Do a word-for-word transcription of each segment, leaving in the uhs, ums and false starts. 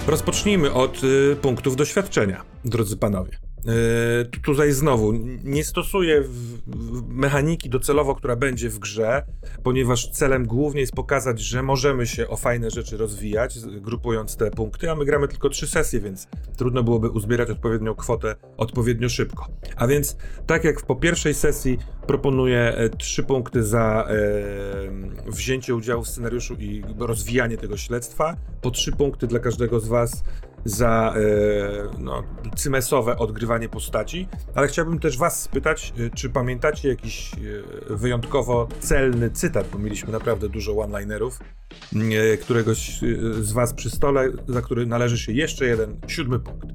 Rozpocznijmy od y, punktów doświadczenia, drodzy panowie. Y, tutaj znowu nie stosuję w, w mechaniki docelowo, która będzie w grze, ponieważ celem głównie jest pokazać, że możemy się o fajne rzeczy rozwijać, grupując te punkty, a my gramy tylko trzy sesje, więc trudno byłoby uzbierać odpowiednią kwotę odpowiednio szybko. A więc tak jak po pierwszej sesji proponuję trzy punkty za e, wzięcie udziału w scenariuszu i rozwijanie tego śledztwa, po trzy punkty dla każdego z was za e, no, cymesowe odgrywanie postaci, ale chciałbym też was spytać, e, czy pamiętacie jakiś e, wyjątkowo celny cytat, bo mieliśmy naprawdę dużo one-linerów, e, któregoś e, z was przy stole, za który należy się jeszcze jeden, siódmy punkt.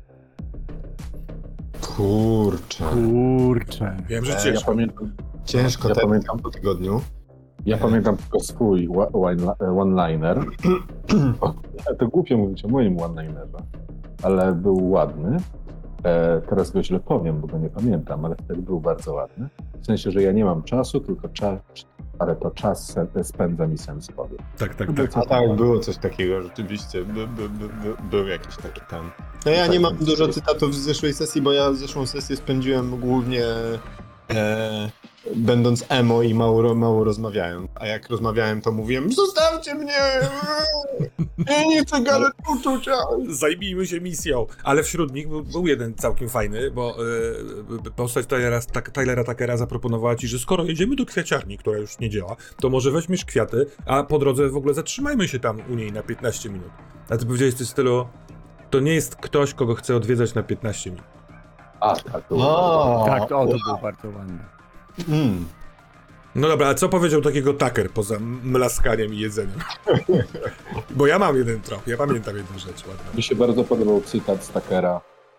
Kurczę. Kurczę. Wiem, że E, ciężko. Ja pamiętam, Ciężko, ja ten pamiętam po tygodniu. Ja pamiętam tylko swój wa- one- one-liner. To głupio mówić o moim one-linerze, ale był ładny. E, teraz go źle powiem, bo go nie pamiętam, ale wtedy był bardzo ładny. W sensie, że ja nie mam czasu, tylko czas, ale to czas se- spędzam i sens powiem. Tak, tak, Był tak. A tak, było coś takiego, rzeczywiście. By, by, by, by, był jakiś taki tam. No ja nie mam dużo cytatów z zeszłej sesji, bo ja zeszłą sesję spędziłem głównie e, będąc emo i mało, mało rozmawiałem. A jak rozmawiałem, to mówiłem: zostawcie mnie! Ja nie chcę gadać uczucia! Zajmijmy się misją. Ale wśród nich był, był jeden całkiem fajny, bo yy, postać Tylera, tak, Tylera Tuckera zaproponowała ci, że skoro jedziemy do kwiaciarni, która już nie działa, to może weźmiesz kwiaty, a po drodze w ogóle zatrzymajmy się tam u niej na piętnaście minut. A ty powiedziałeś coś w stylu: to nie jest ktoś, kogo chcę odwiedzać na piętnaście minut. A, tak, to O, Tak, o, to było bardzo ładne. Mm. No dobra, a co powiedział takiego Tucker poza mlaskaniem i jedzeniem? Bo ja mam jeden trop, ja pamiętam jedną rzecz ładną. Mi się bardzo podobał cytat z Tuckera.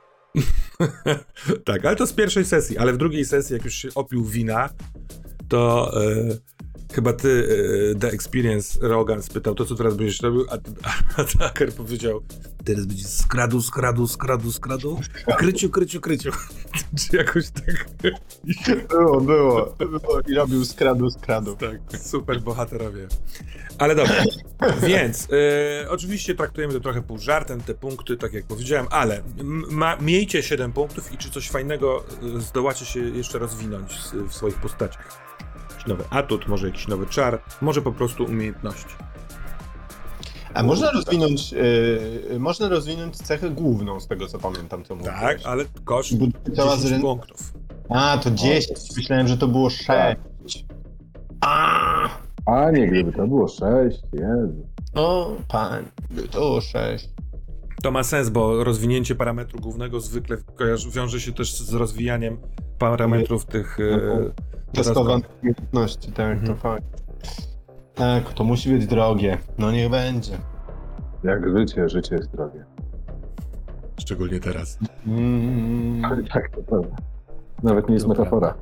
Tak, ale to z pierwszej sesji, ale w drugiej sesji, jak już się opił wina, to e, chyba ty, e, The Experience, Rogan spytał, to co teraz będziesz robił, a, a, a Tucker powiedział: teraz będzie skradł, skradł, skradł, skradł, kryciu, kryciu, kryciu. Czy jakoś tak. Było, było, było. I robił skradu, skradu. Tak, super bohaterowie. Ale dobra, więc e, oczywiście traktujemy to trochę pół żartem, te punkty, tak jak powiedziałem, ale m- ma, miejcie siedem punktów i czy coś fajnego e, zdołacie się jeszcze rozwinąć s- w swoich postaciach. Jakiś nowy atut, może jakiś nowy czar, może po prostu umiejętności. A można rozwinąć, yy, można rozwinąć cechę główną z tego, co pamiętam, co mówiłeś. Tak, ale koszt Budowa dziesięć zrę- punktów. A, to dziesięć. Myślałem, że to było sześć. A, A nie, gdyby to było sześć, Jezu. o, pan, to sześć. To ma sens, bo rozwinięcie parametru głównego zwykle kojarzy, wiąże się też z rozwijaniem parametrów tych e, Testowanych umiejętności, tak, Mhm. to fakt. Tak, to musi być drogie. No niech będzie. Jak życie, życie jest drogie. szczególnie teraz. Mm. Tak, to prawda. Nawet nie jest Dobra. metafora.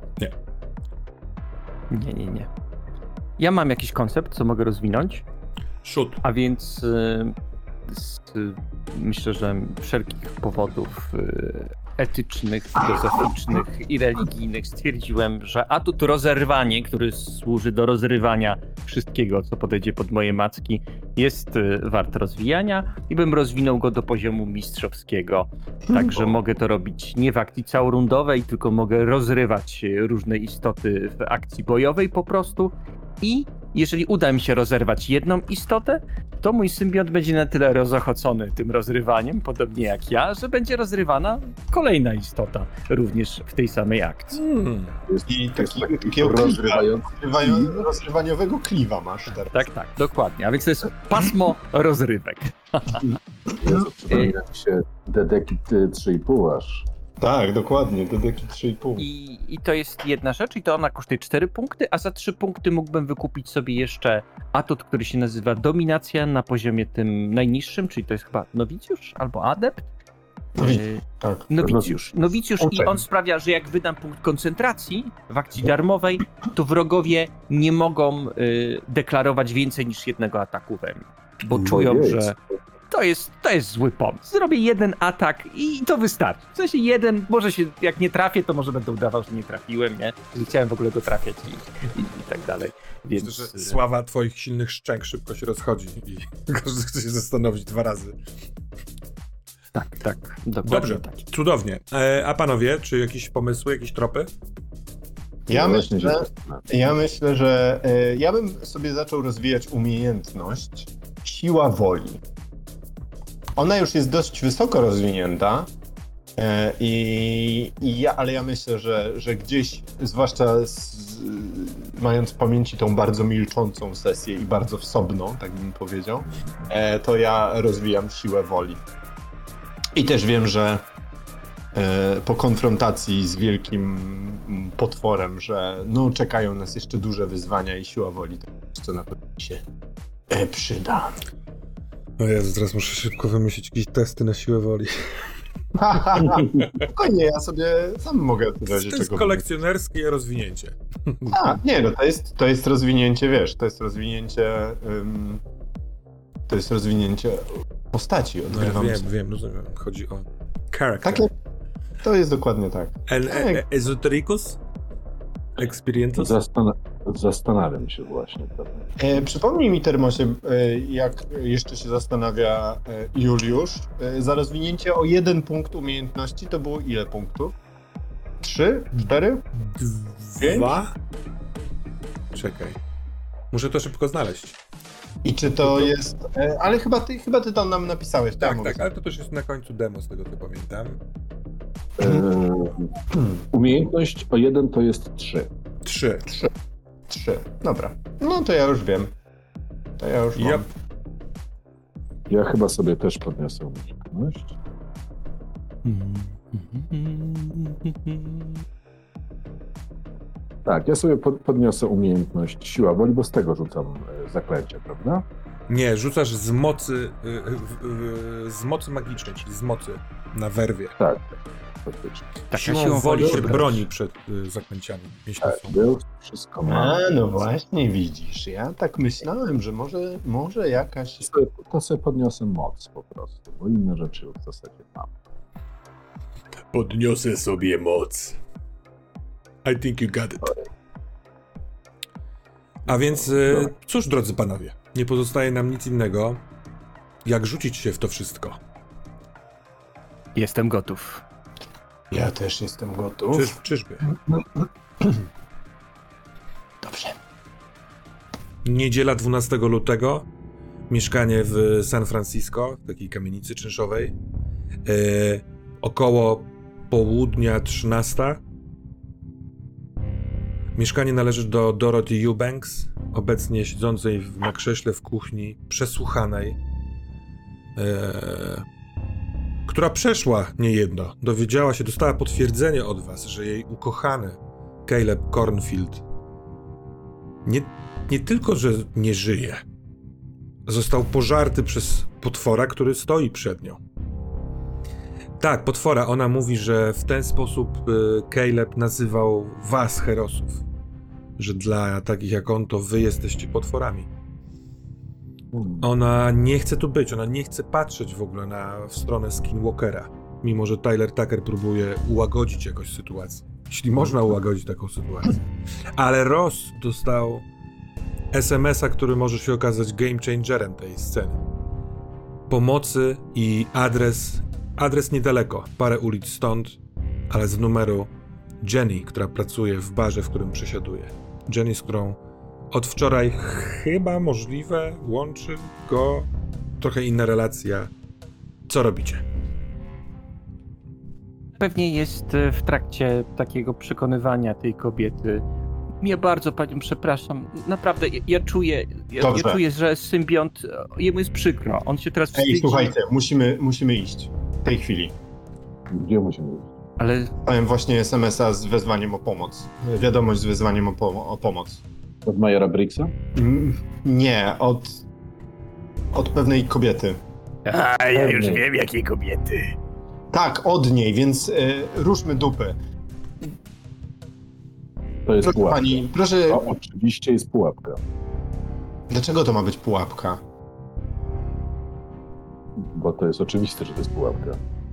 Nie, nie, nie. Ja mam jakiś koncept, co mogę rozwinąć, Shoot. a więc y, z, y, myślę, że wszelkich powodów y, etycznych, filozoficznych i religijnych stwierdziłem, że atut rozerwanie, który służy do rozrywania wszystkiego, co podejdzie pod moje macki, jest y, wart rozwijania i bym rozwinął go do poziomu mistrzowskiego. Także mogę to robić nie w akcji całorundowej, tylko mogę rozrywać y, różne istoty w akcji bojowej po prostu i jeżeli uda mi się rozerwać jedną istotę, to mój symbiont będzie na tyle rozochocony tym rozrywaniem, podobnie jak ja, że będzie rozrywana kolejna istota, również w tej samej akcji. Hmm. Jest, I to jest taki, taki takiego rozrywający. rozrywają- rozrywaniowego kliwa masz teraz. Tak, tak, dokładnie. A więc to jest pasmo rozrywek. Jezu, przypomina mi się Dedeki trzy i pół aż. Tak, dokładnie, do deki trzy i pół. I, I to jest jedna rzecz i to ona kosztuje cztery punkty, a za trzy punkty mógłbym wykupić sobie jeszcze atut, który się nazywa dominacja na poziomie tym najniższym, czyli to jest chyba nowicjusz albo adept. Nowi- tak. Nowicjusz. Nowicjusz i on sprawia, że jak wydam punkt koncentracji w akcji darmowej, to wrogowie nie mogą y, deklarować więcej niż jednego ataku we mnie. Bo czują, Ojej, że to jest, to jest zły pomysł. Zrobię jeden atak i to wystarczy. W sensie jeden, może się, jak nie trafię, to może będę udawał, że nie trafiłem, nie? Nie chciałem w ogóle go trafiać i, i, i tak dalej. Więc... Myślę, że sława twoich silnych szczęk szybko się rozchodzi i każdy chce się zastanowić dwa razy. Tak, tak. Dokładnie Dobrze, tak. cudownie. E, a panowie, czy jakieś pomysły, jakieś tropy? Ja Właśnie, myślę, że- ja myślę, że e, ja bym sobie zaczął rozwijać umiejętność siła woli. Ona już jest dość wysoko rozwinięta, e, i, i ja, ale ja myślę, że, że gdzieś, zwłaszcza z, mając w pamięci tą bardzo milczącą sesję i bardzo wsobną, tak bym powiedział, e, to ja rozwijam siłę woli. I też wiem, że e, po konfrontacji z wielkim mm, potworem, że no czekają nas jeszcze duże wyzwania i siła woli to coś, co na pewno mi się e, przyda. O Jezu, teraz muszę szybko wymyślić jakieś testy na siłę woli. Spokojnie, ja sobie sam mogę w To razie jest czego. kolekcjonerskie rozwinięcie. A, nie, no to jest, to jest rozwinięcie, wiesz, to jest rozwinięcie ym, to jest rozwinięcie postaci. No ja Odgrywam wiem, sobie. wiem, rozumiem. Chodzi o character. Tak, jak- to jest dokładnie tak. El, Tak. e, esotericus? Experientus? Zastan- zastanawiam się właśnie. Prawda? E, przypomnij mi, Termosie, e, jak jeszcze się zastanawia e, Juliusz, e, za rozwinięcie o jeden punkt umiejętności to było ile punktów? Trzy? Cztery? Dwa? Czekaj. Muszę to szybko znaleźć. I czy to jest... E, ale chyba ty, chyba ty tam nam napisałeś. Tak, tam tak, ale to też jest na końcu demo, z tego co pamiętam. E, umiejętność o jeden to jest trzy. Trzy. Trzy. Dobra. No to ja już wiem. To ja już Yep. mam. Ja chyba sobie też podniosę umiejętność. Tak, ja sobie pod, podniosę umiejętność siła woli, bo z tego rzucam e, zaklęcie, prawda? Nie, rzucasz z mocy, y, y, y, z mocy magicznej, czyli z mocy na werwie. Tak, faktycznie. Taka Siłą siłą woli się wybrać. broni przed y, zaklęciami, jeśli Tak, są. był, wszystko mam. A, no właśnie, widzisz. Ja tak myślałem, że może, może jakaś... To sobie, to sobie podniosę moc po prostu, bo inne rzeczy już w zasadzie mam. Podniosę sobie moc. I think you got it. A więc, y, cóż, drodzy panowie, nie pozostaje nam nic innego, jak rzucić się w to wszystko. Jestem gotów. Ja też jestem gotów. Czyż, czyżby? Dobrze. Niedziela dwunastego lutego, mieszkanie w San Francisco, w takiej kamienicy czynszowej. E, około południa trzynasta. Mieszkanie należy do Dorothy Eubanks, obecnie siedzącej w- na krześle w kuchni, przesłuchanej, e, która przeszła niejedno. Dowiedziała się, dostała potwierdzenie od was, że jej ukochany Caleb Cornfield nie, nie tylko, że nie żyje, został pożarty przez potwora, który stoi przed nią. Tak, potwora. Ona mówi, że w ten sposób y, Caleb nazywał was, herosów. Że dla takich jak on, to wy jesteście potworami. Hmm. Ona nie chce tu być, ona nie chce patrzeć w ogóle na, w stronę Skinwalkera. Mimo, że Tyler Tucker próbuje ułagodzić jakoś sytuację. Jeśli można ułagodzić taką sytuację. Ale Ross dostał es em es a, który może się okazać game changerem tej sceny. Pomocy i adres, adres niedaleko, parę ulic stąd, ale z numeru Jenny, która pracuje w barze, w którym przesiaduje. Jenny, z którą od wczoraj chyba możliwe łączy go trochę inna relacja. Co robicie? Pewnie jest e, w trakcie takiego przekonywania tej kobiety. Ja bardzo panią przepraszam. Naprawdę, ja, ja czuję, ja, Dobrze. ja czuję, że symbiont, e, jemu jest przykro. On się teraz wstydzi. Ej, słuchajcie, musimy, musimy iść. W tej chwili. Gdzie musimy iść? Ale Powiem właśnie es em es a z wezwaniem o pomoc. Wiadomość z wezwaniem o, pom- o pomoc. Od Majora Briggsa? Mm, nie, od... od pewnej kobiety. A, ja już Pewnie. wiem, jakiej kobiety. Tak, od niej, więc y, ruszmy dupy. To jest Proszę pułapka. pani, proszę... To oczywiście jest pułapka. Dlaczego to ma być pułapka? bo to jest oczywiste, że to jest pułapka.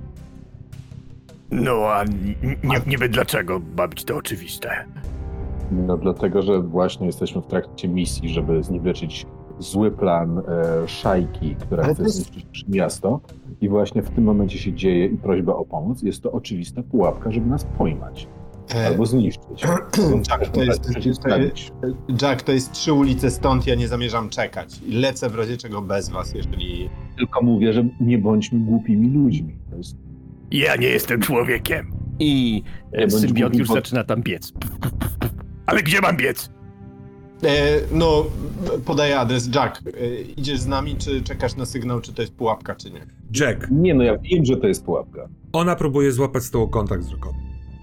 No a nie, niby dlaczego ma być to oczywiste? No dlatego, że właśnie jesteśmy w trakcie misji, żeby zniweczyć zły plan e, szajki, która Ale chce to jest- zniszczyć miasto. I właśnie w tym momencie się dzieje i prośba o pomoc. Jest to oczywista pułapka, żeby nas pojmać. E, Albo zniszczyć. Jack, to jest, Przeciwstawić. Jack, to jest trzy ulice stąd, ja nie zamierzam czekać. I lecę w razie czego bez was, jeżeli... Tylko mówię, że nie bądźmy głupimi ludźmi. To jest Ja nie jestem człowiekiem. I Nie bądź symbiot głupi, już bo- zaczyna tam biec. Ale gdzie mam biec? E, no, podaję adres. Jack, e, idziesz z nami, czy czekasz na sygnał, czy to jest pułapka, czy nie? Jack, Nie, no ja wiem, że to jest pułapka. ona próbuje złapać z tobą kontakt wzrokowy.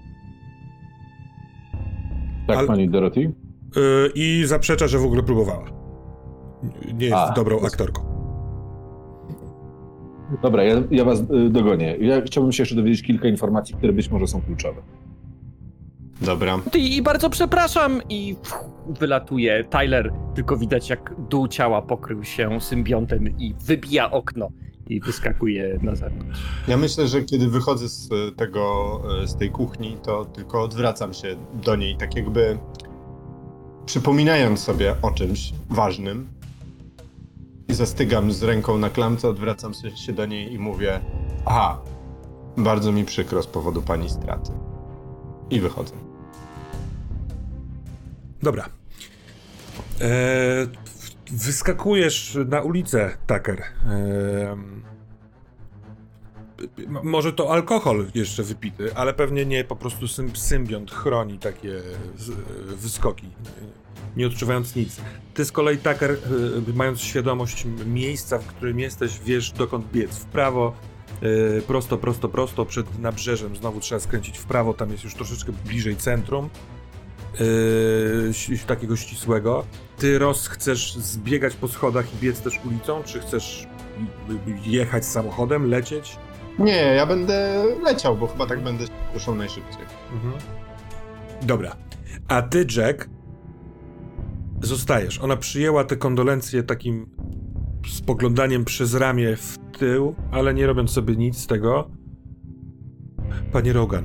Tak, Ale- pani Dorothy? Yy, I zaprzecza, że w ogóle próbowała. Nie jest A, dobrą to jest- aktorką. Dobra, ja, ja was y, dogonię. Ja chciałbym się jeszcze dowiedzieć kilka informacji, które być może są kluczowe. Dobra. I, I bardzo przepraszam i pff, wylatuje Tyler, tylko widać jak dół ciała pokrył się symbiontem i wybija okno i wyskakuje na zewnątrz. Ja myślę, że kiedy wychodzę z tego, z tej kuchni, to tylko odwracam się do niej, tak jakby przypominając sobie o czymś ważnym. I zastygam z ręką na klamce, odwracam się do niej i mówię: aha, bardzo mi przykro z powodu pani straty. I wychodzę. Dobra. Eee, wyskakujesz na ulicę, Tucker. Eee, m- może to alkohol jeszcze wypity, ale pewnie nie, po prostu sym- symbiont chroni takie z, wyskoki, nie odczuwając nic. Ty z kolei, Tucker, e, mając świadomość miejsca, w którym jesteś, wiesz dokąd biec. W prawo, e, prosto, prosto, prosto, przed nabrzeżem. Znowu trzeba skręcić w prawo, tam jest już troszeczkę bliżej centrum. Yy, ś- takiego ścisłego. Ty, Ross, chcesz zbiegać po schodach i biec też ulicą, czy chcesz y- y- jechać samochodem, lecieć? Nie, ja będę leciał, bo chyba tak będę się ruszał najszybciej. Mhm. Dobra. A ty, Jack, zostajesz. Ona przyjęła te kondolencje takim spoglądaniem przez ramię w tył, ale nie robiąc sobie nic z tego. Panie Rogan,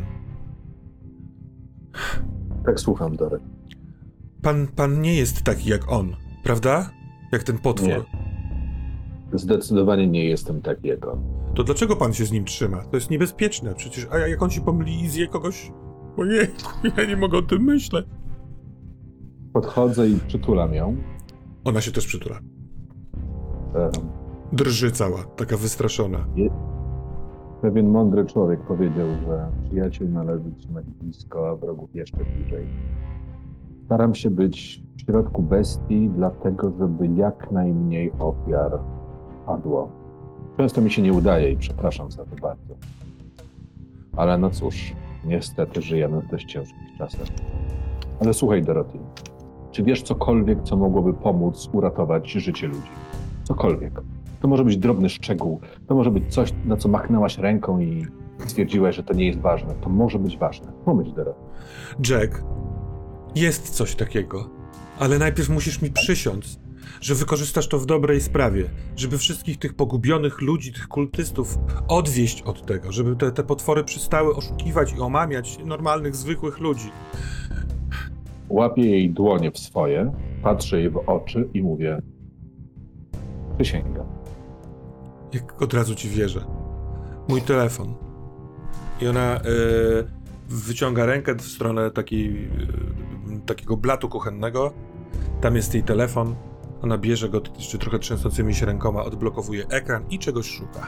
Tak, słucham, Dorek. pan, pan nie jest taki jak on, prawda? Jak ten potwór. Nie. Zdecydowanie nie jestem taki jak on. To dlaczego pan się z nim trzyma? To jest niebezpieczne przecież. A jak on się pomyli i zje kogoś? Ojej, ja nie mogę o tym myśleć. Podchodzę i przytulam ją. Ona się też przytula. Em, Drży cała, taka wystraszona. Pewien mądry człowiek powiedział, że przyjaciół należy trzymać blisko, a wrogów jeszcze bliżej. Staram się być w środku bestii, dlatego żeby jak najmniej ofiar padło. Często mi się nie udaje i przepraszam za to bardzo. Ale no cóż, niestety żyjemy w dość ciężkich czasach. Ale słuchaj, Dorothy, czy wiesz cokolwiek, co mogłoby pomóc uratować życie ludzi? Cokolwiek. To może być drobny szczegół, to może być coś, na co machnęłaś ręką i stwierdziłaś, że to nie jest ważne. To może być ważne. Pomyśl, Dorothy. Jack, jest coś takiego, ale najpierw musisz mi przysiąc, że wykorzystasz to w dobrej sprawie, żeby wszystkich tych pogubionych ludzi, tych kultystów odwieść od tego, żeby te, te potwory przestały oszukiwać i omamiać normalnych, zwykłych ludzi. Łapię jej dłonie w swoje, patrzę jej w oczy i mówię: przysięgam. Jak od razu ci wierzę. Mój telefon. I ona e, wyciąga rękę w stronę takiej, e, takiego blatu kuchennego. Tam jest jej telefon. Ona bierze go jeszcze trochę trzęsącymi się rękoma, odblokowuje ekran i czegoś szuka.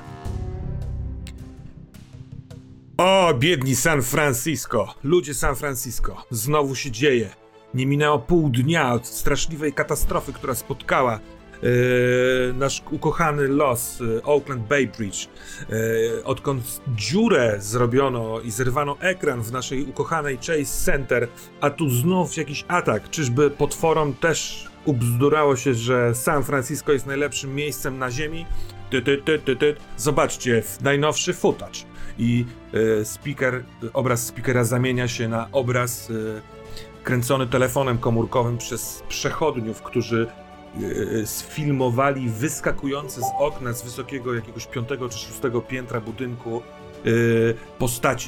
O, biedni San Francisco! Ludzie San Francisco. Znowu się dzieje. Nie minęło pół dnia od straszliwej katastrofy, która spotkała Yy, nasz ukochany los, yy, Oakland Bay Bridge. Yy, odkąd dziurę zrobiono i zerwano ekran w naszej ukochanej Chase Center, a tu znów jakiś atak. Czyżby potworom też ubzdurało się, że San Francisco jest najlepszym miejscem na ziemi? Ty, ty, ty, ty, ty. Zobaczcie, najnowszy footage. I yy, speaker, obraz speakera zamienia się na obraz yy, kręcony telefonem komórkowym przez przechodniów, którzy yy, sfilmowali wyskakujące z okna z wysokiego jakiegoś piątego czy szóstego piętra budynku yy, postaci.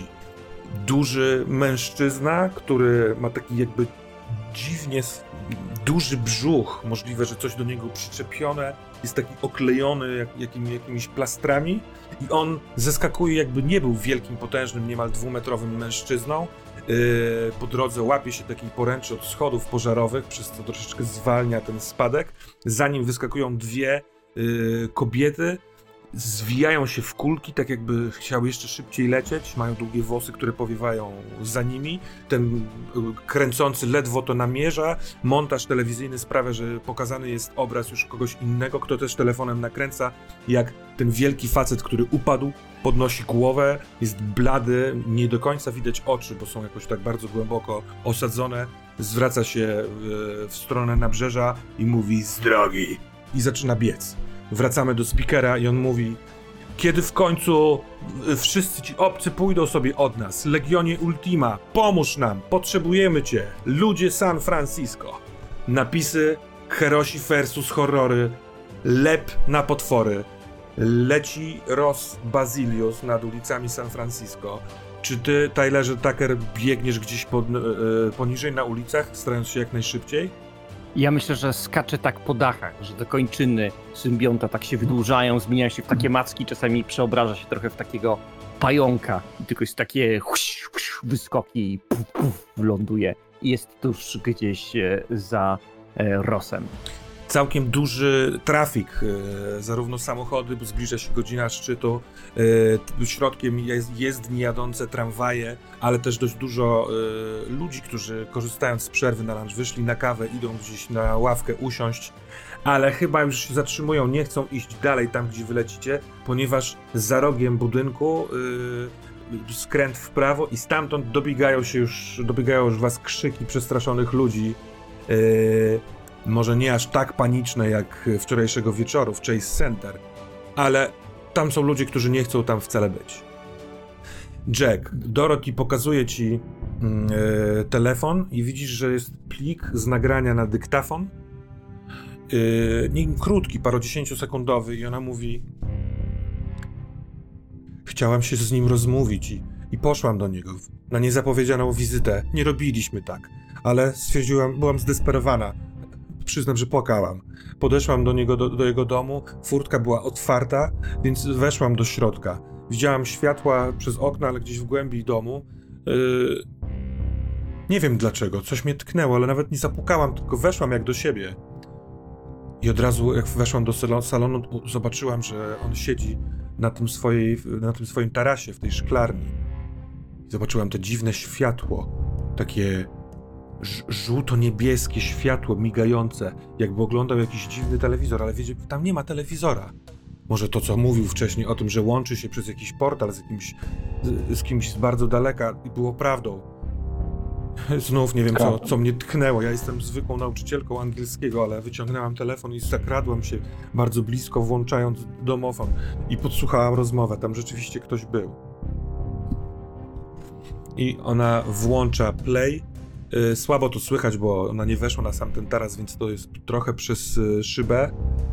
Duży mężczyzna, który ma taki jakby dziwnie duży brzuch, możliwe, że coś do niego przyczepione, jest taki oklejony jak, jakim, jakimiś plastrami i on zeskakuje, jakby nie był wielkim, potężnym, niemal dwumetrowym mężczyzną. Yy, po drodze łapie się takiej poręczy od schodów pożarowych, przez co troszeczkę zwalnia ten spadek. Za nim wyskakują dwie yy, kobiety, zwijają się w kulki, tak jakby chciały jeszcze szybciej lecieć, mają długie włosy, które powiewają za nimi. Ten kręcący ledwo to namierza. Montaż telewizyjny sprawia, że pokazany jest obraz już kogoś innego, kto też telefonem nakręca, jak ten wielki facet, który upadł, podnosi głowę, jest blady, nie do końca widać oczy, bo są jakoś tak bardzo głęboko osadzone, zwraca się w, w stronę nabrzeża i mówi z drogi i zaczyna biec. Wracamy do speakera i on mówi: kiedy w końcu wszyscy ci obcy pójdą sobie od nas? Legionie Ultima, pomóż nam, potrzebujemy cię. Ludzie San Francisco. Napisy Herosi versus horrory. Lep na potwory. Leci Ross Basilius nad ulicami San Francisco. Czy ty, Tylerze Tucker, biegniesz gdzieś pod, e, poniżej na ulicach, starając się jak najszybciej? Ja myślę, że skacze tak po dachach, że te kończyny symbionta tak się wydłużają, zmieniają się w takie macki, czasami przeobraża się trochę w takiego pająka i tylko jest takie huś, huś, wyskoki i puf, puf, ląduje i jest tuż gdzieś za e, Rossem. Całkiem duży trafik, e, zarówno samochody, bo zbliża się godzina szczytu, e, środkiem jest jezdni jadące tramwaje, ale też dość dużo e, ludzi, którzy korzystając z przerwy na lunch wyszli na kawę, idą gdzieś na ławkę usiąść, ale chyba już się zatrzymują, nie chcą iść dalej tam, gdzie wylecicie, ponieważ za rogiem budynku e, skręt w prawo i stamtąd dobiegają się już, dobiegają już was krzyki przestraszonych ludzi. E, Może nie aż tak paniczne jak wczorajszego wieczoru w Chase Center, ale tam są ludzie, którzy nie chcą tam wcale być. Jack, Dorothy pokazuje ci yy, telefon i widzisz, że jest plik z nagrania na dyktafon. Yy, nie, krótki, parodziesięciosekundowy i ona mówi: chciałam się z nim rozmówić i, i poszłam do niego na niezapowiedzianą wizytę. Nie robiliśmy tak, ale stwierdziłam, byłam zdesperowana. Przyznam, że płakałam. Podeszłam do niego, do, do jego domu, furtka była otwarta, więc weszłam do środka. Widziałam światła przez okna, ale gdzieś w głębi domu. Yy... Nie wiem dlaczego, coś mnie tknęło, ale nawet nie zapukałam, tylko weszłam jak do siebie. I od razu, jak weszłam do salonu, salonu zobaczyłam, że on siedzi na tym, swojej, na tym swoim tarasie, w tej szklarni. I zobaczyłam to dziwne światło, takie żółto-niebieskie światło migające, jakby oglądał jakiś dziwny telewizor, ale wiecie, tam nie ma telewizora. Może to, co mówił wcześniej o tym, że łączy się przez jakiś portal z jakimś, z, z kimś z bardzo daleka, było prawdą. Znów nie wiem, co, co mnie tknęło. Ja jestem zwykłą nauczycielką angielskiego, ale wyciągnęłam telefon i zakradłam się bardzo blisko, włączając domofon i podsłuchałam rozmowę. Tam rzeczywiście ktoś był. I ona włącza play. Yy, słabo to słychać, bo ona nie weszła na sam ten taras, więc to jest trochę przez y, szybę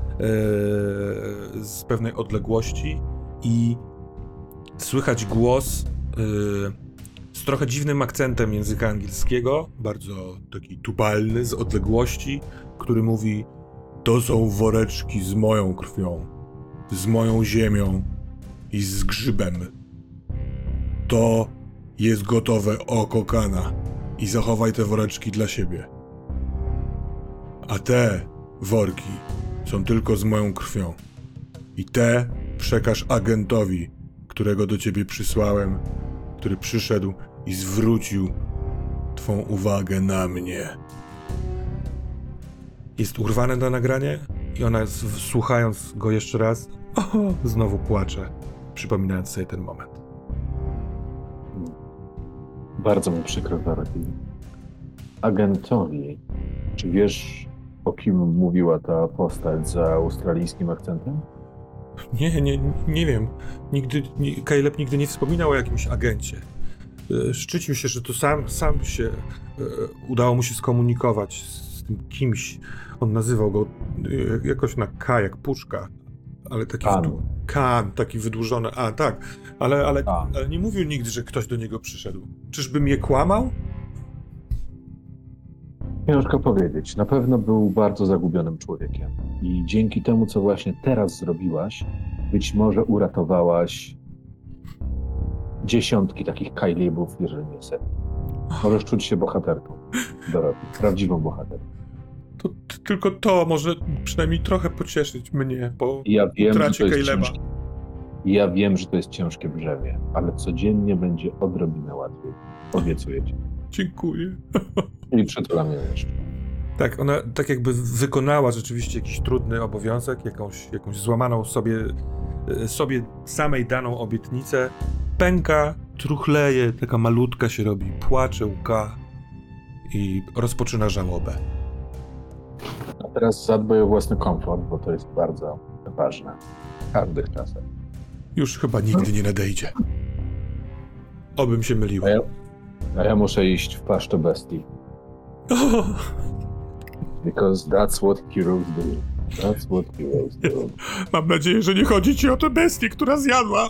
yy, z pewnej odległości i słychać głos yy, z trochę dziwnym akcentem języka angielskiego, bardzo taki tubalny, z odległości, który mówi: to są woreczki z moją krwią, z moją ziemią i z grzybem. To jest gotowe oko Kana. I zachowaj te woreczki dla siebie. A te worki są tylko z moją krwią. I te przekaż agentowi, którego do ciebie przysłałem, który przyszedł i zwrócił twą uwagę na mnie. Jest urwane to nagranie i ona, słuchając go jeszcze raz, o, znowu płacze, przypominając sobie ten moment. Bardzo mi przykro, Dorothy. Agentowi, czy wiesz, o kim mówiła ta postać za australijskim akcentem? Nie, nie, nie wiem. Nigdy, nie, Caleb nigdy nie wspominał o jakimś agencie. Szczycił się, że to sam, sam się e, udało mu się skomunikować z tym kimś. On nazywał go y, jakoś na K, jak puszka, ale taki Kan. wydłu- Kan, taki wydłużony. A, tak, ale, ale, Kan. ale nie mówił nigdy, że ktoś do niego przyszedł. Czyżby mnie kłamał? Ciężko powiedzieć. Na pewno był bardzo zagubionym człowiekiem. I dzięki temu, co właśnie teraz zrobiłaś, być może uratowałaś dziesiątki takich Kajlibów, jeżeli nie setki. Możesz czuć się bohaterką, Dorothy. Prawdziwą bohaterką. To t- tylko to może przynajmniej trochę pocieszyć mnie po I ja wiem, że utracie to jest Caleba. ciężkie. I ja wiem, że to jest ciężkie brzemię, ale codziennie będzie odrobinę łatwiej. Obiecuję ci. Dziękuję. I przytulam ją jeszcze. Tak, ona tak jakby wykonała rzeczywiście jakiś trudny obowiązek, jakąś, jakąś złamaną sobie, y, sobie samej daną obietnicę. Pęka, truchleje, taka malutka się robi, płacze, łka i rozpoczyna żałobę. A teraz zadbaj o własny komfort, bo to jest bardzo ważne w każdych czasach. Już chyba nigdy nie nadejdzie. Obym się myliła. A ja, a ja muszę iść w paszczę bestii. O, Because that's what heroes do. That's what heroes do. mam nadzieję, że nie chodzi ci o tę bestię, która zjadła.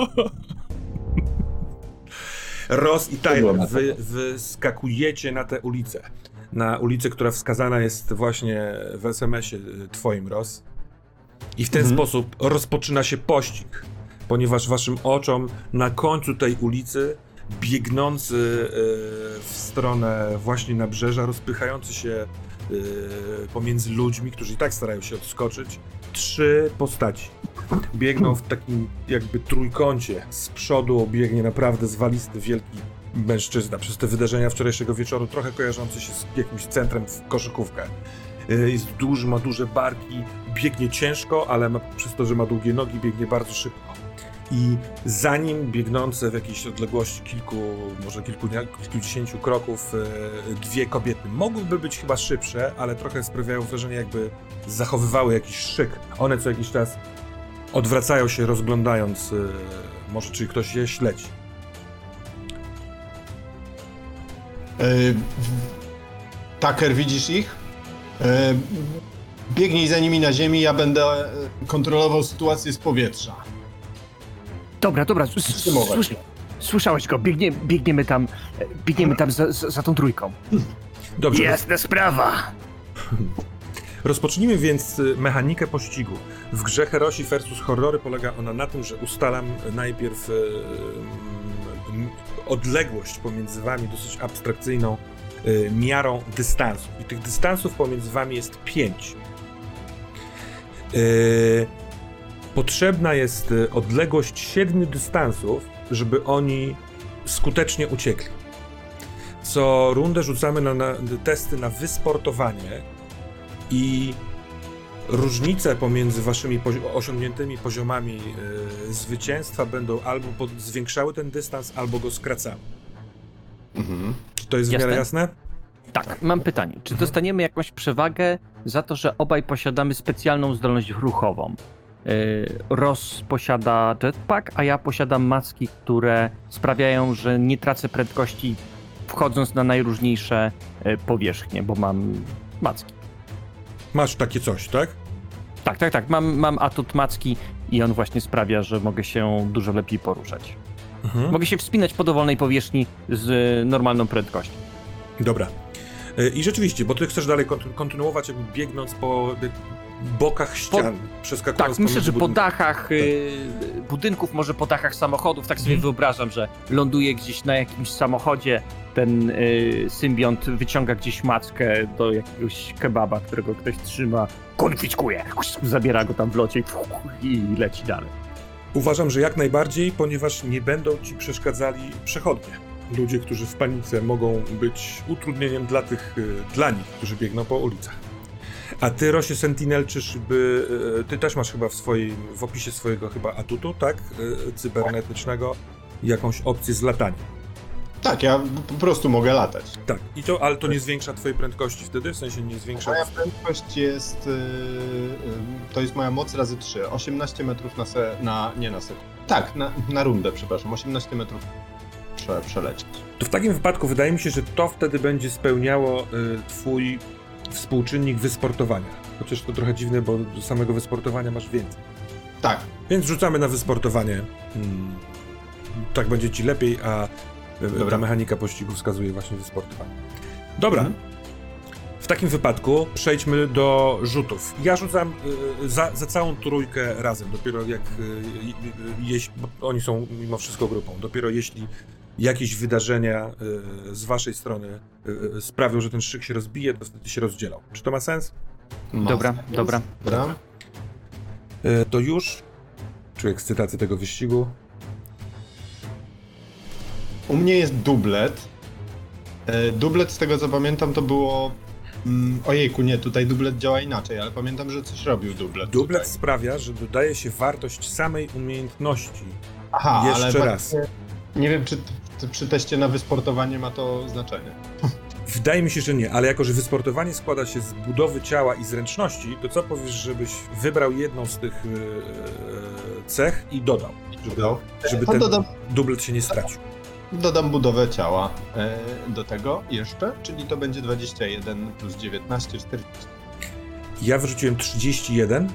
Ross i Tyler, wy wyskakujecie na tę ulicę. Na ulicę, która wskazana jest właśnie w es em esie twoim, Ross. I w ten Mhm. sposób rozpoczyna się pościg, ponieważ waszym oczom na końcu tej ulicy, biegnący yy, w stronę właśnie nabrzeża, rozpychający się yy, pomiędzy ludźmi, którzy i tak starają się odskoczyć, trzy postaci. Biegną w takim jakby trójkącie. Z przodu biegnie naprawdę zwalisty, wielki mężczyzna. Przez te wydarzenia wczorajszego wieczoru trochę kojarzący się z jakimś centrem w koszykówkę. Yy, Jest duży, ma duże barki, biegnie ciężko, ale ma, przez to, że ma długie nogi, biegnie bardzo szybko. I za nim biegnące w jakiejś odległości kilku, może kilku, kilkudziesięciu kroków yy, dwie kobiety. Mogłyby być chyba szybsze, ale trochę sprawiają wrażenie, jakby zachowywały jakiś szyk. One co jakiś czas odwracają się, rozglądając, yy, może czy ktoś je śledzi. Yy, Tucker, widzisz ich? Yy, biegnij za nimi na ziemi, ja będę e, kontrolował sytuację z powietrza. Dobra, dobra, s- s- Wstrzymywać słysz, się. słyszałeś go, biegnie, biegniemy tam, e, biegniemy tam za, za, za tą trójką. Dobrze, Jasna sprawa. rozpocznijmy więc y, mechanikę pościgu. W grze Herosi versus Horrory polega ona na tym, że ustalam najpierw y, y, odległość pomiędzy wami, dosyć abstrakcyjną y, miarą dystansu. I tych dystansów pomiędzy wami jest pięć. Y, potrzebna jest y, odległość siedmiu dystansów, żeby oni skutecznie uciekli. Co rundę rzucamy na, na testy na wysportowanie i różnice pomiędzy waszymi pozi- osiągniętymi poziomami y, zwycięstwa będą albo pod- zwiększały ten dystans, albo go skracały. Mhm. Czy to jest w Jasne. miarę jasne? Tak, mam pytanie. Czy dostaniemy jakąś przewagę za to, że obaj posiadamy specjalną zdolność ruchową? Yy, Ross posiada jetpack, a ja posiadam maski, które sprawiają, że nie tracę prędkości wchodząc na najróżniejsze yy, powierzchnie, bo mam macki. Masz takie coś, tak? Tak, tak, tak. Mam, mam atut macki i on właśnie sprawia, że mogę się dużo lepiej poruszać. Mhm. Mogę się wspinać po dowolnej powierzchni z y, normalną prędkością. Dobra. Y, I rzeczywiście, bo ty chcesz dalej konty- kontynuować, jakby biegnąc po y, bokach ścian, przeskakując Tak, myślę, pomiędzy że po budynków. dachach y, budynków, może po dachach samochodów, tak sobie Mhm. wyobrażam, że ląduję gdzieś na jakimś samochodzie, ten y, symbiont wyciąga gdzieś mackę do jakiegoś kebaba, którego ktoś trzyma, konfiskuje, zabiera go tam w locie i leci dalej. Uważam, że jak najbardziej, ponieważ nie będą ci przeszkadzali przechodnie. Ludzie, którzy w panice mogą być utrudnieniem dla tych, y, dla nich, którzy biegną po ulicach. A ty, Rosie Sentinel, czyżby, y, ty też masz chyba w swoim, w opisie swojego chyba atutu, tak? Y, cybernetycznego, jakąś opcję z lataniem. Tak, ja po prostu mogę latać. Tak. I to, ale to nie zwiększa twojej prędkości wtedy? W sensie nie zwiększa... Moja prędkość jest, yy, yy, to jest moja moc razy trzy, osiemnaście metrów na, se, na nie na sekundę. Tak, na, na rundę, przepraszam, osiemnaście metrów prze, przelecieć. To w takim wypadku wydaje mi się, że to wtedy będzie spełniało y, twój współczynnik wysportowania. Chociaż to trochę dziwne, bo do samego wysportowania masz więcej. Tak. Więc rzucamy na wysportowanie. Hmm. Tak będzie ci lepiej, a Dobra. ta mechanika pościgu wskazuje właśnie wysportowanie. Dobra. Mhm. W takim wypadku przejdźmy do rzutów. Ja rzucam y, za, za całą trójkę razem, dopiero jak y, y, jeśli, bo oni są mimo wszystko grupą, dopiero jeśli jakieś wydarzenia y, z waszej strony y, y, sprawią, że ten szyk się rozbije, to wtedy się rozdzielał. Czy to ma sens? Ma Dobra, sens. dobra. Dobra. Y, to już czuję ekscytację tego wyścigu. U mnie jest dublet. E, Dublet, z tego co pamiętam, to było... Mm, ojejku, nie, tutaj dublet działa inaczej, ale pamiętam, że coś robił dublet. Dublet tutaj. sprawia, że dodaje się wartość samej umiejętności. Aha, jeszcze ale raz. właśnie Nie wiem, czy, czy przy teście na wysportowanie ma to znaczenie. Wydaje mi się, że nie, ale jako, że wysportowanie składa się z budowy ciała i zręczności, to co powiesz, żebyś wybrał jedną z tych yy, cech i dodał, żeby, No. żeby To ten dodam, dublet się nie stracił. dodam budowę ciała e, do tego jeszcze, czyli to będzie dwadzieścia jeden plus dziewiętnaście, czterdzieści. Ja wyrzuciłem trzydzieści jeden,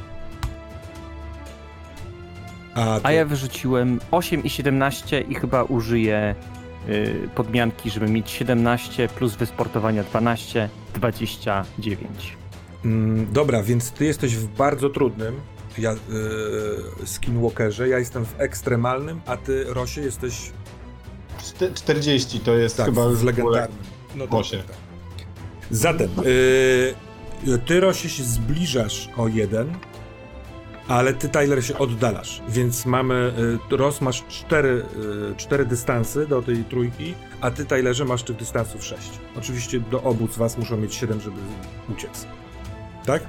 a, ty, A ja wyrzuciłem osiem i siedemnaście i chyba użyję y, podmianki, żeby mieć siedemnaście plus wysportowania dwanaście, dwadzieścia dziewięć. mm, dobra, więc ty jesteś w bardzo trudnym ja, yy, skinwalkerze, ja jestem w ekstremalnym, a ty, Rosie, jesteś Czte- czterdzieści to jest tak, chyba już w legendarnym. No tak, Bosie. tak, tak. Zatem, yy, ty, Rosie, się zbliżasz o jeden, ale ty, Tyler, się oddalasz, więc mamy, y, Ross, masz cztery, y, cztery dystansy do tej trójki, a ty, Tylerze, masz tych dystansów sześć. Oczywiście do obu z was muszą mieć siedem, żeby uciec. Tak?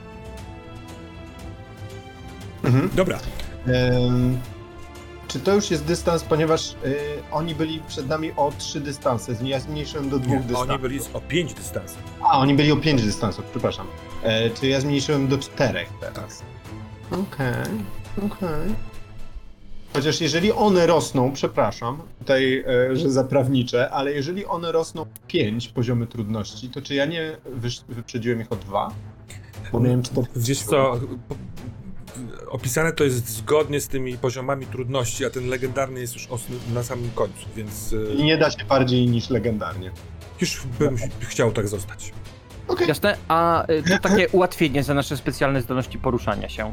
Mhm. Dobra. Em, czy to już jest dystans, ponieważ y, oni byli przed nami o trzy dystanse, ja zmniejszyłem do dwóch Nie, dystansów. oni byli o pięć dystansów. A, oni byli o pięć dystansów, przepraszam. E, czy ja zmniejszyłem do czterech teraz? Okej, okej. Chociaż jeżeli one rosną, przepraszam, tutaj, e, że zaprawniczę, ale jeżeli one rosną pięć poziomy trudności, to czy ja nie wyż- wyprzedziłem ich o dwa? Bo miałem cztery. Wiesz co, po- opisane to jest zgodnie z tymi poziomami trudności, a ten legendarny jest już osny na samym końcu, więc y, I nie da się bardziej niż legendarnie. już bym chciał tak zostać. Okej. Jasne? A y, to takie ułatwienie za nasze specjalne zdolności poruszania się.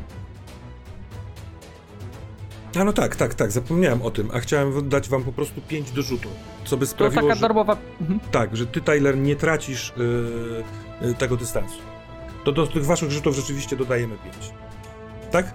A no tak, tak, tak, zapomniałem o tym, a chciałem dać wam po prostu pięć do rzutu, co by To sprawiło, taka że, darmowa... Mhm. tak, że ty, Tyler, nie tracisz yy, yy, tego dystansu. To do tych waszych rzutów rzeczywiście dodajemy pięć. Tak?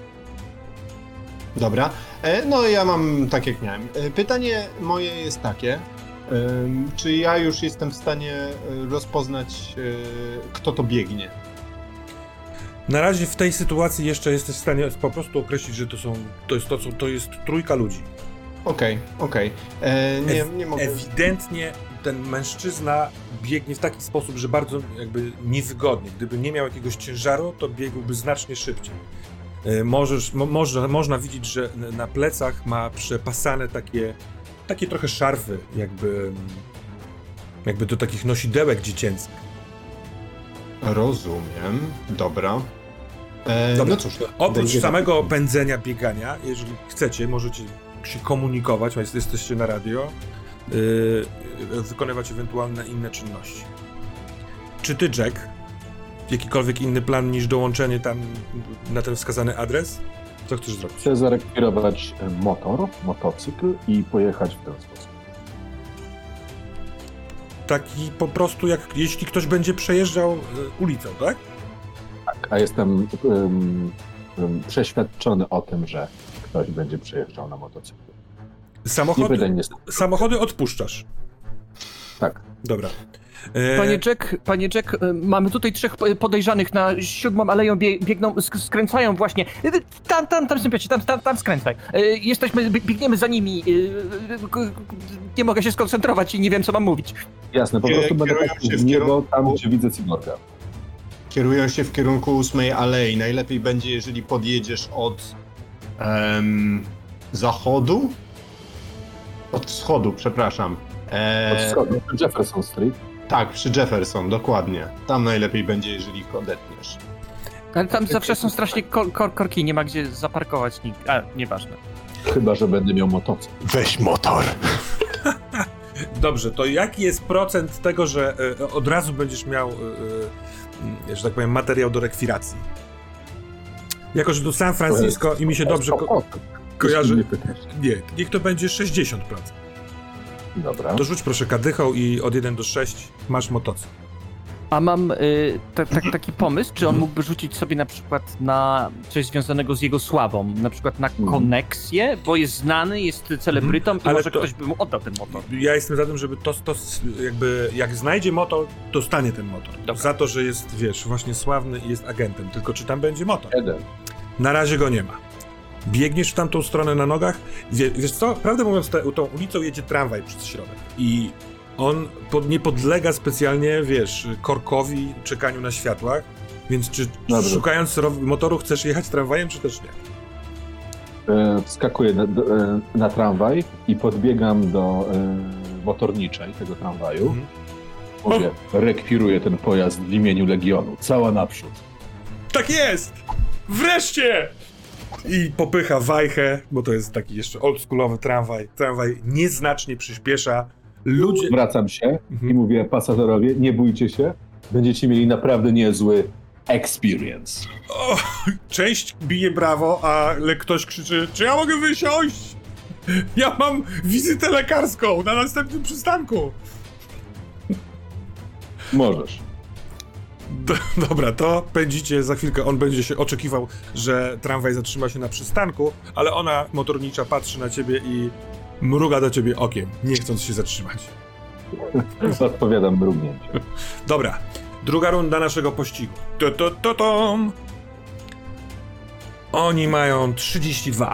Dobra. E, no ja mam tak jak miałem. E, pytanie moje jest takie. Ym, czy ja już jestem w stanie e, rozpoznać, e, kto to biegnie? Na razie w tej sytuacji jeszcze jesteś w stanie po prostu określić, że to są, to jest to, co, to jest trójka ludzi. Okej, okej. E, Nie, nie mogę... Ewidentnie ten mężczyzna biegnie w taki sposób, że bardzo jakby niewygodnie. Gdyby nie miał jakiegoś ciężaru, to biegłby znacznie szybciej. E, Możesz, mo, można, można widzieć, że n- na plecach ma przepasane takie, takie trochę szarfy, jakby, jakby do takich nosidełek dziecięcych. Rozumiem. Dobra. E, Dobra. No cóż. Oprócz będzie- samego pędzenia, biegania, jeżeli chcecie, możecie się komunikować, a jest- jesteście na radio, yy, wykonywać ewentualne inne czynności. Czy ty, Jack, jakikolwiek inny plan niż dołączenie tam na ten wskazany adres? Co chcesz zrobić? Chcę zarekwirować motor, motocykl i pojechać w ten sposób. Taki po prostu jak jeśli ktoś będzie przejeżdżał y, ulicą, tak? Tak, a jestem um, um, przeświadczony o tym, że ktoś będzie przejeżdżał na motocyklu. Nie Samochody, pytań nie samochody odpuszczasz. Tak. Dobra. E, Panie Jack, panie Jack, y, mamy tutaj trzech po- podejrzanych na siódmą aleją, bie, biegną, sk- skręcają właśnie. Y, y, Tam, tam, tam, sympacie, tam, tam, tam skręcaj. Y, Jesteśmy, bie- biegniemy za nimi. y, y, k- Nie mogę się skoncentrować i nie wiem, co mam mówić. Jasne, po Kie- prostu będę kierują patrzył się w w niebo, kierunku- tam gdzie widzę cyborga. Kierują się w kierunku ósmej alei. Najlepiej będzie, jeżeli podjedziesz od em, zachodu? Od wschodu, przepraszam. E, Od wschodu, Jefferson Street. Tak, przy Jefferson, dokładnie. Tam najlepiej będzie, jeżeli ich odetniesz. Ale tam zawsze są strasznie kor kor korki, nie ma gdzie zaparkować nikt. A, nieważne. Chyba że będę miał motocykl. Weź motor. Dobrze, to jaki jest procent tego, że y, od razu będziesz miał, y, y, że tak powiem, materiał do rekwiracji? Jako, że tu San Francisco i mi się dobrze ko kojarzy... Nie pytasz. Nie, niech to będzie sześćdziesiąt procent. Dobra. To rzuć proszę kadychą i od jeden do sześciu masz motocykl. A mam y, ta, ta, taki pomysł, czy on mógłby rzucić sobie na przykład na coś związanego z jego sławą, na przykład na koneksję, bo jest znany, jest celebrytą i Ale może to- ktoś by mu oddał ten motor. Ja jestem za tym, żeby to, to jakby, jak znajdzie motor, to stanie ten motor. Dobra. Za to, że jest, wiesz, właśnie sławny i jest agentem. Tylko czy tam będzie motor? Jeden. Na razie go nie ma. Biegniesz w tamtą stronę na nogach. Wie, wiesz co, prawdę mówiąc, te, tą ulicą jedzie tramwaj przez środek. I on pod, nie podlega specjalnie, wiesz, korkowi, czekaniu na światłach. Więc czy Dobrze. szukając row- motoru chcesz jechać tramwajem, czy też nie? E, Wskakuję na, do, e, na tramwaj i podbiegam do e, motorniczej tego tramwaju. Mhm. Mówię, rekwiruję ten pojazd w imieniu Legionu. Cała naprzód. Tak jest! Wreszcie! I popycha wajchę, bo to jest taki jeszcze oldschoolowy tramwaj. Tramwaj nieznacznie przyspiesza. Ludzie... Wracam się Mhm. i mówię pasażerowie, nie bójcie się, będziecie mieli naprawdę niezły experience. O, część bije brawo, ale ktoś krzyczy, czy ja mogę wysiąść? Ja mam wizytę lekarską na następnym przystanku. Możesz. Do, dobra, to pędzicie, za chwilkę on będzie się oczekiwał, że tramwaj zatrzyma się na przystanku, ale ona, motornicza, patrzy na ciebie i mruga do ciebie okiem, nie chcąc się zatrzymać. Odpowiadam mrugnięciem. Dobra, druga runda naszego pościgu. To, to, to, tom. Oni mają trzydzieści dwa.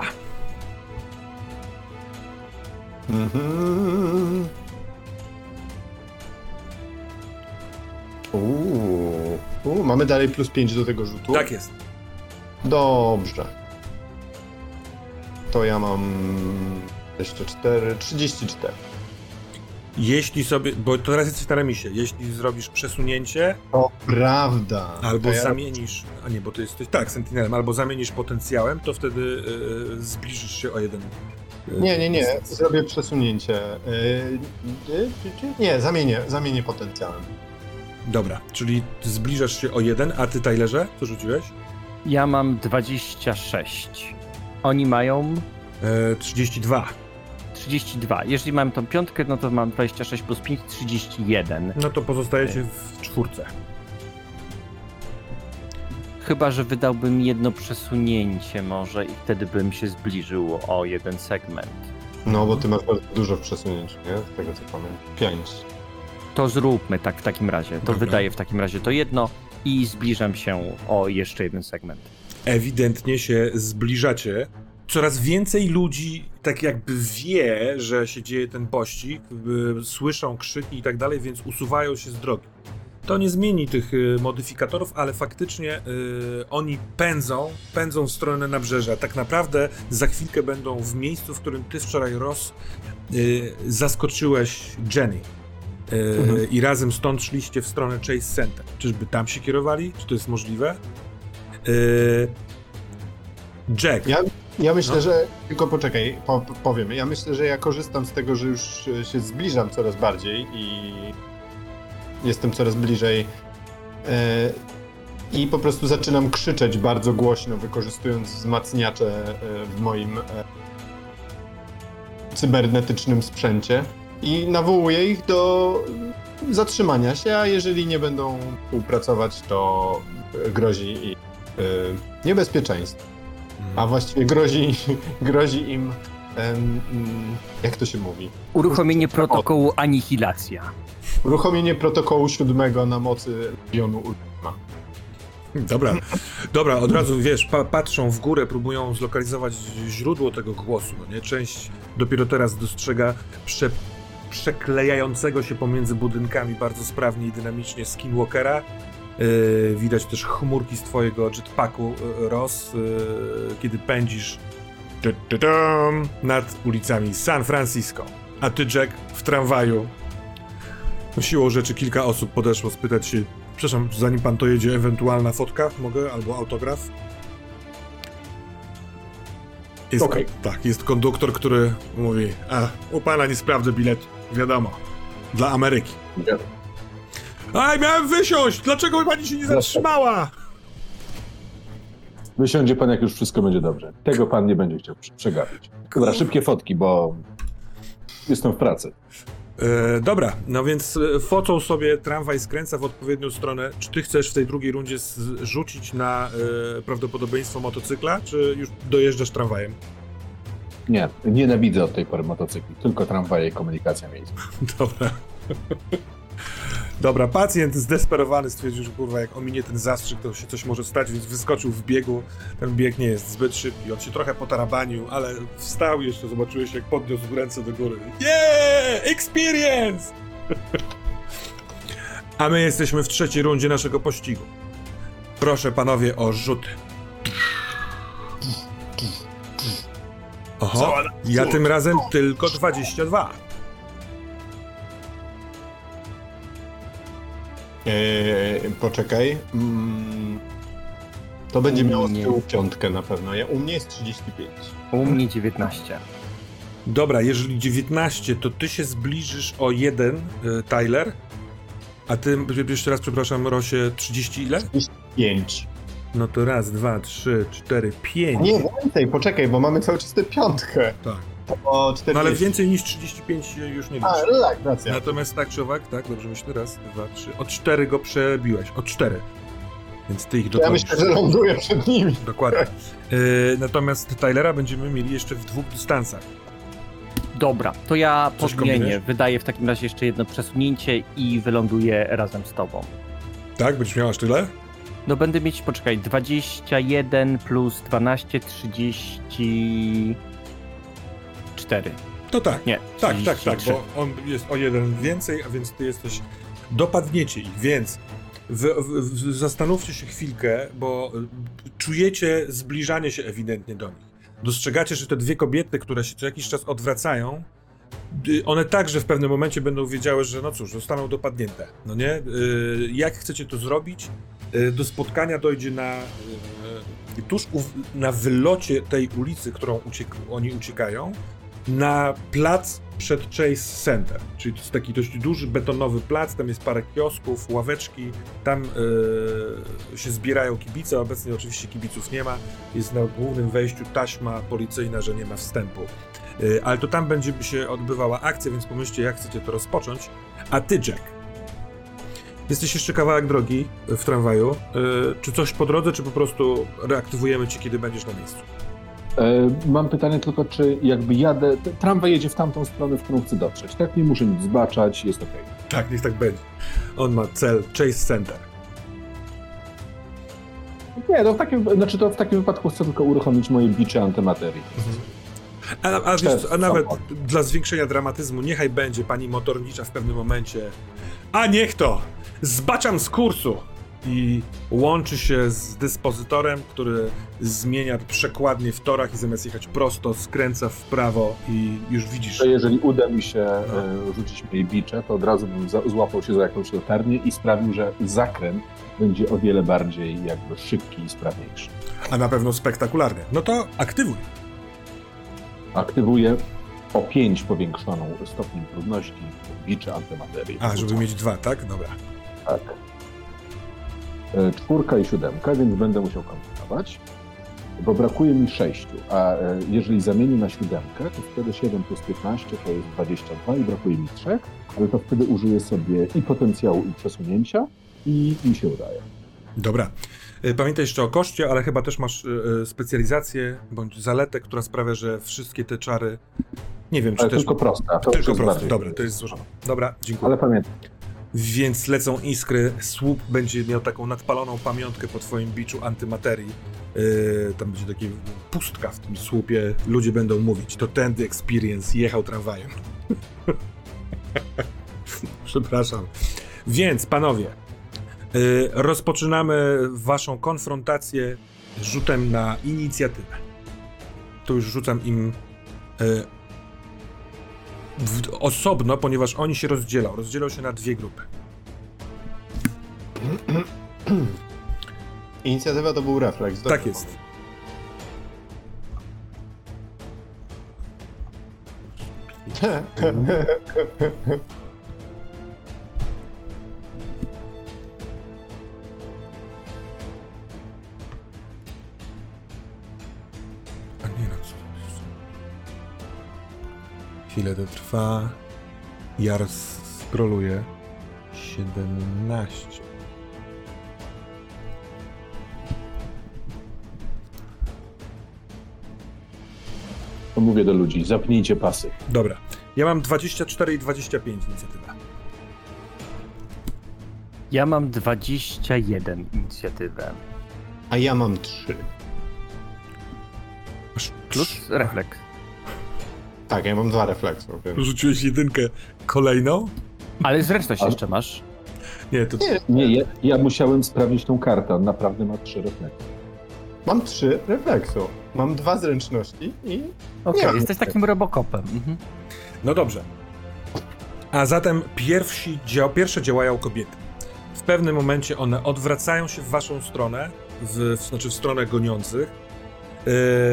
Mhm. Uuu. Uuu, mamy dalej plus pięć do tego rzutu. Tak jest. Dobrze. To ja mam jeszcze cztery, trzydzieści cztery. Jeśli sobie, bo teraz jesteś na remisie, jeśli zrobisz przesunięcie, To prawda. albo To ja- zamienisz, a nie, bo to jesteś, tak, Sentinelem, albo zamienisz potencjałem, to wtedy yy, zbliżysz się o jeden. yy, Nie, nie, nie. dystans. Zrobię przesunięcie. Yy, yy, yy, nie, zamienię, zamienię potencjałem. Dobra, czyli zbliżasz się o jeden, a ty, Tylerze, co rzuciłeś? Ja mam dwadzieścia sześć. Oni mają Yy, trzydzieści dwa. trzydzieści dwa. Jeżeli mam tą piątkę, no to mam dwadzieścia sześć plus pięć, trzydzieści jeden. No to pozostajecie w czwórce. Chyba że wydałbym jedno przesunięcie może i wtedy bym się zbliżył o jeden segment. No, bo ty masz bardzo dużo w przesunięciu, nie? Z tego co pamiętam. Pięć. To zróbmy tak w takim razie. To Dobra. wydaję w takim razie to jedno i zbliżam się o jeszcze jeden segment. Ewidentnie się zbliżacie. Coraz więcej ludzi tak jakby wie, że się dzieje ten pościg, y, słyszą krzyki i tak dalej, więc usuwają się z drogi. To nie zmieni tych y, modyfikatorów, ale faktycznie y, oni pędzą, pędzą w stronę nabrzeża. Tak naprawdę za chwilkę będą w miejscu, w którym ty wczoraj, Ross, y, zaskoczyłeś Jenny. Y, Mhm. I razem stąd szliście w stronę Chase Center. Czyżby tam się kierowali? Czy to jest możliwe? Y, Jack. Ja, ja myślę, No. że... Tylko poczekaj, po, powiem. Ja myślę, że ja korzystam z tego, że już e, się zbliżam coraz bardziej i jestem coraz bliżej e, i po prostu zaczynam krzyczeć bardzo głośno, wykorzystując wzmacniacze e, w moim e, cybernetycznym sprzęcie i nawołuję ich do zatrzymania się, a jeżeli nie będą współpracować, to grozi im e, niebezpieczeństwo. A właściwie grozi, grozi im, em, mm, jak to się mówi, Uruchomienie protokołu anihilacja. uruchomienie protokołu siódmego na mocy Legionu Ultima. Dobra, dobra, od razu wiesz, pa patrzą w górę, próbują zlokalizować źródło tego głosu, no nie? Część dopiero teraz dostrzega prze przeklejającego się pomiędzy budynkami bardzo sprawnie i dynamicznie Skinwalkera. Yy, widać też chmurki z twojego jetpacku, yy, Ross, yy, kiedy pędzisz tu, tu, tum, nad ulicami San Francisco. A ty, Jack, w tramwaju Siłą rzeczy kilka osób podeszło spytać się, przepraszam, zanim pan to jedzie, ewentualna fotka mogę, albo autograf? Jest, Okej. Tak, jest konduktor, który mówi, a, u pana nie sprawdzę biletu, wiadomo, dla Ameryki. Nie. Aj, miałem wysiąść, dlaczego pani się nie zatrzymała? Wysiądzie pan, jak już wszystko będzie dobrze. Tego pan nie będzie chciał prze- przegapić. Dobra, szybkie fotki, bo jestem w pracy. E, dobra, no więc e, focą sobie tramwaj skręca w odpowiednią stronę. Czy ty chcesz w tej drugiej rundzie rzucić na e, prawdopodobieństwo motocykla, czy już dojeżdżasz tramwajem? Nie, nienawidzę od tej pory motocykli. Tylko tramwaje i komunikacja miejska. Dobra. Dobra, pacjent zdesperowany stwierdził, że kurwa, jak ominie ten zastrzyk, to się coś może stać, więc wyskoczył w biegu. Ten bieg nie jest zbyt szybki, on się trochę potarabanił, ale wstał jeszcze, zobaczyłeś, jak podniósł ręce do góry. Yeah! Experience! A my jesteśmy w trzeciej rundzie naszego pościgu. Proszę panowie o rzuty. Oho, ja tym razem tylko dwadzieścia dwa. Eee, poczekaj. Mm, to będzie miało z Nie. tyłu piątkę na pewno. Ja, u mnie jest trzydzieści pięć. U mnie dziewiętnaście. Dobra, jeżeli dziewiętnaście, to ty się zbliżysz o jeden, y, Tyler. A ty, jeszcze raz przepraszam, Rosie, trzydzieści ile? pięć. No to raz, dwa, trzy, cztery, pięć. Nie, więcej, poczekaj, bo mamy cały czas tę piątkę. Tak. O No czterdzieści. ale więcej niż trzydzieści pięć już nie A, liczy. tak, racja. Natomiast tak czy owak, tak, dobrze myślę, raz, dwa, trzy. O cztery go przebiłeś, o cztery. Więc ty ich Ja dogonisz. myślę, że ląduję przed nimi. Dokładnie. Y, natomiast Tylera będziemy mieli jeszcze w dwóch dystansach. Dobra, to ja Coś podmienię. kombinujesz? Wydaję w takim razie jeszcze jedno przesunięcie i wyląduję razem z tobą. Tak? Będziesz miał aż tyle? No będę mieć, poczekaj, dwadzieścia jeden plus dwanaście, trzydzieści cztery. To tak. Nie, Tak, tak, trzydzieści tak, trzy. bo on jest o jeden więcej, a więc ty jesteś... Dopadniecie ich, więc wy, wy, wy, zastanówcie się chwilkę, bo y, czujecie zbliżanie się ewidentnie do nich. Dostrzegacie, że te dwie kobiety, które się co jakiś czas odwracają, y, one także w pewnym momencie będą wiedziały, że no cóż, zostaną dopadnięte, no nie? Y, jak chcecie to zrobić? Y, do spotkania dojdzie na... Y, tuż u, na wylocie tej ulicy, którą uciek, oni uciekają, na plac przed Chase Center, czyli to jest taki dość duży betonowy plac, tam jest parę kiosków, ławeczki, tam yy, się zbierają kibice, obecnie oczywiście kibiców nie ma, jest na głównym wejściu taśma policyjna, że nie ma wstępu, yy, ale to tam będzie się odbywała akcja, więc pomyślcie, jak chcecie to rozpocząć. A ty, Jack, jesteś jeszcze kawałek drogi w tramwaju, yy, czy coś po drodze, czy po prostu reaktywujemy cię, kiedy będziesz na miejscu? E, mam pytanie tylko, czy jakby jadę, t- tramwaj jedzie w tamtą stronę, w którą chcę dotrzeć, tak? Nie muszę nic zbaczać, jest okej. Tak, niech tak będzie. On ma cel Chase Center. Nie, to w takim, znaczy to w takim wypadku chcę tylko uruchomić moje bicze antymaterii. A, a, wiesz, Przez a nawet samochód. dla zwiększenia dramatyzmu, niechaj będzie pani motornicza w pewnym momencie. A niech to! Zbaczam z kursu! I łączy się z dyspozytorem, który zmienia przekładnie w torach i zamiast jechać prosto, skręca w prawo i już widzisz. Że jeżeli uda mi się No. e, rzucić moje bicze, to od razu bym za, złapał się za jakąś latarnię i sprawił, że zakręt będzie o wiele bardziej jakby szybki i sprawniejszy. A na pewno spektakularny. No to aktywuj. Aktywuję o pięć powiększoną stopień trudności bicze antymaterii. A, żeby mieć dwa, tak? Dobra. Tak. E, Czwórka i siódemka, więc będę musiał kombinować, bo brakuje mi sześciu, a e, jeżeli zamienię na siódemkę, to wtedy siedem plus piętnaście to jest dwadzieścia dwa i brakuje mi trzech, ale to wtedy użyję sobie i potencjału, i przesunięcia i mi się udaje. Dobra. Y, Pamiętaj jeszcze o koszcie, ale chyba też masz y, y, specjalizację bądź zaletę, która sprawia, że wszystkie te czary. Nie wiem, czy Ale też. tylko prosta. To już Tylko jest proste. bardziej- Dobra, to jest złożone. Dobra, dziękuję. Ale pamiętaj, Więc lecą iskry, słup będzie miał taką nadpaloną pamiątkę po twoim biczu antymaterii. Yy, tam będzie taka pustka w tym słupie. Ludzie będą mówić, to tędy Experience jechał tramwajem. Przepraszam. Więc, panowie, yy, rozpoczynamy waszą konfrontację rzutem na inicjatywę. Tu już rzucam im yy, w, osobno, ponieważ oni się rozdzielą. Rozdzielą się na dwie grupy. Inicjatywa to był refleks. dobrze Tak jest. A nie no, co to jest? Chwilę to trwa. Jar scrolluje. siedemnaście. To mówię do ludzi, zapnijcie pasy. Dobra. Ja mam dwadzieścia cztery i dwadzieścia pięć inicjatywa. Ja mam dwadzieścia jeden inicjatywę. A ja mam trzy. Masz Plus refleks. Tak, ja mam dwa refleksy. Więc... Rzuciłeś jedynkę kolejną? Ale zręczność A- jeszcze masz. Nie, to... Nie, Nie, ja, ja musiałem sprawdzić tą kartę, on naprawdę ma trzy refleksy. mam trzy refleksu. Mam dwa zręczności i... Okej, Nie. jesteś takim robokopem. Mhm. No dobrze. A zatem pierwsi, dzia- pierwsze działają kobiety. W pewnym momencie one odwracają się w waszą stronę, w, w, znaczy w stronę goniących. Yy,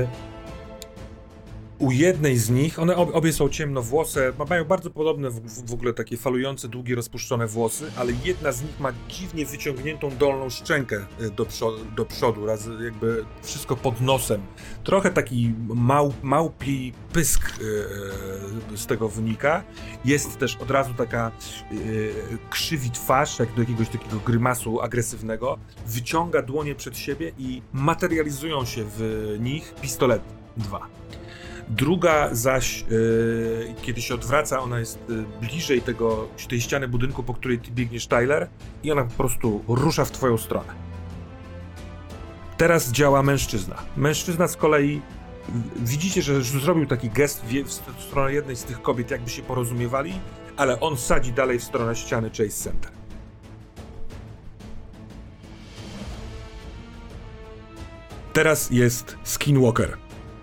u jednej z nich, one ob, obie są ciemnowłose, ma- mają bardzo podobne w, w, w ogóle takie falujące, długie, rozpuszczone włosy, ale jedna z nich ma dziwnie wyciągniętą dolną szczękę y, do, przo- do przodu, raz jakby wszystko pod nosem. Trochę taki mał, małpi pysk yy, z tego wynika. Jest też od razu taka yy, krzywi twarz, jak do jakiegoś takiego grymasu agresywnego. Wyciąga dłonie przed siebie i materializują się w nich pistolety. Dwa. Druga zaś, yy, kiedy się odwraca, ona jest yy, bliżej tego, tej ściany budynku, po której ty biegniesz, Tyler, i ona po prostu rusza w twoją stronę. Teraz działa mężczyzna. Mężczyzna z kolei, w- widzicie, że zrobił taki gest w, w stronę jednej z tych kobiet, jakby się porozumiewali, ale on sadzi dalej w stronę ściany Chase Center. Teraz jest Skinwalker.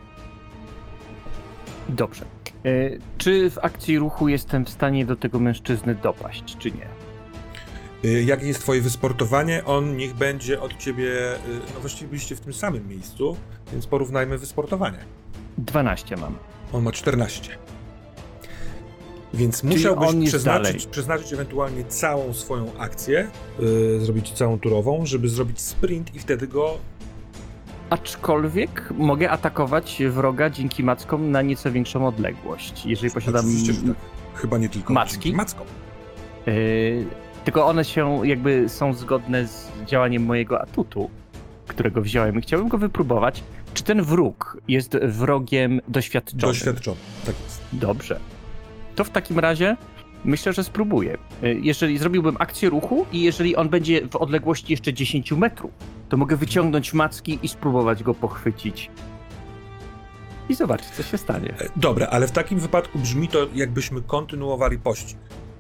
Dobrze. E, czy w akcji ruchu jestem w stanie do tego mężczyzny dopaść, czy nie? Y, Jakie jest twoje wysportowanie? On niech będzie od ciebie... y, No właściwie byliście w tym samym miejscu, więc porównajmy wysportowanie. dwanaście mam. On ma czternaście. Więc Czyli musiałbyś on jest przeznaczyć, dalej. przeznaczyć ewentualnie całą swoją akcję, y, zrobić całą turową, żeby zrobić sprint i wtedy go... Aczkolwiek mogę atakować wroga dzięki mackom na nieco większą odległość, jeżeli posiadam Oczywiście, że tak. Chyba nie tylko. Macki? dzięki Mackom. Yy, tylko one się jakby są zgodne z działaniem mojego atutu, którego wziąłem i chciałbym go wypróbować. Czy ten wróg jest wrogiem doświadczonym? Doświadczony. Tak jest. Dobrze. To w takim razie myślę, że spróbuję. Yy, Jeżeli zrobiłbym akcję ruchu i jeżeli on będzie w odległości jeszcze dziesięć metrów, to mogę wyciągnąć macki i spróbować go pochwycić. I zobaczyć, co się stanie. E, Dobra, ale w takim wypadku brzmi to, jakbyśmy kontynuowali pościg.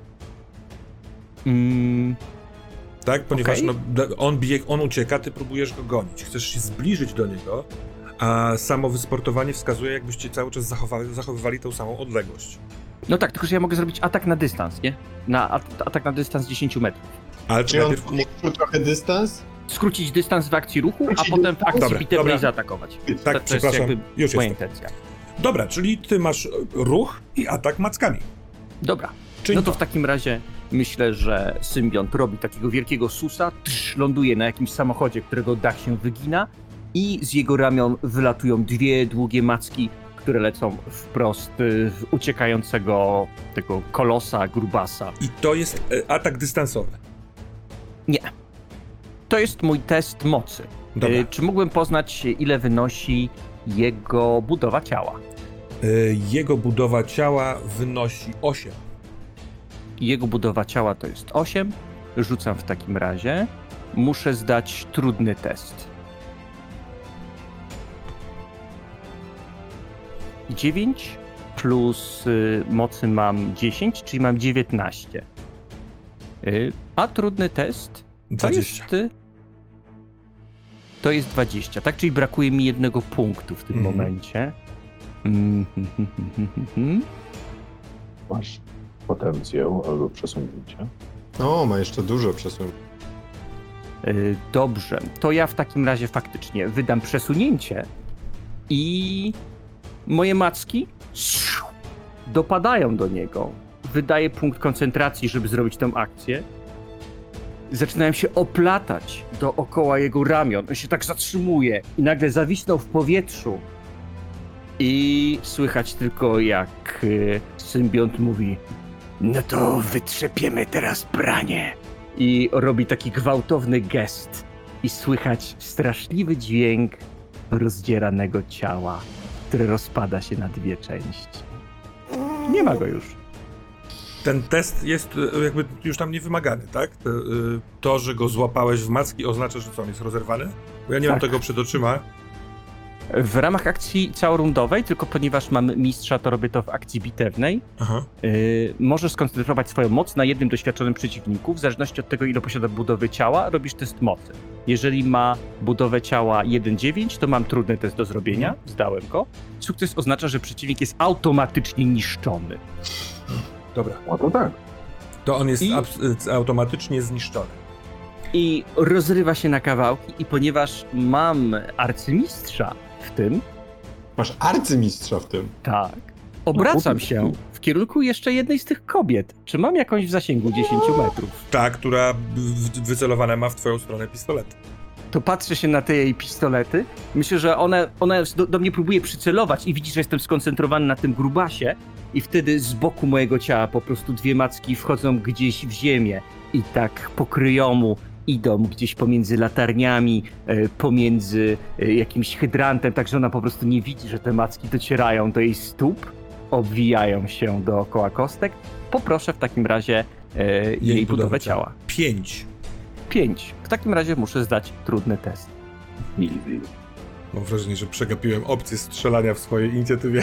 Mm, Tak? Ponieważ Okej. no, d- on bieg, on ucieka, ty próbujesz go gonić. Chcesz się zbliżyć do niego, a samo wysportowanie wskazuje, jakbyście cały czas zachowali, zachowywali tą samą odległość. no tak, tylko że ja mogę zrobić atak na dystans, nie? Na at- atak na dystans dziesięć metrów. Ale Czy on najpierw... zmniejszył trochę dystans? Skrócić dystans w akcji ruchu, a Skrócić potem w akcji Dobra, bitewnej dobra. zaatakować. Tak, to, to jest przepraszam, jakby już moja jestem. intencja. Dobra, czyli ty masz e, ruch i atak mackami. Dobra, Czyli no to w takim razie myślę, że symbiont robi takiego wielkiego susa, trz, ląduje na jakimś samochodzie, którego dach się wygina i z jego ramion wylatują dwie długie macki, które lecą wprost y, w uciekającego tego kolosa, grubasa. I to jest e, atak dystansowy. Nie. To jest mój test mocy. Dobra. Y, Czy mógłbym poznać, ile wynosi jego budowa ciała? E, Jego budowa ciała wynosi osiem. Jego budowa ciała to jest osiem. Rzucam w takim razie. Muszę zdać trudny test. dziewięć plus y, mocy mam dziesięć, czyli mam dziewiętnaście. Y, a trudny test to dwadzieścia. jest... y, To jest dwadzieścia, tak? Czyli brakuje mi jednego punktu w tym Mhm. momencie. Mm, hmm, hmm, hmm, hmm, hmm. Masz potencjał albo przesunięcie. O, ma jeszcze dużo przesunięć. Yy, Dobrze, to ja w takim razie faktycznie wydam przesunięcie i moje macki dopadają do niego. Wydaję punkt koncentracji, żeby zrobić tę akcję. Zaczynają się oplatać dookoła jego ramion. On się tak zatrzymuje i nagle zawisnął w powietrzu. I słychać tylko jak y, symbiont mówi: no to wytrzepiemy teraz pranie. I robi taki gwałtowny gest. I słychać straszliwy dźwięk rozdzieranego ciała, które rozpada się na dwie części. Nie ma go już. Ten test jest e, jakby już tam niewymagany, tak? To, e, to, że go złapałeś w macki, oznacza, że co, on jest rozerwany? Bo ja nie mam Tak. tego przed oczyma. W ramach akcji całorundowej, tylko ponieważ mam mistrza, to robię to w akcji bitewnej, Aha. yy, możesz skoncentrować swoją moc na jednym doświadczonym przeciwniku. W zależności od tego, ile posiada budowy ciała, robisz test mocy. Jeżeli ma budowę ciała jeden dziewięć, to mam trudny test do zrobienia. Zdałem go. Sukces oznacza, że przeciwnik jest automatycznie niszczony. Dobra. No to tak. To on jest I- abs- automatycznie zniszczony. I rozrywa się na kawałki i ponieważ mam arcymistrza w tym, Masz arcymistrza w tym. tak, obracam No, się w kierunku jeszcze jednej z tych kobiet. Czy mam jakąś w zasięgu dziesięć metrów? Ta, która w- wycelowana ma w twoją stronę pistolet. To patrzę się na te jej pistolety. Myślę, że ona, ona do, do mnie próbuje przycelować i widzi, że jestem skoncentrowany na tym grubasie. I wtedy z boku mojego ciała po prostu dwie macki wchodzą gdzieś w ziemię i tak po kryjomu idą gdzieś pomiędzy latarniami, e, pomiędzy e, jakimś hydrantem, tak że ona po prostu nie widzi, że te macki docierają do jej stóp, obwijają się dookoła kostek. Poproszę w takim razie e, jej, Jej budowę budowę ciała. Pięć. Pięć. W takim razie muszę zdać trudny test. Easy. Mam wrażenie, że przegapiłem opcję strzelania w swojej inicjatywie.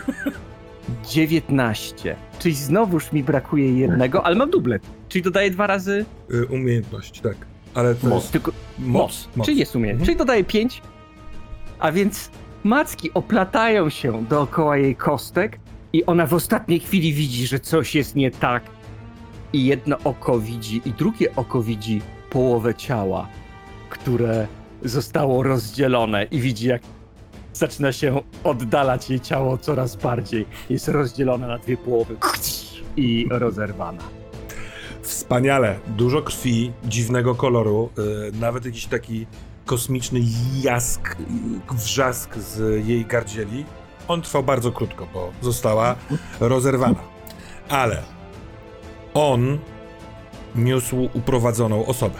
dziewiętnaście. Czyli znowuż mi brakuje jednego, ale mam dublet. Czyli dodaję dwa razy Y, umiejętność, tak. Ale to Moc. jest tylko moc. moc. Czyli jest umiejętność. Mhm. Czyli dodaję pięć. A więc macki oplatają się dookoła jej kostek i ona w ostatniej chwili widzi, że coś jest nie tak. I jedno oko widzi i drugie oko widzi połowę ciała, które zostało rozdzielone i widzi, jak zaczyna się oddalać jej ciało coraz bardziej. Jest rozdzielone na dwie połowy i rozerwana. Wspaniale. Dużo krwi, dziwnego koloru, y, nawet jakiś taki kosmiczny jask, y, wrzask z jej gardzieli. On trwał bardzo krótko, bo została rozerwana. Ale on niósł uprowadzoną osobę.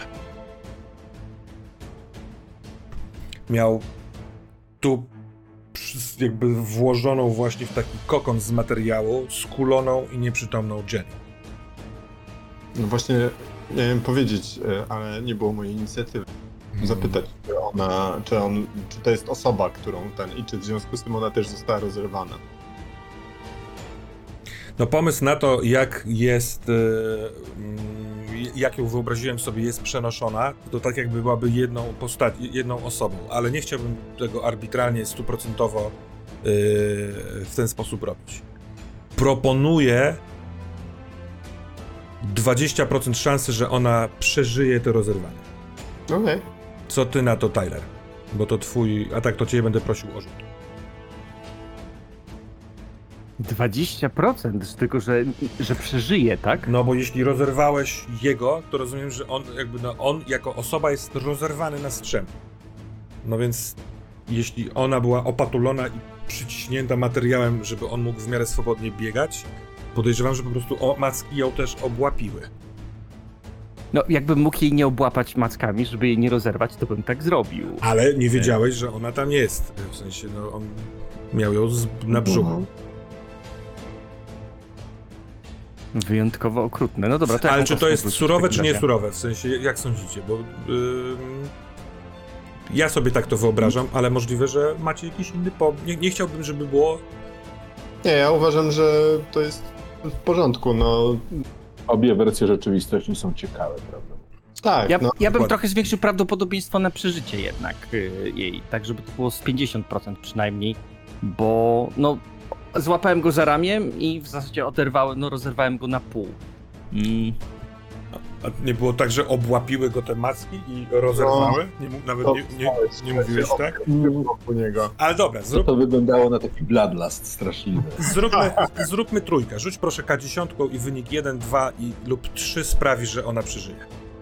Miał tu przy- jakby włożoną właśnie w taki kokon z materiału, skuloną i nieprzytomną Jenny. No właśnie, nie wiem powiedzieć, e, ale nie było mojej inicjatywy. Zapytać, czy ona, czy on, czy to jest osoba, którą ten, i czy w związku z tym ona też została rozerwana. No pomysł na to, jak jest, e, mm, jak ją wyobraziłem sobie, jest przenoszona, to tak jakby byłaby jedną postać, jedną osobą, ale nie chciałbym tego arbitralnie, stuprocentowo e, w ten sposób robić. Proponuję dwadzieścia procent szansy, że ona przeżyje to rozerwanie. Okej. Co ty na to, Tyler? Bo to twój, a tak to cię będę prosił o rzut. dwadzieścia procent, tylko że, że przeżyje, tak? No bo jeśli rozerwałeś jego, to rozumiem, że on jakby no, on jako osoba jest rozerwany na strzępy. No więc jeśli ona była opatulona i przyciśnięta materiałem, żeby on mógł w miarę swobodnie biegać, podejrzewam, że po prostu o, macki ją też obłapiły. No, jakbym mógł jej nie obłapać mackami, żeby jej nie rozerwać, to bym tak zrobił. Ale nie wiedziałeś, że ona tam jest. W sensie, no on miał ją z, na brzuchu. Wyjątkowo okrutne. No dobra, to Ale ja czy mogę to jest spróbować w surowe, takim czy nie razie. surowe? W sensie, jak sądzicie? Bo ym, ja sobie tak to wyobrażam, ale możliwe, że macie jakiś inny pomysł. Nie, nie chciałbym, żeby było... Nie, ja uważam, że to jest w porządku, no Obie wersje rzeczywistości są ciekawe, prawda? tak, Ja, no. ja bym dokładnie. trochę zwiększył prawdopodobieństwo na przeżycie jednak y, jej, tak żeby to było z pięćdziesiąt procent przynajmniej, bo no złapałem go za ramię i w zasadzie oderwałem, no rozerwałem go na pół. Mm. A nie było tak, że obłapiły go te macki i rozerwały? Nie, mu- nawet nie, nie, nie mówiłeś tak? u niego. Ale dobra, To, zrób, to wyglądało na taki bloodlust straszliwy. zróbmy, zróbmy trójkę. Rzuć proszę K dziesięć i wynik jeden, dwa i, lub trzy sprawi, że ona przeżyje.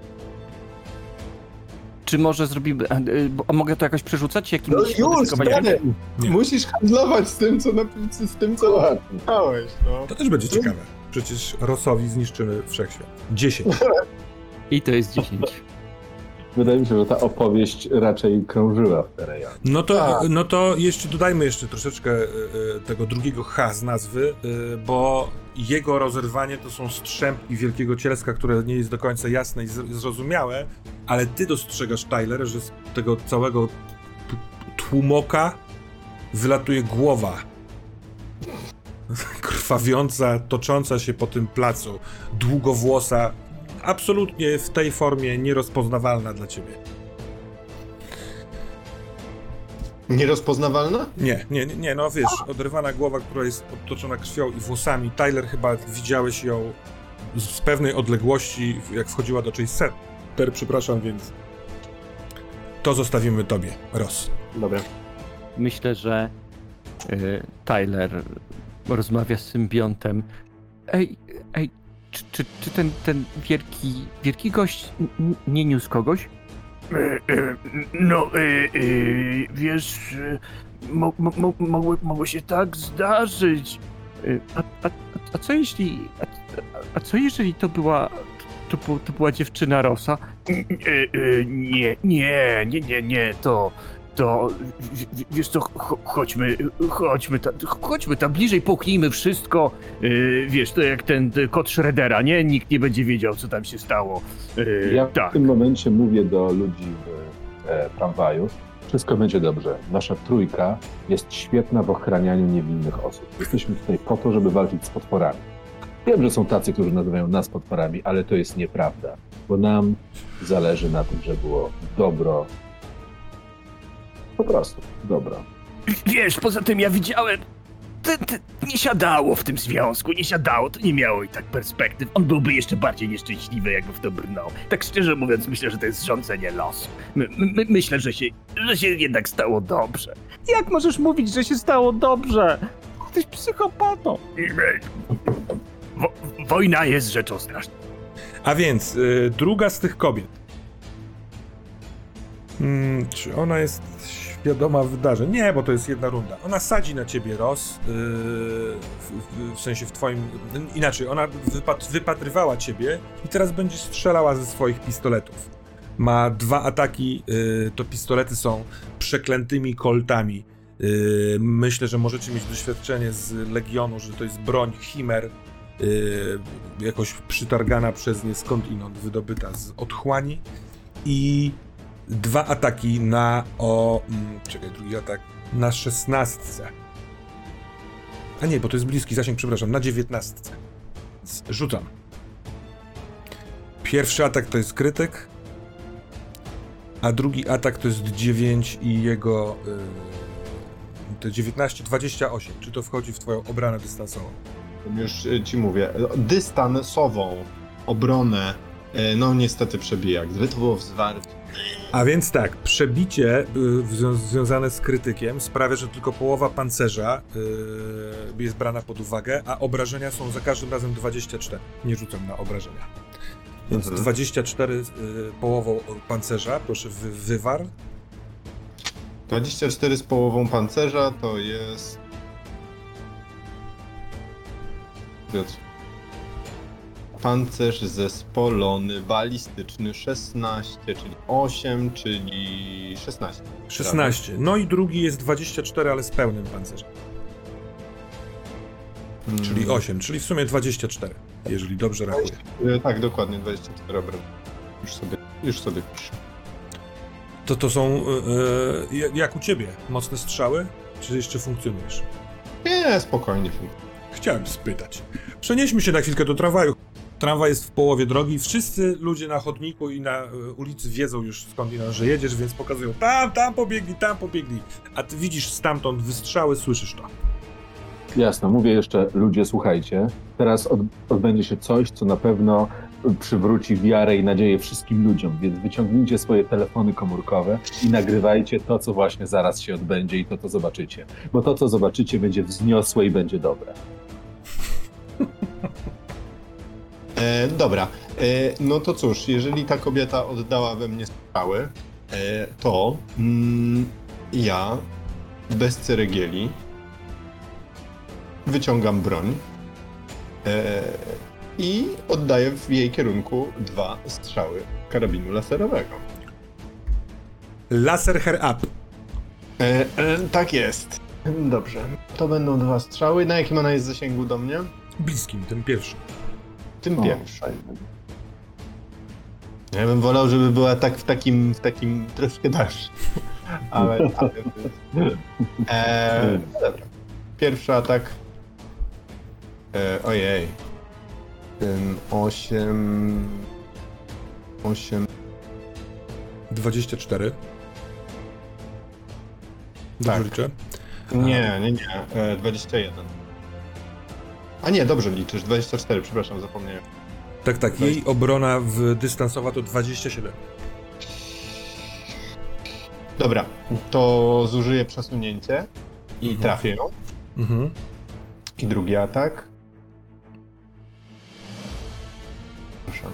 Czy może zrobimy, a, y, bo- a mogę to jakoś przerzucać? Jakimiś No już, modyfikowaniami? stary! Nie. Musisz handlować z tym, co napisałeś, z tym, co Dokładnie. napisałeś, no. To też będzie ciekawe. Przecież Rossowi zniszczymy wszechświat. dziesięć. I to jest dziesięć. Wydaje mi się, że ta opowieść raczej krążyła w te rejony. No to, Tak. no to jeszcze dodajmy jeszcze troszeczkę y, y, tego drugiego H z nazwy, y, bo jego rozerwanie to są strzępki wielkiego cielska, które nie jest do końca jasne i z- zrozumiałe, ale ty dostrzegasz, Tyler, że z tego całego t- tłumoka wylatuje głowa. Krwawiąca, tocząca się po tym placu, długowłosa, absolutnie w tej formie nierozpoznawalna dla ciebie. Nierozpoznawalna? Nie, nie, nie, nie, no wiesz, oderwana głowa, która jest obtoczona krwią i włosami. Tyler, chyba widziałeś ją z, z pewnej odległości, jak wchodziła do czyjś center, przepraszam, więc to zostawimy tobie, Ross. Dobra. Myślę, że y, Tyler rozmawia z symbiontem. Ej, ej, czy, czy, czy ten, ten wielki, wielki gość n- n- nie niósł kogoś? No, wiesz, mo, mo, mo, mogło, mogło się tak zdarzyć. A, a, a co jeśli, a, a co jeżeli to była, to, bu- to była dziewczyna Rossa? Nie, nie, nie, nie, nie, to, to, w- w- wiesz co, cho- chodźmy, chodźmy tam, chodźmy tam bliżej, poknijmy wszystko, Yy, wiesz, to jak ten y, kot Shreddera, nie? Nikt nie będzie wiedział, co tam się stało. Yy, Ja tak. w tym momencie mówię do ludzi w e, tramwaju, wszystko będzie dobrze. Nasza trójka jest świetna w ochranianiu niewinnych osób. Jesteśmy tutaj po to, żeby walczyć z potworami. Wiem, że są tacy, którzy nazywają nas potworami, ale to jest nieprawda, bo nam zależy na tym, żeby było dobro. Po prostu dobro. Wiesz, poza tym ja widziałem, to, to nie siadało w tym związku, nie siadało, to nie miało i tak perspektyw. On byłby jeszcze bardziej nieszczęśliwy, jakby w to brnął. Tak szczerze mówiąc, myślę, że to jest zrządzenie losu. My, my, myślę, że się, że się jednak stało dobrze. Jak możesz mówić, że się stało dobrze? Jesteś psychopatą. Wo, wojna jest rzeczą straszną. A więc, y, druga z tych kobiet. Hmm, czy ona jest świadoma wydarzeń? Nie, bo to jest jedna runda. Ona sadzi na ciebie, Ross, yy, w, w, w sensie w twoim... Inaczej, ona wypat, wypatrywała ciebie i teraz będzie strzelała ze swoich pistoletów. Ma dwa ataki, yy, to pistolety są przeklętymi koltami. Yy, myślę, że możecie mieć doświadczenie z Legionu, że to jest broń Chimer, yy, jakoś przytargana przez nie skądinąd, wydobyta z otchłani. I dwa ataki na o... Mm, czekaj, drugi atak na szesnastce. A nie, bo to jest bliski zasięg, przepraszam, na dziewiętnastce. Więc rzucam. Pierwszy atak to jest krytyk, a drugi atak to jest dziewięć i jego... Yy, to dziewiętnaście, dwadzieścia osiem. Czy to wchodzi w twoją obronę dystansową? Już y, ci mówię. Dystansową obronę, y, no niestety przebija. Gdyby to było w zwarciu. A więc tak, przebicie y, zwią- związane z krytykiem sprawia, że tylko połowa pancerza y, jest brana pod uwagę, a obrażenia są za każdym razem dwadzieścia cztery. Nie rzucam na obrażenia. Więc Mhm. dwadzieścia cztery y, połową pancerza, proszę wy, wywar. dwadzieścia cztery z połową pancerza to jest... Piotr. Pancerz zespolony, balistyczny szesnaście, czyli osiem, czyli szesnaście. szesnaście. No i drugi jest dwadzieścia cztery, ale z pełnym pancerzem. Hmm. Czyli osiem, czyli w sumie dwadzieścia cztery, jeżeli dobrze rachuję. E, Tak, dokładnie, dwadzieścia cztery obrażeń. Już sobie, już sobie piszę. To to są, y, y, jak u ciebie, mocne strzały? Czy jeszcze funkcjonujesz? Nie, spokojnie. Chciałem spytać. Przenieśmy się na chwilkę do tramwaju. Tramwaj jest w połowie drogi. Wszyscy ludzie na chodniku i na y, ulicy wiedzą już skądinąd, że jedziesz, więc pokazują tam, tam pobiegli, tam pobiegli. A ty widzisz stamtąd wystrzały, słyszysz to. Jasno, mówię jeszcze, ludzie, słuchajcie, teraz od, odbędzie się coś, co na pewno przywróci wiarę i nadzieję wszystkim ludziom, więc wyciągnijcie swoje telefony komórkowe i nagrywajcie to, co właśnie zaraz się odbędzie i to, co zobaczycie. Bo to, co zobaczycie, będzie wzniosłe i będzie dobre. E, dobra, e, no to cóż, jeżeli ta kobieta oddała we mnie strzały, e, to mm, ja bez ceregieli wyciągam broń e, i oddaję w jej kierunku dwa strzały karabinu laserowego. Laser hair up. E, e, tak jest. Dobrze, to będą dwa strzały. Na jakim ona jest zasięgu do mnie? Bliskim, ten pierwszy. Tym O, pierwszym. fajnie. Ja bym wolał, żeby była tak w takim, w takim troszkę dalszym. Ale... ale e, dobra. Pierwszy atak. E, ojej. Ten osiem... osiem... dwadzieścia cztery. Dobrze Tak. liczę? Nie, nie, nie. E, dwadzieścia jeden. A nie, dobrze liczysz. dwadzieścia cztery, przepraszam, zapomniałem. Tak, tak. Jej obrona w dystansowa to dwadzieścia siedem. Dobra, to zużyję przesunięcie i Mhm. trafię ją. Mhm. I drugi atak. Proszę.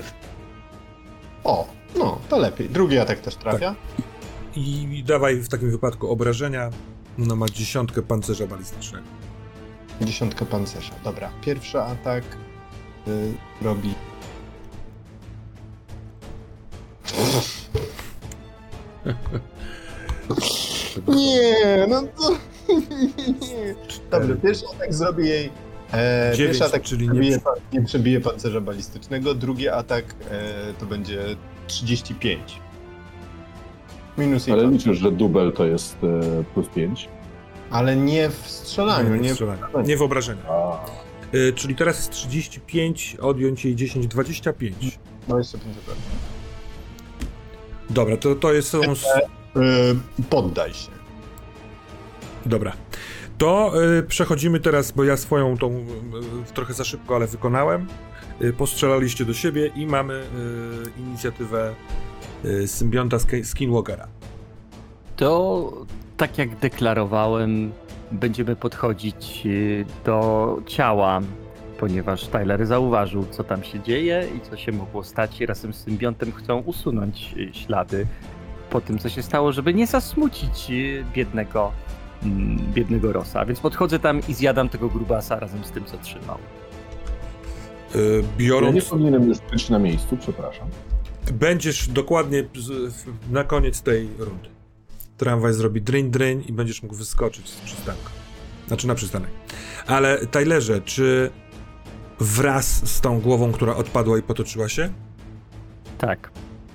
O, no, to lepiej. Drugi atak też trafia. I dawaj w takim wypadku obrażenia. Ona ma dziesiątkę pancerza balistycznego. Dziesiątka pancerza. Dobra, pierwszy atak y, robi... Nie, no to... Nie. Dobra, pierwszy atak zrobi jej... E, dziewięć, pierwszy atak czyli przebije, nie... pa- nie przebije pancerza balistycznego, drugi atak e, to będzie trzydzieści pięć. Minus Ale jeden. liczysz, że dubel to jest e, plus pięć. Ale nie w strzelaniu, Nie, nie w w... strzelaniu. Nie w obrażenia. A, Y, czyli teraz jest trzydzieści pięć, odjąć jej dziesięć, dwadzieścia pięć. dwadzieścia pięć atak. Dobra, to, to jest... Są... E, poddaj się. Dobra. To y, przechodzimy teraz, bo ja swoją tą y, trochę za szybko, ale wykonałem. Y, postrzelaliście do siebie i mamy y, inicjatywę y, symbionta Sk- Skinwalkera. To tak jak deklarowałem, będziemy podchodzić y, do ciała, ponieważ Tyler zauważył, co tam się dzieje i co się mogło stać. I razem z symbiontem chcą usunąć y, ślady po tym, co się stało, żeby nie zasmucić y, biednego, mm, biednego Rossa. Więc podchodzę tam i zjadam tego grubasa razem z tym, co trzymał. Y, ja biorąc... nie powinienem już być na miejscu, przepraszam. Będziesz dokładnie z, w, na koniec tej rundy. Tramwaj zrobi dryń, dryń i będziesz mógł wyskoczyć z przystanku. Znaczy na przystanek. Ale Tylerze, czy wraz z tą głową, która odpadła i potoczyła się, Tak.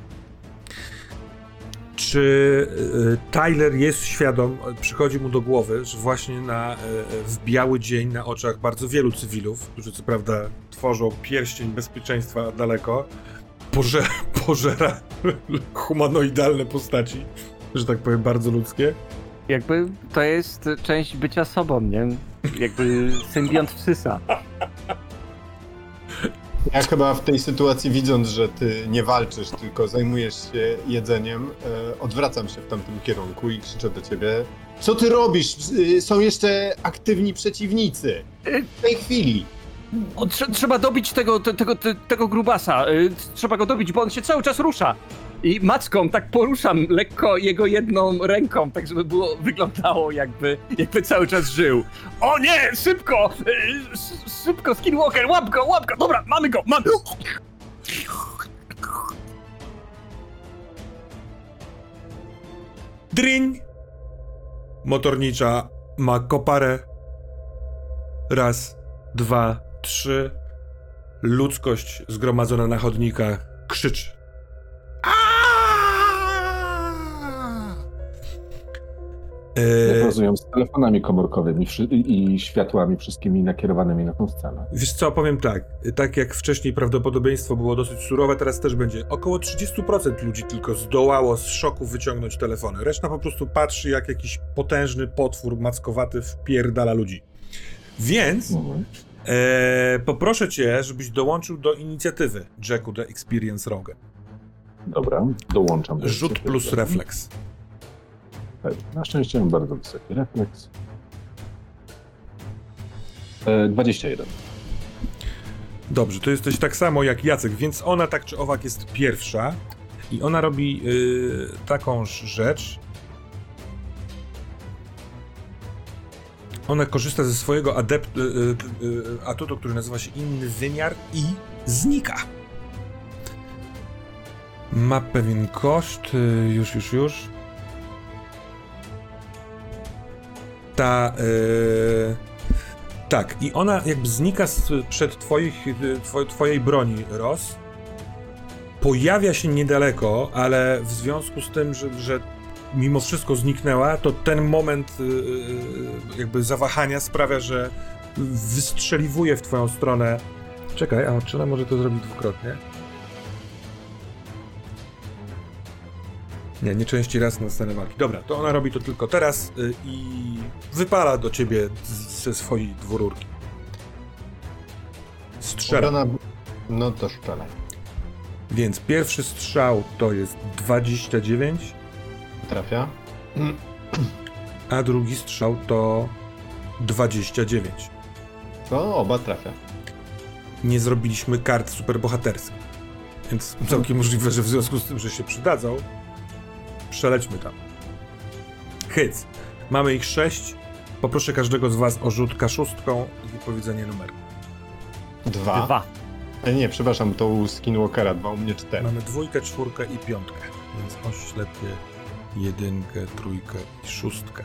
czy y, Tyler jest świadom, przychodzi mu do głowy, że właśnie na, y, w biały dzień na oczach bardzo wielu cywilów, którzy co prawda tworzą pierścień bezpieczeństwa daleko, poże, pożera humanoidalne postaci, że tak powiem, bardzo ludzkie. Jakby to jest część bycia sobą, nie? Jakby symbiont wsysa. Ja chyba w tej sytuacji, widząc, że ty nie walczysz, tylko zajmujesz się jedzeniem, e, odwracam się w tamtym kierunku i krzyczę do ciebie: co ty robisz? Y, Są jeszcze aktywni przeciwnicy. W tej chwili. O, trze- trzeba dobić tego, te, tego, te, tego grubasa. Y, trzeba go dobić, bo on się cały czas rusza. I macką tak poruszam lekko jego jedną ręką, tak żeby było, wyglądało jakby, jakby cały czas żył. O nie, szybko! Y, sz- szybko, Skinwalker, łap go, łap go! Dobra, mamy go, mamy! Dryń! Motornicza ma koparę. Raz, dwa, trzy. Ludzkość zgromadzona na chodnikach krzyczy. Jak Eee, rozumiem, z telefonami komórkowymi wszy- i światłami wszystkimi nakierowanymi na tą scenę. wiesz co, powiem tak. Tak jak wcześniej prawdopodobieństwo było dosyć surowe, teraz też będzie. Około trzydzieści procent ludzi tylko zdołało z szoku wyciągnąć telefony. Reszta po prostu patrzy, jak jakiś potężny potwór mackowaty wpierdala ludzi. Więc Mhm. e, poproszę cię, żebyś dołączył do inicjatywy Jacku The Experience Rogue. Dobra, dołączam. do Rzut inicjatywy. plus refleks. Tak, na szczęście mam bardzo wysoki refleks. E, dwadzieścia jeden. Dobrze, to jesteś tak samo jak Jacek, więc ona tak czy owak jest pierwsza i ona robi y, taką rzecz. Ona korzysta ze swojego adept, y, y, y, atutu, który nazywa się Inny Wymiar i znika. Ma pewien koszt, y, już, już, już. Ta... Y, Tak, i ona jakby znika z, przed twoich, two, twojej broni, Ros. Pojawia się niedaleko, ale w związku z tym, że, że mimo wszystko zniknęła, to ten moment yy, jakby zawahania sprawia, że wystrzeliwuje w twoją stronę. Czekaj, a czy ona może to zrobić dwukrotnie? Nie, nie częściej raz na scenę walki. Dobra, to ona robi to tylko teraz yy, i wypala do ciebie z, ze swojej dwururki. Strzela. Obrona... No to strzelaj. Więc pierwszy strzał to jest dwadzieścia dziewięć, Trafia. a drugi strzał to dwadzieścia dziewięć. To oba trafia. Nie zrobiliśmy kart superbohaterskich, więc całkiem możliwe, że w związku z tym, że się przydadzą, przelećmy tam. Hyc. Mamy ich sześć. Poproszę każdego z was o rzut K sześć i wypowiedzenie numeru. Dwa. Dwa. E, nie, przepraszam, to u Skinwalkera dwa, u mnie cztery. Mamy dwójkę, czwórkę i piątkę, więc oślepię jedynkę, trójkę i szóstkę.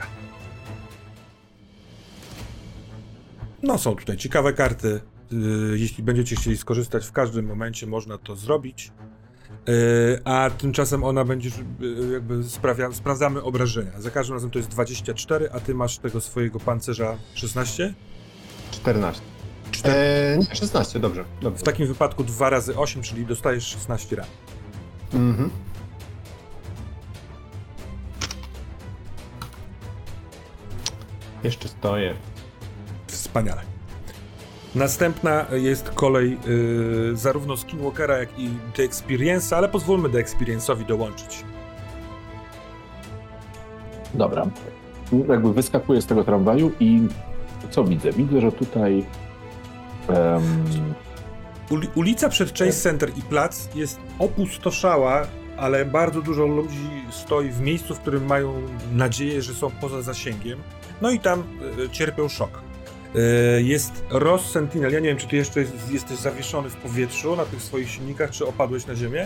No są tutaj ciekawe karty. Yy, jeśli będziecie chcieli skorzystać w każdym momencie, można to zrobić. Yy, a tymczasem ona będzie yy, jakby sprawia, sprawdzamy obrażenia. Za każdym razem to jest dwadzieścia cztery, a ty masz tego swojego pancerza szesnaście? czternaście. Czter- E, nie, szesnaście, dobrze. dobrze. W takim wypadku dwa razy osiem, czyli dostajesz szesnaście ran. Mhm. Jeszcze stoję. Wspaniale. Następna jest kolej yy, zarówno Skinwalkera, jak i The Experience'a, ale pozwólmy The Experience'owi dołączyć. Dobra. Jakby wyskakuję z tego tramwaju i co widzę? Widzę, że tutaj um, Uli- ulica przed Chase Center i plac jest opustoszała, ale bardzo dużo ludzi stoi w miejscu, w którym mają nadzieję, że są poza zasięgiem. No i tam y, cierpią szok. Y, jest Ross Sentinel. Ja nie wiem, czy ty jeszcze jest, jesteś zawieszony w powietrzu na tych swoich silnikach, czy opadłeś na ziemię?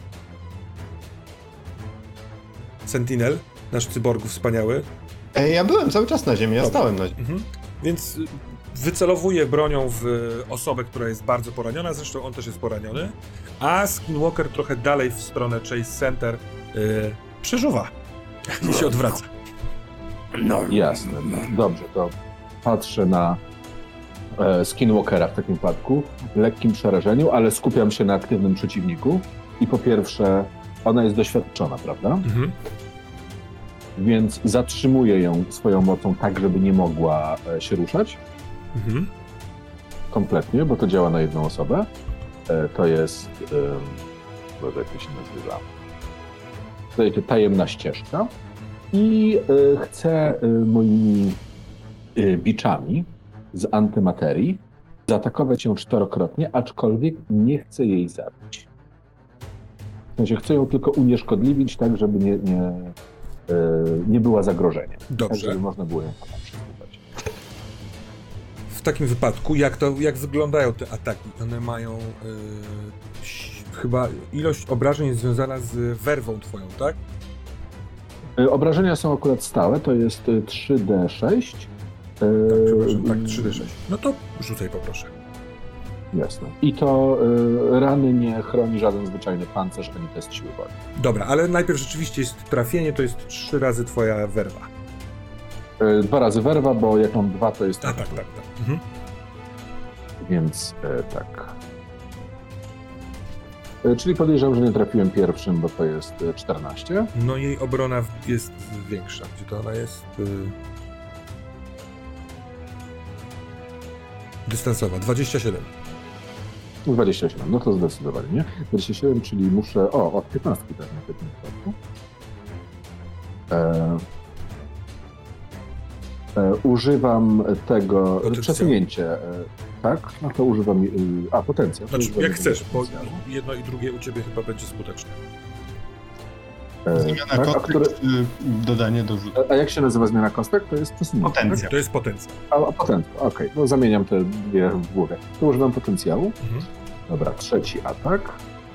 Sentinel, nasz cyborg wspaniały. E, ja byłem cały czas na ziemi, ja Dobra. stałem na ziemi. Mhm. Więc y, wycelowuje bronią w y, osobę, która jest bardzo poraniona, zresztą on też jest poraniony, a Skinwalker trochę dalej w stronę Chase Center y, przeżuwa i się odwraca. jasne. Dobrze, to patrzę na e, Skinwalkera w takim wypadku w lekkim przerażeniu, ale skupiam się na aktywnym przeciwniku i po pierwsze ona jest doświadczona, prawda? Mhm. Więc zatrzymuję ją swoją mocą tak, żeby nie mogła e, się ruszać Mhm. kompletnie, bo to działa na jedną osobę. E, to jest, e, Boże, jak to się nazywa? To jest tajemna ścieżka i e, chcę e, moimi e, biczami z antymaterii zaatakować ją czterokrotnie, aczkolwiek nie chcę jej zabić. W sensie chcę ją tylko unieszkodliwić tak, żeby nie, nie, e, nie była zagrożeniem. Tak, Dobrze. żeby można było ją potem przesłuchać. W takim wypadku, jak to, jak wyglądają te ataki? One mają y, ś- chyba ilość obrażeń jest związana z werwą twoją, tak? E, Obrażenia są akurat stałe, to jest e, trzy D sześć. Tak, E, przepraszam, tak, trzy D sześć. No to rzucaj poproszę. Jasne. I to e, rany nie chroni żaden zwyczajny pancerz, ani test siły woli. Dobra, ale najpierw rzeczywiście jest trafienie, to jest trzy razy twoja werwa. E, Dwa razy werwa, bo jak mam dwa, to jest... A tak, tak, tak. Mhm. Więc e, tak. E, Czyli podejrzewam, że nie trafiłem pierwszym, bo to jest e, czternaście. No jej obrona jest większa. Gdzie to ona jest? Y, Dystansowa, dwadzieścia siedem. dwadzieścia siedem, no to zdecydowanie, nie? dwadzieścia siedem, czyli muszę... O, od piętnastki tak na tym przypadku. E, e, używam tego... Potencjału. Przesunięcie, e, tak? No to używam... Y, a, potencjał. to Znaczy, używam jak tego chcesz, bo potencjału. jedno i drugie u ciebie chyba będzie skuteczne. E, Zmiana tak, a, kostek, który, czy dodanie do rzutu. a jak się nazywa zmiana kostek? To jest przesunięcie. Potencjał. To jest potencjał. A, a potencjał, okej. No zamieniam te dwie w głowie. To używam potencjału. Mhm. Dobra, trzeci atak.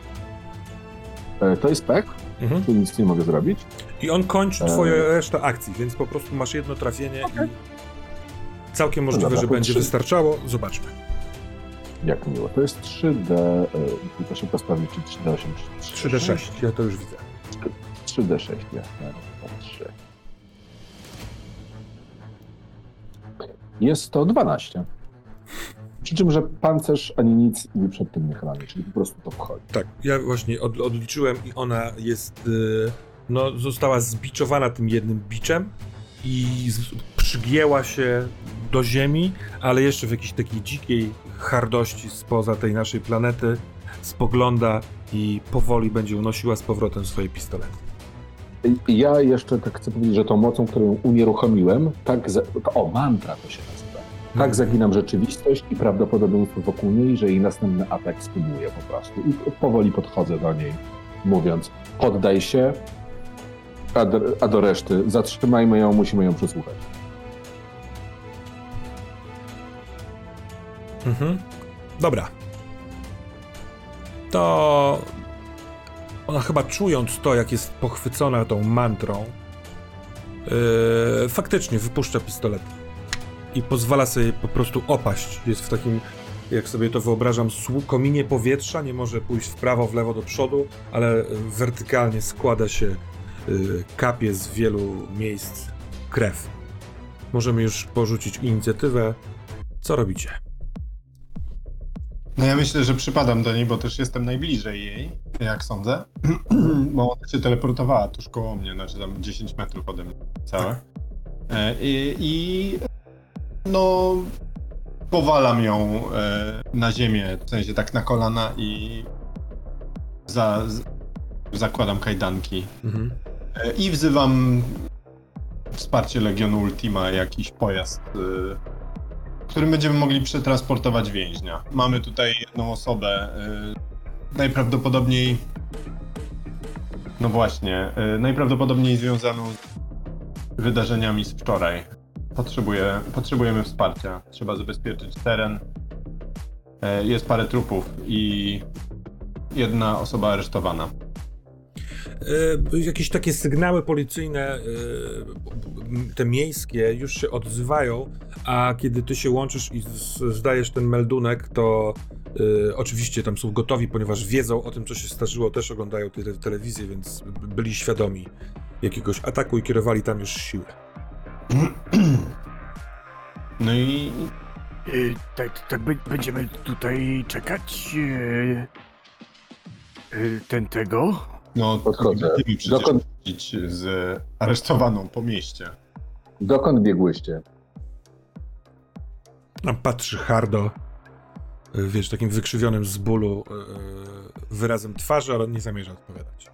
E, to jest pech, Mhm. tu nic nie mogę zrobić. I on kończy E. twoje reszta akcji, więc po prostu masz jedno trafienie i całkiem możliwe, dobra, że to będzie trzy. wystarczało. Zobaczmy. Jak miło. To jest trzy D. E, i to się postawi, czy trzy D osiem, czy trzy D sześć, ja to już widzę. trzy D sześć, jasne. trzy. Jest to dwanaście. Przy czym, że pancerz ani nic i przed tym nie chroni, czyli po prostu to wchodzi. Tak, ja właśnie od, odliczyłem i ona jest, y, no została zbiczowana tym jednym biczem i z, przygięła się do ziemi, ale jeszcze w jakiejś takiej dzikiej hardości spoza tej naszej planety spogląda i powoli będzie unosiła z powrotem swoje pistolety. I ja jeszcze tak chcę powiedzieć, że tą mocą, którą unieruchomiłem, tak, za, to, o, mantra to się nazywa. Tak zaginam rzeczywistość i prawdopodobieństwo wokół niej, że jej następny atak spróbuję po prostu. I powoli podchodzę do niej, mówiąc, poddaj się, a do, a do reszty zatrzymajmy ją, musimy ją przesłuchać. Mhm. Dobra. To ona chyba czując to, jak jest pochwycona tą mantrą, yy, faktycznie wypuszcza pistolet i pozwala sobie po prostu opaść. Jest w takim, jak sobie to wyobrażam, słu- kominie powietrza, nie może pójść w prawo, w lewo, do przodu, ale wertykalnie składa się, yy, kapie z wielu miejsc krew. Możemy już porzucić inicjatywę. Co robicie? No ja myślę, że przypadam do niej, bo też jestem najbliżej jej, jak sądzę. Bo ona się teleportowała tuż koło mnie, znaczy tam dziesięć metrów ode mnie całe. E, I, i no powalam ją e, na ziemię, w sensie tak na kolana i za, z, zakładam kajdanki. Mhm. E, I wzywam wsparcie Legionu Ultima, jakiś pojazd, e, którym będziemy mogli przetransportować więźnia. Mamy tutaj jedną osobę, y, najprawdopodobniej, no właśnie, y, najprawdopodobniej związaną z wydarzeniami z wczoraj. Potrzebuję, potrzebujemy wsparcia. Trzeba zabezpieczyć teren. Y, jest parę trupów i jedna osoba aresztowana. Y, jakieś takie sygnały policyjne, y, te miejskie, już się odzywają, a kiedy ty się łączysz i z, zdajesz ten meldunek, to y, oczywiście tam są gotowi, ponieważ wiedzą o tym, co się zdarzyło, też oglądają te, telewizję, więc byli świadomi jakiegoś ataku i kierowali tam już siły. No i Y, tak, tak be- będziemy tutaj czekać. Y, y, ten tego. no, Podchodzę. będziemy przecież Dokąd- chodzić z aresztowaną po mieście. Dokąd biegłyście? Tam patrzy hardo, y, wiesz, takim wykrzywionym z bólu y, wyrazem twarzy, ale nie zamierza odpowiadać.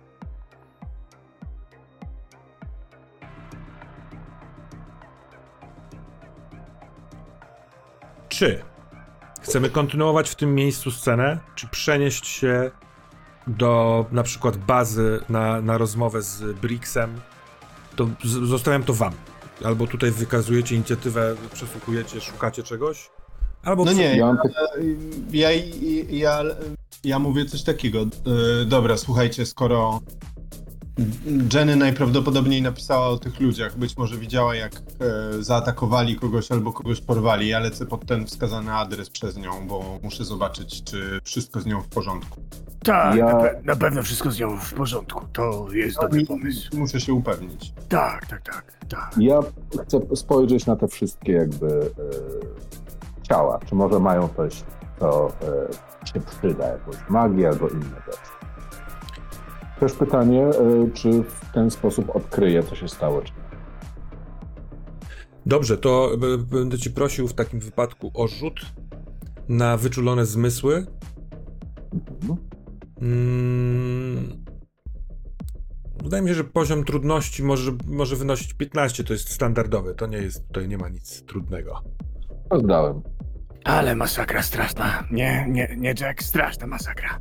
Czy chcemy kontynuować w tym miejscu scenę, czy przenieść się do na przykład bazy na, na rozmowę z Brixem? To z, zostawiam to wam. Albo tutaj wykazujecie inicjatywę, przesłuchujecie, szukacie czegoś, albo No przy- nie, Ja mam ja, ja, ja, ja mówię coś takiego. E, dobra, słuchajcie, skoro Jenny najprawdopodobniej napisała o tych ludziach, być może widziała, jak e, zaatakowali kogoś albo kogoś porwali, ja lecę pod ten wskazany adres przez nią, bo muszę zobaczyć, czy wszystko z nią w porządku. Tak, Ja- na, pe- na pewno wszystko z nią w porządku. To jest dobry pomysł. Muszę się upewnić. Tak, tak, tak, tak. Ja chcę spojrzeć na te wszystkie jakby e, ciała. Czy może mają coś, co e, się przyda, jakąś magię albo inne rzeczy. Też pytanie, e, czy w ten sposób odkryję, co się stało, czy nie. Dobrze, to b- będę cię prosił w takim wypadku o rzut na wyczulone zmysły. Mhm. Mm, wydaje mi się, że poziom trudności może, może wynosić piętnaście, to jest standardowy, to nie jest, tutaj nie ma nic trudnego. Pozdałem. Ale masakra straszna. Nie, nie, nie, Jack, straszna masakra.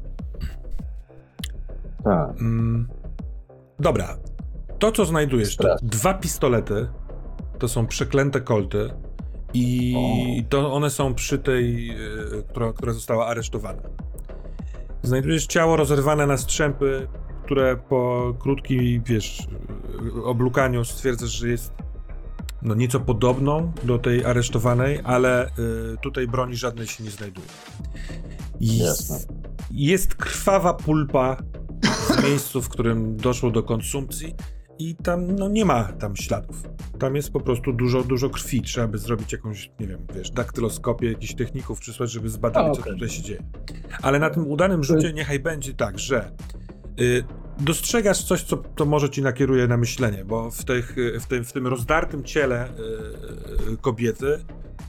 Tak. Mm, dobra, to co znajdujesz, to Strasznie. dwa pistolety, to są przeklęte kolty i O. to one są przy tej, y, która, która została aresztowana. Znajdujesz ciało rozerwane na strzępy, które po krótkim, wiesz, y, oblukaniu stwierdzasz, że jest no nieco podobną do tej aresztowanej, ale y, tutaj broni żadnej się nie znajduje. Jasne. Jest, jest krwawa pulpa w miejscu, w którym doszło do konsumpcji i tam no nie ma tam śladów. Tam jest po prostu dużo, dużo krwi. Trzeba by zrobić jakąś, nie wiem, wiesz, daktyloskopię, jakichś techników przysłać, żeby zbadali, A, co okej. tutaj się dzieje. Ale na tym udanym rzucie niechaj będzie tak, że y, dostrzegasz coś, co to może ci nakieruje na myślenie, bo w, tych, w, tym, w tym rozdartym ciele y, kobiety,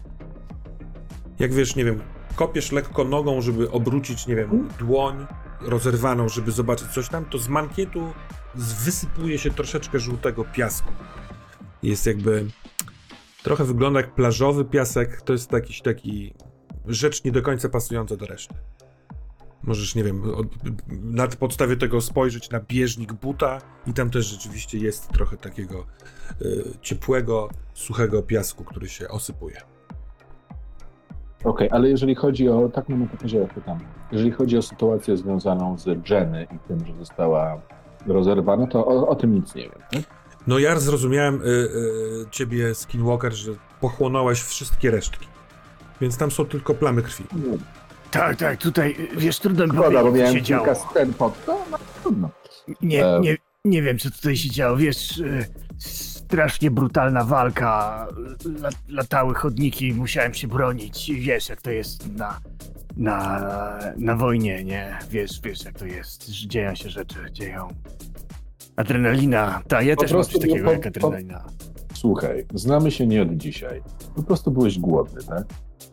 jak wiesz, nie wiem, kopiesz lekko nogą, żeby obrócić, nie wiem, dłoń rozerwaną, żeby zobaczyć coś tam, to z mankietu z- wysypuje się troszeczkę żółtego piasku. Jest jakby, trochę wygląda jak plażowy piasek, to jest jakiś taki rzecz nie do końca pasująca do reszty. Możesz, nie wiem, od, na podstawie tego spojrzeć na bieżnik buta i tam też rzeczywiście jest trochę takiego y, ciepłego, suchego piasku, który się osypuje. Okej, ale jeżeli chodzi o, tak mam że ja pytam, jeżeli chodzi o sytuację związaną z Jenny i tym, że została rozerwana, to o, o tym nic nie wiem, tak? No ja zrozumiałem y, y, ciebie, Skinwalker, że pochłonąłeś wszystkie resztki. Więc tam są tylko plamy krwi. Tak, tak, tutaj, wiesz, trudno mi Szkoda, bo powiedzieć, co miałem się działo. kilka scen pod to, no trudno. Nie, E, nie, nie wiem, co tutaj się działo. Wiesz, e, strasznie brutalna walka, la, latały chodniki, musiałem się bronić. I wiesz, jak to jest na, na, na wojnie, nie? Wiesz, wiesz, jak to jest. że Dzieją się rzeczy, dzieją. Adrenalina. Tak, ja Po też mam prostu coś takiego po- jak po- adrenalina. Słuchaj, znamy się nie od dzisiaj. Po prostu byłeś głodny, tak?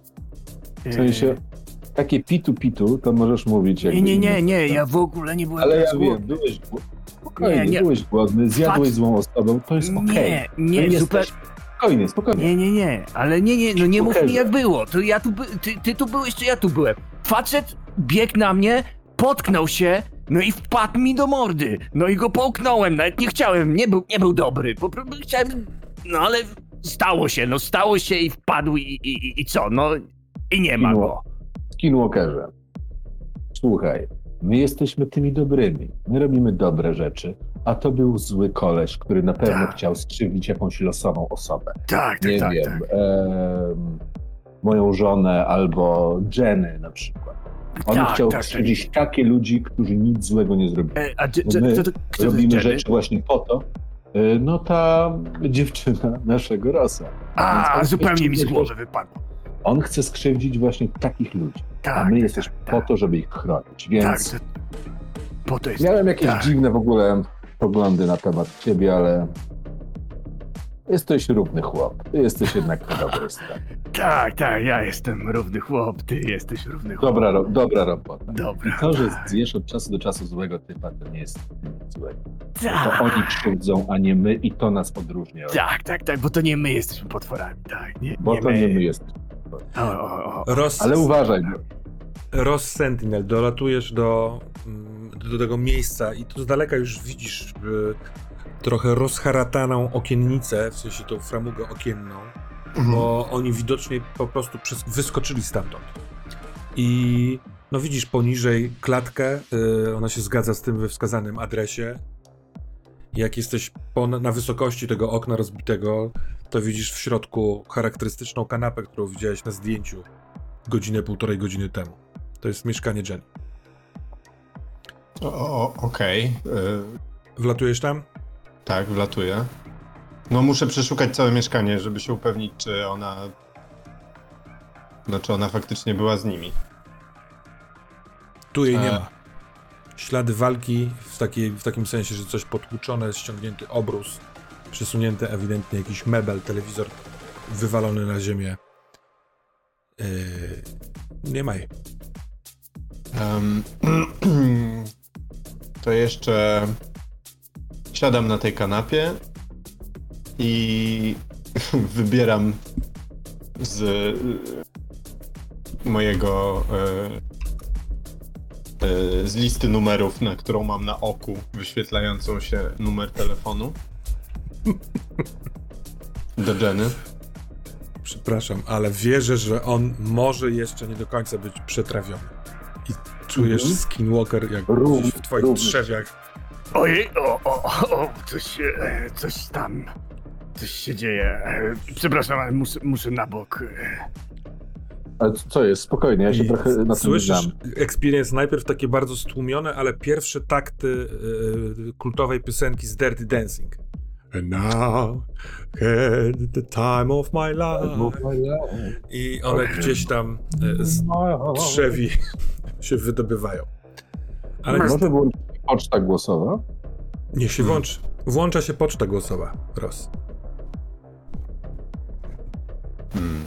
W sensie, takie pitu-pitu, to możesz mówić jak Nie, nie, nie, nie, ja w ogóle nie byłem Ale ja teraz wiem, głodny. byłeś głodny. Spokojnie, Nie, nie. byłeś głodny, zjadłeś Facet- złą osobą, to jest okej. Nie, To nie, jesteś- zupełnie. Spokojnie, spokojnie. Nie, nie, nie, ale nie, nie, no nie mów mi Pokażę. jak było. To ja tu, by, ty, ty tu byłeś, czy ja tu byłem? Facet biegł na mnie, potknął się, no i wpadł mi do mordy. No i go połknąłem, nawet nie chciałem, nie był, nie był dobry. Po prostu chciałem, no ale stało się, no stało się i wpadł i, i, i, i co, no i nie ma go. Skinwalkerze, słuchaj, my jesteśmy tymi dobrymi, my robimy dobre rzeczy, a to był zły koleś, który na pewno Tak. chciał skrzywdzić jakąś losową osobę. Tak, tak, Nie tak, wiem, tak. em, moją żonę albo Jenny na przykład. On Tak, chciał tak, skrzywdzić takie ludzi, którzy nic złego nie zrobili. E, a dż, Bo dż, my kto, to- kto to jest Robimy Jenny? rzeczy właśnie po to, y, no ta dziewczyna naszego Rosa. A, Więc on zupełnie mi z chce głowy wypadło. On chce skrzywdzić właśnie takich ludzi, Tak, a my tak, jesteśmy tak, po tak. to, żeby ich chronić. Więc Tak, to, po to jest. miałem jakieś tak. dziwne w ogóle poglądy na temat ciebie, ale jesteś równy chłop. Ty jesteś jednak po dobrej stronie. Tak, tak, ja jestem równy chłop, ty jesteś równy chłop. Dobra, ro- dobra robota. Dobra. I to, że zjesz od czasu do czasu złego typa, to nie jest nic złego. To Tak, oni krzywdzą, a nie my i to nas odróżnia. tak, tak, tak, bo to nie my jesteśmy potworami, tak. Nie, Bo nie to nie my jesteśmy. O, o, o. Ross, Ale uważaj, Ross Sentinel, dolatujesz do, mm, do tego miejsca i tu z daleka już widzisz y, trochę rozharataną okiennicę, w sensie tą framugę okienną, bo oni widocznie po prostu przez, wyskoczyli stamtąd. I no widzisz poniżej klatkę, y, ona się zgadza z tym we wskazanym adresie. Jak jesteś po, na wysokości tego okna rozbitego, to widzisz w środku charakterystyczną kanapę, którą widziałeś na zdjęciu godzinę, półtorej godziny temu. To jest mieszkanie Jenny. O, o, okej. Y, Wlatujesz tam? tak, wlatuję. No muszę przeszukać całe mieszkanie, żeby się upewnić, czy ona... No, czy ona faktycznie była z nimi. Tu jej nie E. ma. Ślady walki w, takiej, w takim sensie, że coś potłuczone, ściągnięty obrus, przesunięty ewidentnie jakiś mebel, telewizor wywalony na ziemię. Yy, Nie ma jej. Um, to jeszcze siadam na tej kanapie i wybieram z mojego e, e, z listy numerów, na którą mam na oku wyświetlającą się numer telefonu do Jenny. Przepraszam, ale wierzę, że on może jeszcze nie do końca być przetrawiony. I czujesz Mhm. skinwalker jak Rób- gdzieś w twoich rób- trzewiach. Ojej, o, o, o, coś, e, coś tam, coś się dzieje. E, Przepraszam, ale muszę, muszę na bok. e. Ale co- co jest? Spokojnie, ja się I trochę na tym słyszysz znam. experience najpierw takie bardzo stłumione, ale pierwsze takty e, kultowej piosenki z Dirty Dancing. And now had the time of my life. I one gdzieś tam e, z trzewi się wydobywają. Ale Może włączyć poczta głosowa? niech się włączy. Włącza się poczta głosowa, Ross. Hmm.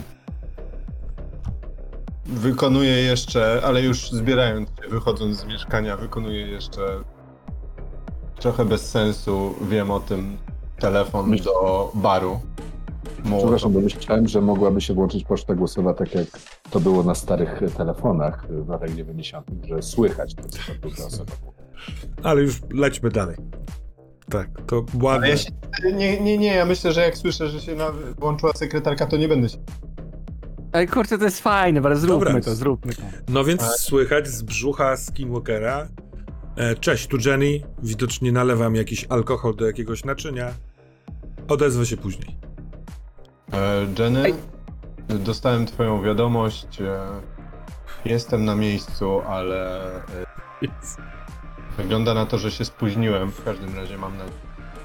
Wykonuję jeszcze, ale już zbierając się, wychodząc z mieszkania, wykonuję jeszcze trochę bez sensu, wiem o tym, telefon Myśl- do baru. Przepraszam, bo myślałem, że mogłaby się włączyć poczta głosowa tak jak to było na starych telefonach w latach dziewięćdziesiątych, że słychać to, co ta druga osoba mówi. Ale już lećmy dalej. Tak, to Ale ładnie. ja się, nie, nie, nie, ja myślę, że jak słyszę, że się na, włączyła sekretarka, to nie będę się... Ej, kurczę, to jest fajne, ale zróbmy Dobra. to, zróbmy to. No więc Ale- słychać z brzucha Skinwalkera. E, cześć, tu Jenny. Widocznie nalewam jakiś alkohol do jakiegoś naczynia. Odezwę się później. E, Jenny, Ej. dostałem twoją wiadomość, e, jestem na miejscu, ale e, wygląda na to, że się spóźniłem. W każdym razie mam nadzieję,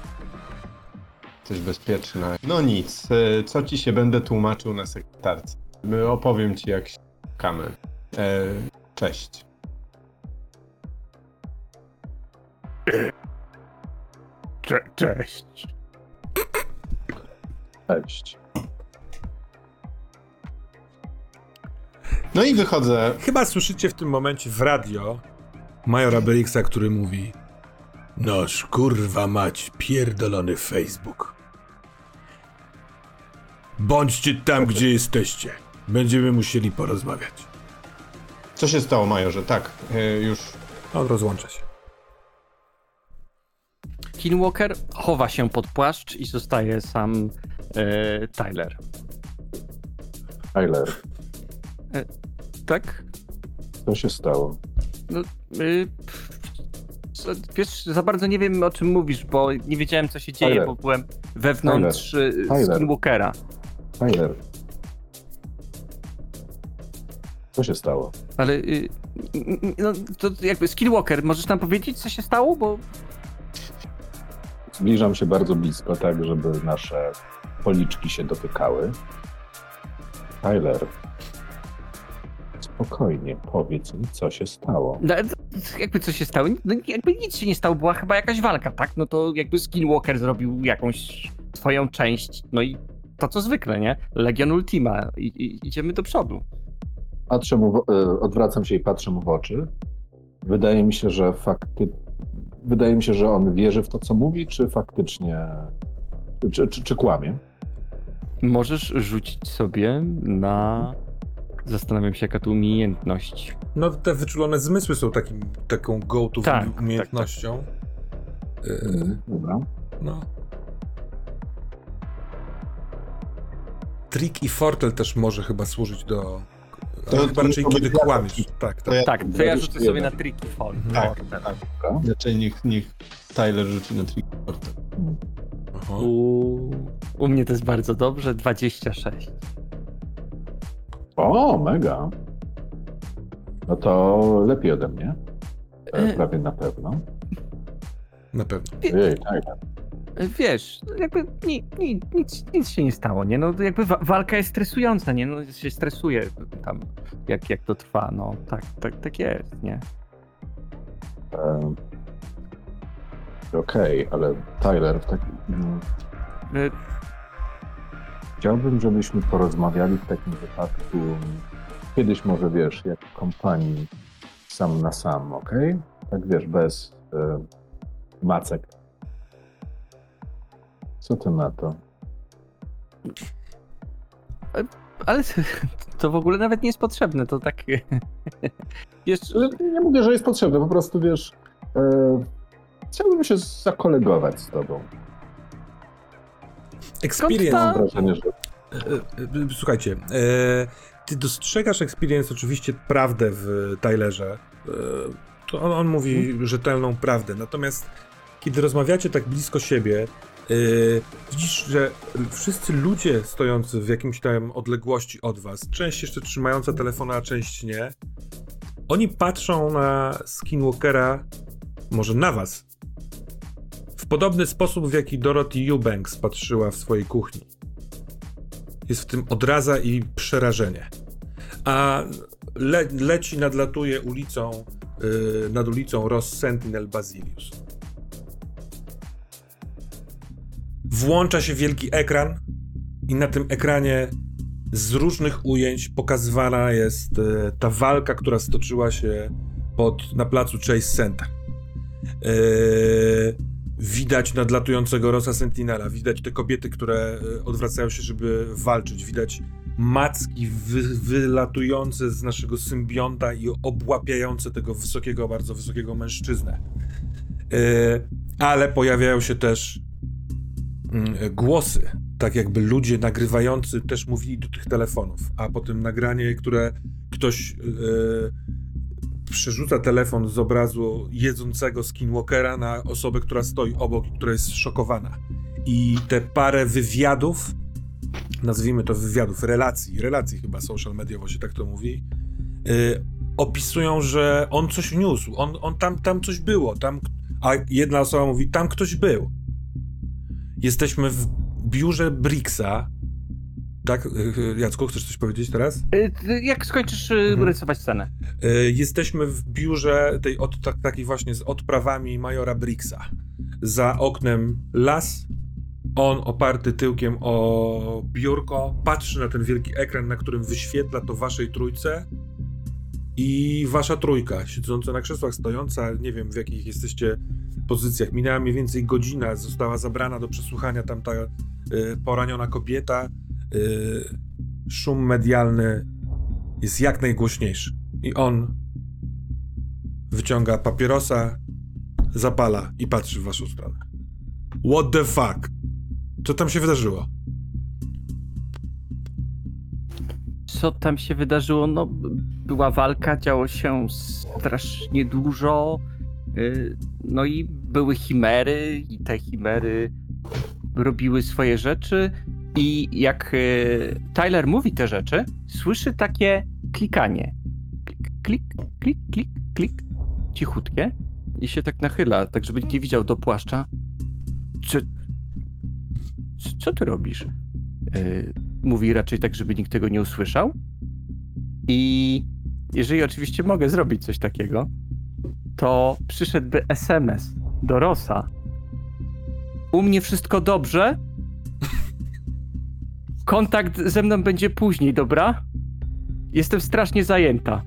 że jesteś bezpieczna. No nic, e, co ci się będę tłumaczył na sekretarce. My opowiem ci, jak się spotkamy. E, cześć. Cze cześć. Cześć. No i wychodzę. Chyba słyszycie w tym momencie w radio Majora Belixa, który mówi: Noż kurwa mać, pierdolony Facebook. Bądźcie tam, gdzie jesteście. Będziemy musieli porozmawiać. Co się stało, majorze? Tak, e, już. On rozłącza się. Skinwalker chowa się pod płaszcz i zostaje sam e, Tyler. Tyler, Tak? co się stało? No, y, pff, co- wiesz, za bardzo nie wiem, o czym mówisz, bo nie wiedziałem, co się dzieje, Tyler. bo byłem wewnątrz y, Tyler. Skinwalkera. Tyler. Co się stało? Ale y, y, y, no, to jakby Skinwalker, możesz nam powiedzieć, co się stało? Bo Zbliżam się bardzo blisko, tak żeby nasze policzki się dotykały. Tyler, spokojnie, powiedz mi, co się stało. no, jakby co się stało? No, jakby nic się nie stało, była chyba jakaś walka, tak? No to jakby Skinwalker zrobił jakąś swoją część, no i to co zwykle, nie? Legion Ultima i, i idziemy do przodu. Patrzę mu, w- e, odwracam się i patrzę mu w oczy. Wydaje mi się, że fakty... Wydaje mi się, że on wierzy w to, co mówi, czy faktycznie... Czy, czy, czy kłamie? Możesz rzucić sobie na... Zastanawiam się, jaka tu umiejętność. No te wyczulone zmysły są takim, taką go-to Tak, tak, umiejętnością. Y, Mhm, dobra. No. Trik i fortel też może chyba służyć do... To- ale chyba raczej to kiedy będzie- kłamiesz. Tak, To tak. ja, Tak, to ja dwadzieścia rzucę sobie na jeden. triki fall. Tak, Forte. tak. Dobra. Znaczy niech, niech Tyler rzuci na trickporta. Aha. U... U mnie to jest bardzo dobrze, dwadzieścia sześć. O, mega. No to lepiej ode mnie. E, E. Prawie na pewno. Na pewno. Ojej, tak. Wiesz, jakby ni, ni, nic, nic się nie stało, nie? No jakby wa- walka jest stresująca, nie? No się stresuje tam, jak, jak to trwa, no tak, tak, tak jest, nie? E, Okej, ale Tyler, w takim... mm, Y, Chciałbym, żebyśmy porozmawiali w takim wypadku kiedyś może, wiesz, jak kompanii sam na sam, okej? Tak, wiesz, bez y, macek. Co ty na to? Ale to w ogóle nawet nie jest potrzebne, to tak... Wiesz, Ale nie mówię, że jest potrzebne, po prostu, wiesz, y, chciałbym się zakolegować z tobą. Experience. ta- Mam wrażenie, że E, e, Słuchajcie, e, ty dostrzegasz Experience oczywiście prawdę w Tylerze. E, to on, on mówi rzetelną prawdę. Natomiast kiedy rozmawiacie tak blisko siebie, e, widzisz, że wszyscy ludzie stojący w jakimś tam odległości od was, część jeszcze trzymająca telefona, a część nie, oni patrzą na Skinwalkera, może na was, w podobny sposób, w jaki Dorothy Eubanks patrzyła w swojej kuchni. Jest w tym odraza i przerażenie. A le, leci, nadlatuje ulicą, yy, nad ulicą Ross Sentinel Basilius. Włącza się wielki ekran i na tym ekranie z różnych ujęć pokazywana jest yy, ta walka, która stoczyła się pod, na placu Chase Center. Yy, Widać nadlatującego Rossa Sentinela, widać te kobiety, które odwracają się, żeby walczyć, widać macki wy, wylatujące z naszego symbionta i obłapiające tego wysokiego, bardzo wysokiego mężczyznę. Yy, ale pojawiają się też yy, głosy, tak jakby ludzie nagrywający też mówili do tych telefonów, a potem nagranie, które ktoś yy, przerzuca telefon z obrazu jedzącego Skinwalkera na osobę, która stoi obok i która jest szokowana. I te parę wywiadów, nazwijmy to wywiadów, relacji, relacji chyba social mediowo się tak to mówi, yy, opisują, że on coś niósł, on, on tam, tam coś było, tam, a jedna osoba mówi, tam ktoś był. Jesteśmy w biurze Bricksa. Tak, Jacku, chcesz coś powiedzieć teraz? y, jak skończysz y, Mhm. rysować scenę? Y, Jesteśmy w biurze tej od, tak, takiej właśnie z odprawami majora Bricksa. Za oknem las, on oparty tyłkiem o biurko, patrzy na ten wielki ekran, na którym wyświetla to waszej trójce i wasza trójka, siedząca na krzesłach, stojąca, nie wiem w jakich jesteście pozycjach. Minęła mniej więcej godzina, została zabrana do przesłuchania tamta y, poraniona kobieta. Y, szum medialny jest jak najgłośniejszy. I on wyciąga papierosa, zapala i patrzy w waszą stronę. What the fuck? Co tam się wydarzyło? Co tam się wydarzyło? No, była walka, działo się strasznie dużo. y, No i były chimery, i te chimery robiły swoje rzeczy. I jak y, Tyler mówi te rzeczy, słyszy takie klikanie. Klik, klik, klik, klik, klik. Cichutkie. I się tak nachyla, tak żeby nikt nie widział do płaszcza. Co, co ty robisz? Y, mówi raczej tak, żeby nikt tego nie usłyszał. I jeżeli oczywiście mogę zrobić coś takiego, to przyszedłby es em es do Rossa. U mnie wszystko dobrze. Kontakt ze mną będzie później, dobra? Jestem strasznie zajęta.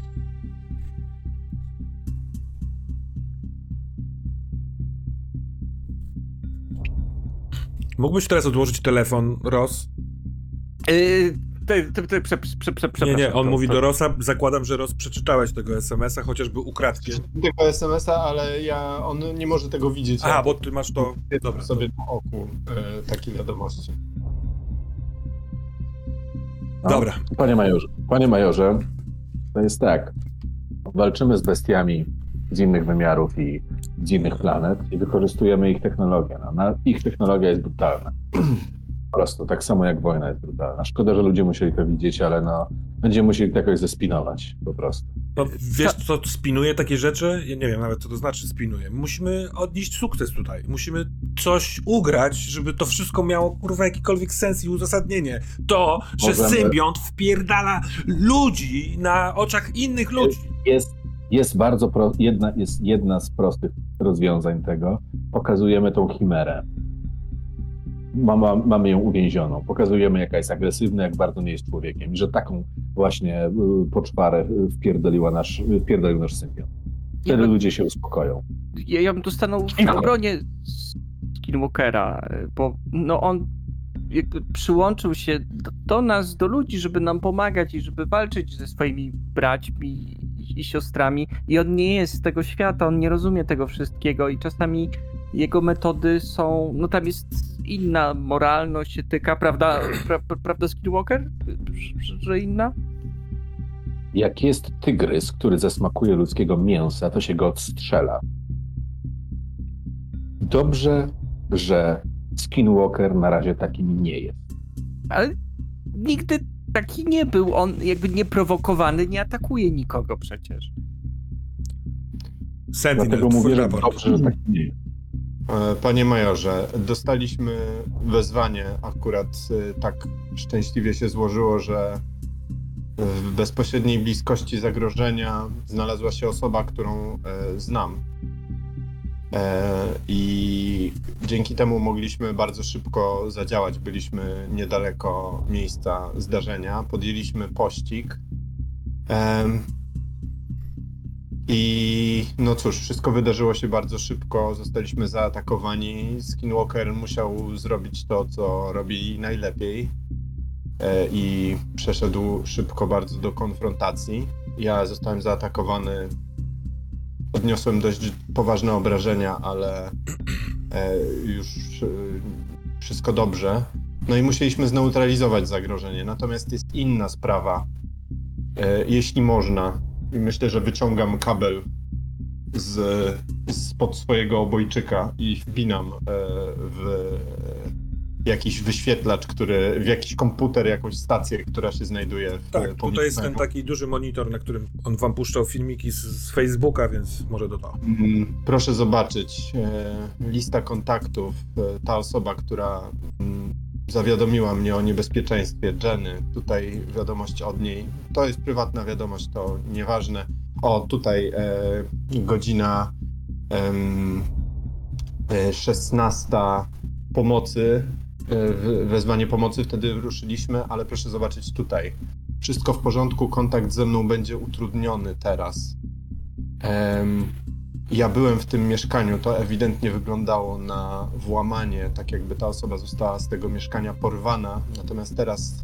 Mógłbyś teraz odłożyć telefon, Ross? Yy, ty, ty, ty, prze, prze, prze, Nie, nie, on to, mówi to... do Rossa. Zakładam, że Ross przeczytałeś tego es em es a, chociażby ukradkiem. Tylko es em es a, ale ja, on nie może tego widzieć. Aha, ja bo ty masz to... Dobra. sobie na oku e, takie wiadomości. No, Dobra. Panie majorze, panie majorze, to jest tak. Walczymy z bestiami z innych wymiarów i z innych planet i wykorzystujemy ich technologię. No, na, ich technologia jest brutalna. Po prostu, tak samo jak wojna jest brutalna. Szkoda, że ludzie musieli to widzieć, ale no, będziemy musieli to jakoś zespinować po prostu. No, wiesz, co spinuje takie rzeczy? Ja nie wiem nawet, co to znaczy spinuje. Musimy odnieść sukces tutaj. Musimy coś ugrać, żeby to wszystko miało, kurwa, jakikolwiek sens i uzasadnienie. To, że Możemy- symbiont wpierdala ludzi na oczach innych ludzi. Jest, jest bardzo pro, jedna, jest jedna z prostych rozwiązań tego. Pokazujemy tą chimerę. mama, mamy ją uwięzioną. Pokazujemy, jaka jest agresywna, jak bardzo nie jest człowiekiem i że taką właśnie y, poczwarę wpierdoliła nasz, wpierdolił nasz symbiont. Wtedy Ja- ludzie się uspokoją. Ja, ja bym tu stanął w obronie Skinwalkera, bo no on jakby przyłączył się do, do nas, do ludzi, żeby nam pomagać i żeby walczyć ze swoimi braćmi i, i siostrami i on nie jest z tego świata, on nie rozumie tego wszystkiego i czasami jego metody są, no tam jest inna moralność, etyka, prawda, pra, pra, prawda Skinwalker? Że, że inna? Jak jest tygrys, który zasmakuje ludzkiego mięsa, to się go odstrzela. Dobrze, że Skinwalker na razie takim nie jest. Ale nigdy taki nie był, on jakby nieprowokowany, nie atakuje nikogo przecież. Sentinel, Dlatego twój mówię, że raport. dobrze, że takim nie jest. E, Panie majorze, dostaliśmy wezwanie, akurat e, tak szczęśliwie się złożyło, że w bezpośredniej bliskości zagrożenia znalazła się osoba, którą e, znam. E, I dzięki temu mogliśmy bardzo szybko zadziałać. Byliśmy niedaleko miejsca zdarzenia, podjęliśmy pościg. Em, I no cóż, wszystko wydarzyło się bardzo szybko, zostaliśmy zaatakowani. Skinwalker musiał zrobić to, co robi najlepiej e, i przeszedł szybko bardzo do konfrontacji. Ja zostałem zaatakowany, odniosłem dość poważne obrażenia, ale e, już e, wszystko dobrze. No i musieliśmy zneutralizować zagrożenie. Natomiast jest inna sprawa, e, jeśli można. I myślę, że wyciągam kabel z, spod swojego obojczyka i wpinam e, w jakiś wyświetlacz, który, w jakiś komputer, jakąś stację, która się znajduje w Tak, tutaj jest ten pomieszczeniu. taki duży monitor, na którym on wam puszczał filmiki z, z Facebooka, więc może do to. Mm, Proszę zobaczyć e, lista kontaktów. E, ta osoba, która mm, zawiadomiła mnie o niebezpieczeństwie, Jenny. Tutaj wiadomość od niej. To jest prywatna wiadomość, to nieważne. O, tutaj e, godzina em, e, szesnasta pomocy, e, w- wezwanie pomocy, wtedy ruszyliśmy, ale proszę zobaczyć tutaj. Wszystko w porządku, kontakt ze mną będzie utrudniony teraz. Em, ja byłem w tym mieszkaniu, to ewidentnie wyglądało na włamanie, tak jakby ta osoba została z tego mieszkania porwana, natomiast teraz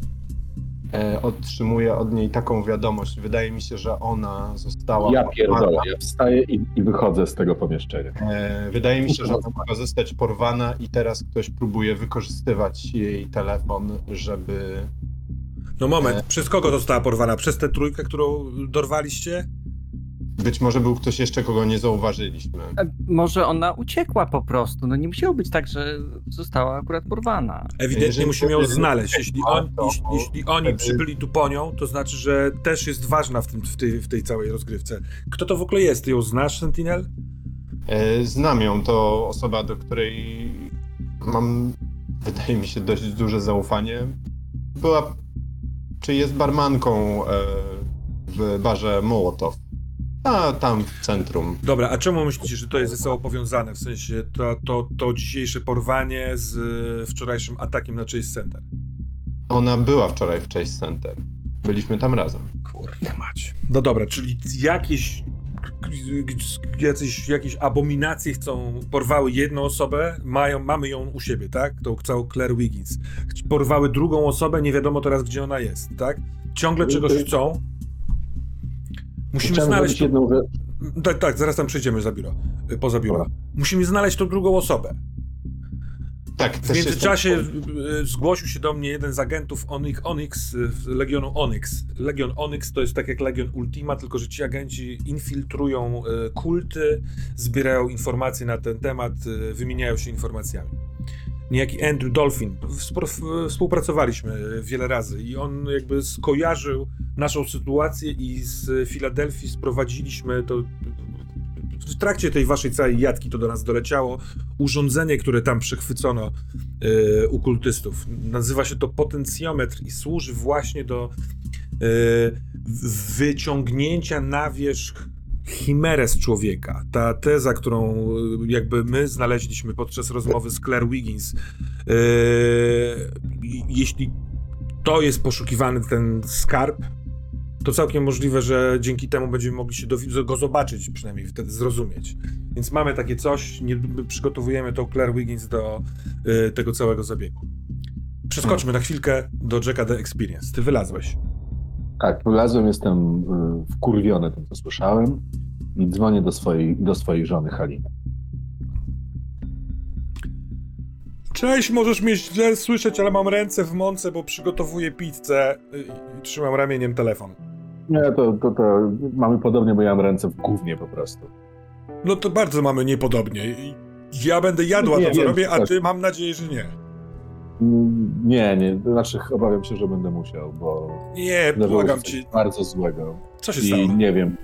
e, otrzymuję od niej taką wiadomość. Wydaje mi się, że ona została Ja porwana. pierdolę, ja wstaję i, i wychodzę z tego pomieszczenia. E, wydaje mi się, że ona mogła zostać porwana i teraz ktoś próbuje wykorzystywać jej telefon, żeby... No moment, E. przez kogo została porwana? Przez tę trójkę, którą dorwaliście? Być może był ktoś jeszcze, kogo nie zauważyliśmy. A może ona uciekła po prostu, no nie musiało być tak, że została akurat porwana. Ewidentnie Jeżeli musimy ją powiemy- znaleźć. Jeśli, on, to- jeśli, jeśli oni wtedy- przybyli tu po nią, to znaczy, że też jest ważna w, tym, w, tej, w tej całej rozgrywce. Kto to w ogóle jest? Ty ją znasz, Sentinel? E, Znam ją, to osoba, do której mam, wydaje mi się, dość duże zaufanie. Była, czy jest barmanką e, w barze Mołotow. A tam w centrum. Dobra, a czemu myślicie, że to jest ze sobą powiązane? W sensie to, to, to dzisiejsze porwanie z y, wczorajszym atakiem na Chase Center. Ona była wczoraj w Chase Center. Byliśmy tam razem. Kurde mać. No dobra, czyli jakieś, jacyś, jakieś abominacje chcą, porwały jedną osobę, mają, mamy ją u siebie, tak? Tą całą Claire Wiggins. Porwały drugą osobę, nie wiadomo teraz, gdzie ona jest, tak? Ciągle czegoś chcą. Musimy Chciałem znaleźć... zrobić jedną rzecz. Tak, tak, zaraz tam przejdziemy za biuro, y, poza biuro. Musimy znaleźć tą drugą osobę. Tak, W też międzyczasie jestem- y, zgłosił się do mnie jeden z agentów Onyx, Onyx y, z Legionu Onyx. Legion Onyx to jest tak jak Legion Ultima, tylko że ci agenci infiltrują y, kulty, zbierają informacje na ten temat, y, wymieniają się informacjami. Niejaki Andrew Dolphin, współ- w- współpracowaliśmy wiele razy i on jakby skojarzył naszą sytuację i z Filadelfii sprowadziliśmy to w trakcie tej waszej całej jatki to do nas doleciało urządzenie, które tam przechwycono y, u kultystów. Nazywa się to potencjometr i służy właśnie do y, wyciągnięcia na wierzch chimerę z człowieka. Ta teza, którą jakby my znaleźliśmy podczas rozmowy z Claire Wiggins, yy, jeśli to jest poszukiwany ten skarb, to całkiem możliwe, że dzięki temu będziemy mogli się do, go zobaczyć, przynajmniej wtedy zrozumieć. Więc mamy takie coś, nie, przygotowujemy tą Claire Wiggins do yy, tego całego zabiegu. Przeskoczmy na chwilkę do Jacka The Experience. Ty wylazłeś. Tak, wylazłem, jestem y, wkurwiony tym, co słyszałem i dzwonię do swojej, do swojej żony Haliny. Cześć, możesz mnie źle słyszeć, ale mam ręce w mące, bo przygotowuję pizzę i trzymam ramieniem telefon. Nie, to, to, to mamy podobnie, bo ja mam ręce w gównie po prostu. No to bardzo mamy niepodobnie. Ja będę jadła Nie to, co wiem, robię, a tak. ty mam nadzieję, że nie. Nie, nie, to znaczy obawiam się, że będę musiał, bo Nie, zdarzyło błagam się coś cię. bardzo złego. Co się I stało? nie wiem,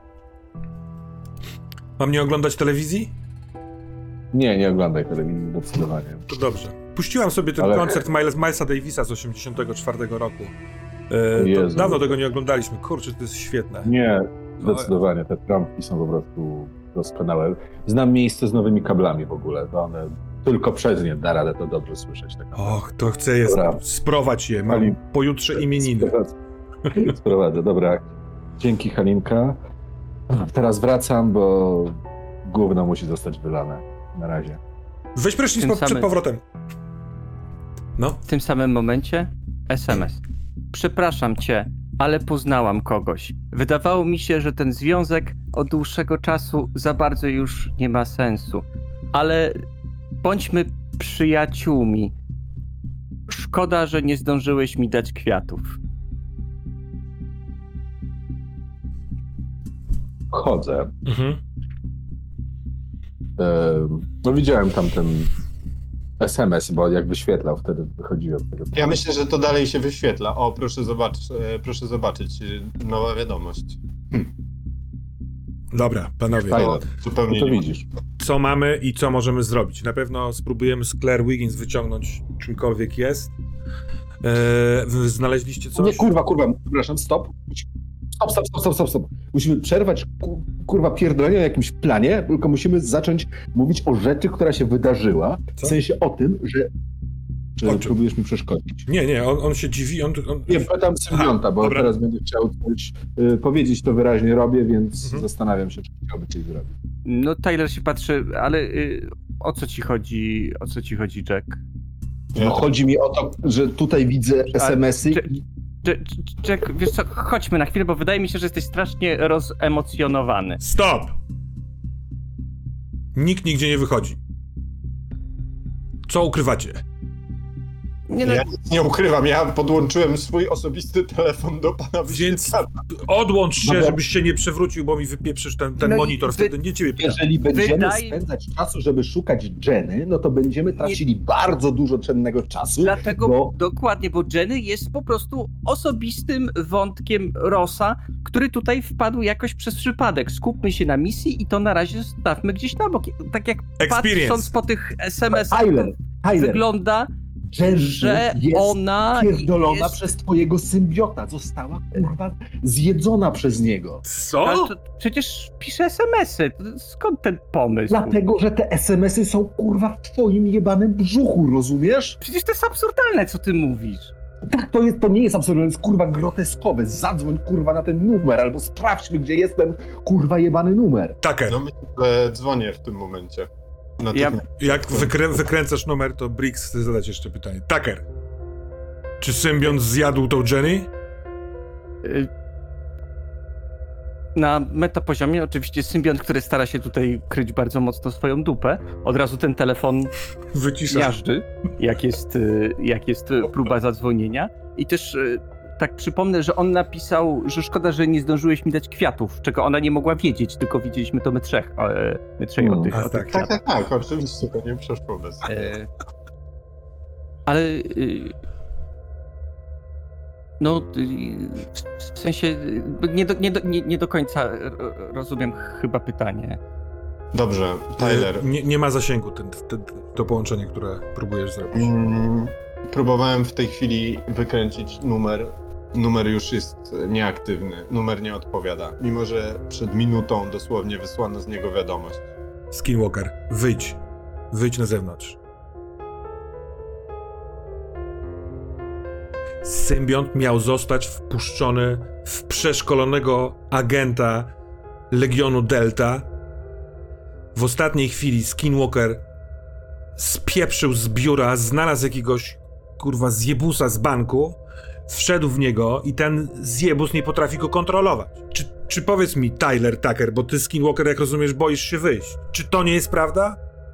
Mam nie oglądać telewizji? nie, nie oglądaj telewizji zdecydowanie. To dobrze. Puściłam sobie ten Ale- koncert Miles, Milesa Davisa z osiemdziesiątego czwartego roku. E, to Jezu. dawno tego nie oglądaliśmy. Kurczę, to jest świetne. Nie, zdecydowanie, te trampki są po prostu doskonałe. Znam miejsce z nowymi kablami w ogóle, to one tylko przez nie da radę to dobrze słyszeć. Tak naprawdę. Och, to chcę je Dobra. sprowadź je. Mam Halin- pojutrze imieniny. Sprowadzę. Sprowadzę, dobra. Dzięki, Halinka. Teraz wracam, bo gówno musi zostać wylane. Na razie. Weź prysznic Tym po, przed samym- powrotem. No. W tym samym momencie es em es. Przepraszam cię, ale poznałam kogoś. Wydawało mi się, że ten związek od dłuższego czasu za bardzo już nie ma sensu. Ale bądźmy przyjaciółmi. Szkoda, że nie zdążyłeś mi dać kwiatów. Chodzę. Mhm. E, no widziałem tam ten es em es, bo jak wyświetlał, wtedy wychodziłem z tego. Ja myślę, że to dalej się wyświetla. O, proszę, zobacz, e, proszę zobaczyć, e, nowa wiadomość. Dobra, panowie. Fajne. To No zupełnie to nie widzisz. Co mamy i co możemy zrobić? Na pewno spróbujemy z Claire Wiggins wyciągnąć czymkolwiek jest. Eee, wy znaleźliście coś? Nie, kurwa, kurwa, przepraszam, stop. Stop, stop, stop, stop, stop, stop. Musimy przerwać, ku- kurwa, pierdolenie o jakimś planie, tylko musimy zacząć mówić o rzeczy, która się wydarzyła. Co? W sensie o tym, że... Czy O czym? próbujesz mi przeszkodzić? Nie, nie, on, on się dziwi, on... on... Nie, pytam symbionta, bo dobra. teraz będzie chciał coś y, powiedzieć, to wyraźnie robię, więc Mhm. zastanawiam się, czy chciałby coś zrobić. No Tyler się patrzy, ale y, o co ci chodzi, o co ci chodzi, Jack? No, chodzi mi o to, że tutaj widzę es em esy. Czy- Jack, Jack, wiesz co, chodźmy na chwilę, bo wydaje mi się, że jesteś strasznie rozemocjonowany. Stop! Nikt nigdzie nie wychodzi. Co ukrywacie? Nie no, Ja nic nie ukrywam, ja podłączyłem swój osobisty telefon do pana Więc wyświetlacza. odłącz się, Dobra. żebyś się nie przewrócił, bo mi wypieprzysz ten, ten No i monitor, wy- wtedy nie ciebie pytam. Jeżeli będziemy Wydaje- spędzać czasu, żeby szukać Jenny, no to będziemy tracili bardzo dużo cennego czasu. dlatego bo- dokładnie, bo Jenny jest po prostu osobistym wątkiem Rossa, który tutaj wpadł jakoś przez przypadek. Skupmy się na misji i to na razie zostawmy gdzieś na bok. Tak jak Experience. patrząc po tych es em esach, Tyler, Tyler, wygląda, Jenny że jest ona pierdolona jest... przez twojego symbiota. Została, kurwa, zjedzona przez niego. Co? Ale to przecież pisze es em esy. To skąd ten pomysł? Dlatego, że te es em esy są, kurwa, w twoim jebanym brzuchu, rozumiesz? Przecież to jest absurdalne, co ty mówisz. Tak, to, jest, to nie jest absolutnie, to jest, kurwa, groteskowe. Zadzwoń, kurwa, na ten numer, albo sprawdźmy, gdzie jest ten, kurwa, jebany numer. Tucker, No myślę, że dzwonię w tym momencie. Na Ja- tych- jak wykrę wykręcasz numer, to Briggs chce zadać jeszcze pytanie. Tucker, czy symbiont zjadł tą Jenny? Y, Na metapoziomie oczywiście symbiont, który stara się tutaj kryć bardzo mocno swoją dupę, od razu ten telefon Wycisza. miażdży, jak jest, y, jak jest y, próba zadzwonienia. I też y, tak przypomnę, że on napisał, że szkoda, że nie zdążyłeś mi dać kwiatów, czego ona nie mogła wiedzieć, tylko widzieliśmy to my trzech, e, my trzej o Mm. tych, A, o tych tak. Tak, tak, tak, oczywiście, to nie przeszło bez. E, ale y, no y, w sensie y, nie do, nie, do, nie, nie do końca r- rozumiem chyba pytanie. Dobrze, Tyler. Nie, nie ma zasięgu ten, ten, to połączenie, które próbujesz zrobić. Mm, próbowałem w tej chwili wykręcić numer numer już jest nieaktywny, numer nie odpowiada, mimo że przed minutą dosłownie wysłano z niego wiadomość. Skinwalker, wyjdź. Wyjdź na zewnątrz. Symbiont miał zostać wpuszczony w przeszkolonego agenta Legionu Delta. W ostatniej chwili Skinwalker spieprzył z biura, znalazł jakiegoś, kurwa, zjebusa z banku, wszedł w niego i ten zjebus nie potrafi go kontrolować. Czy, czy powiedz mi, Tyler Tucker, bo ty, Skinwalker, jak rozumiesz, boisz się wyjść. Czy to nie jest prawda?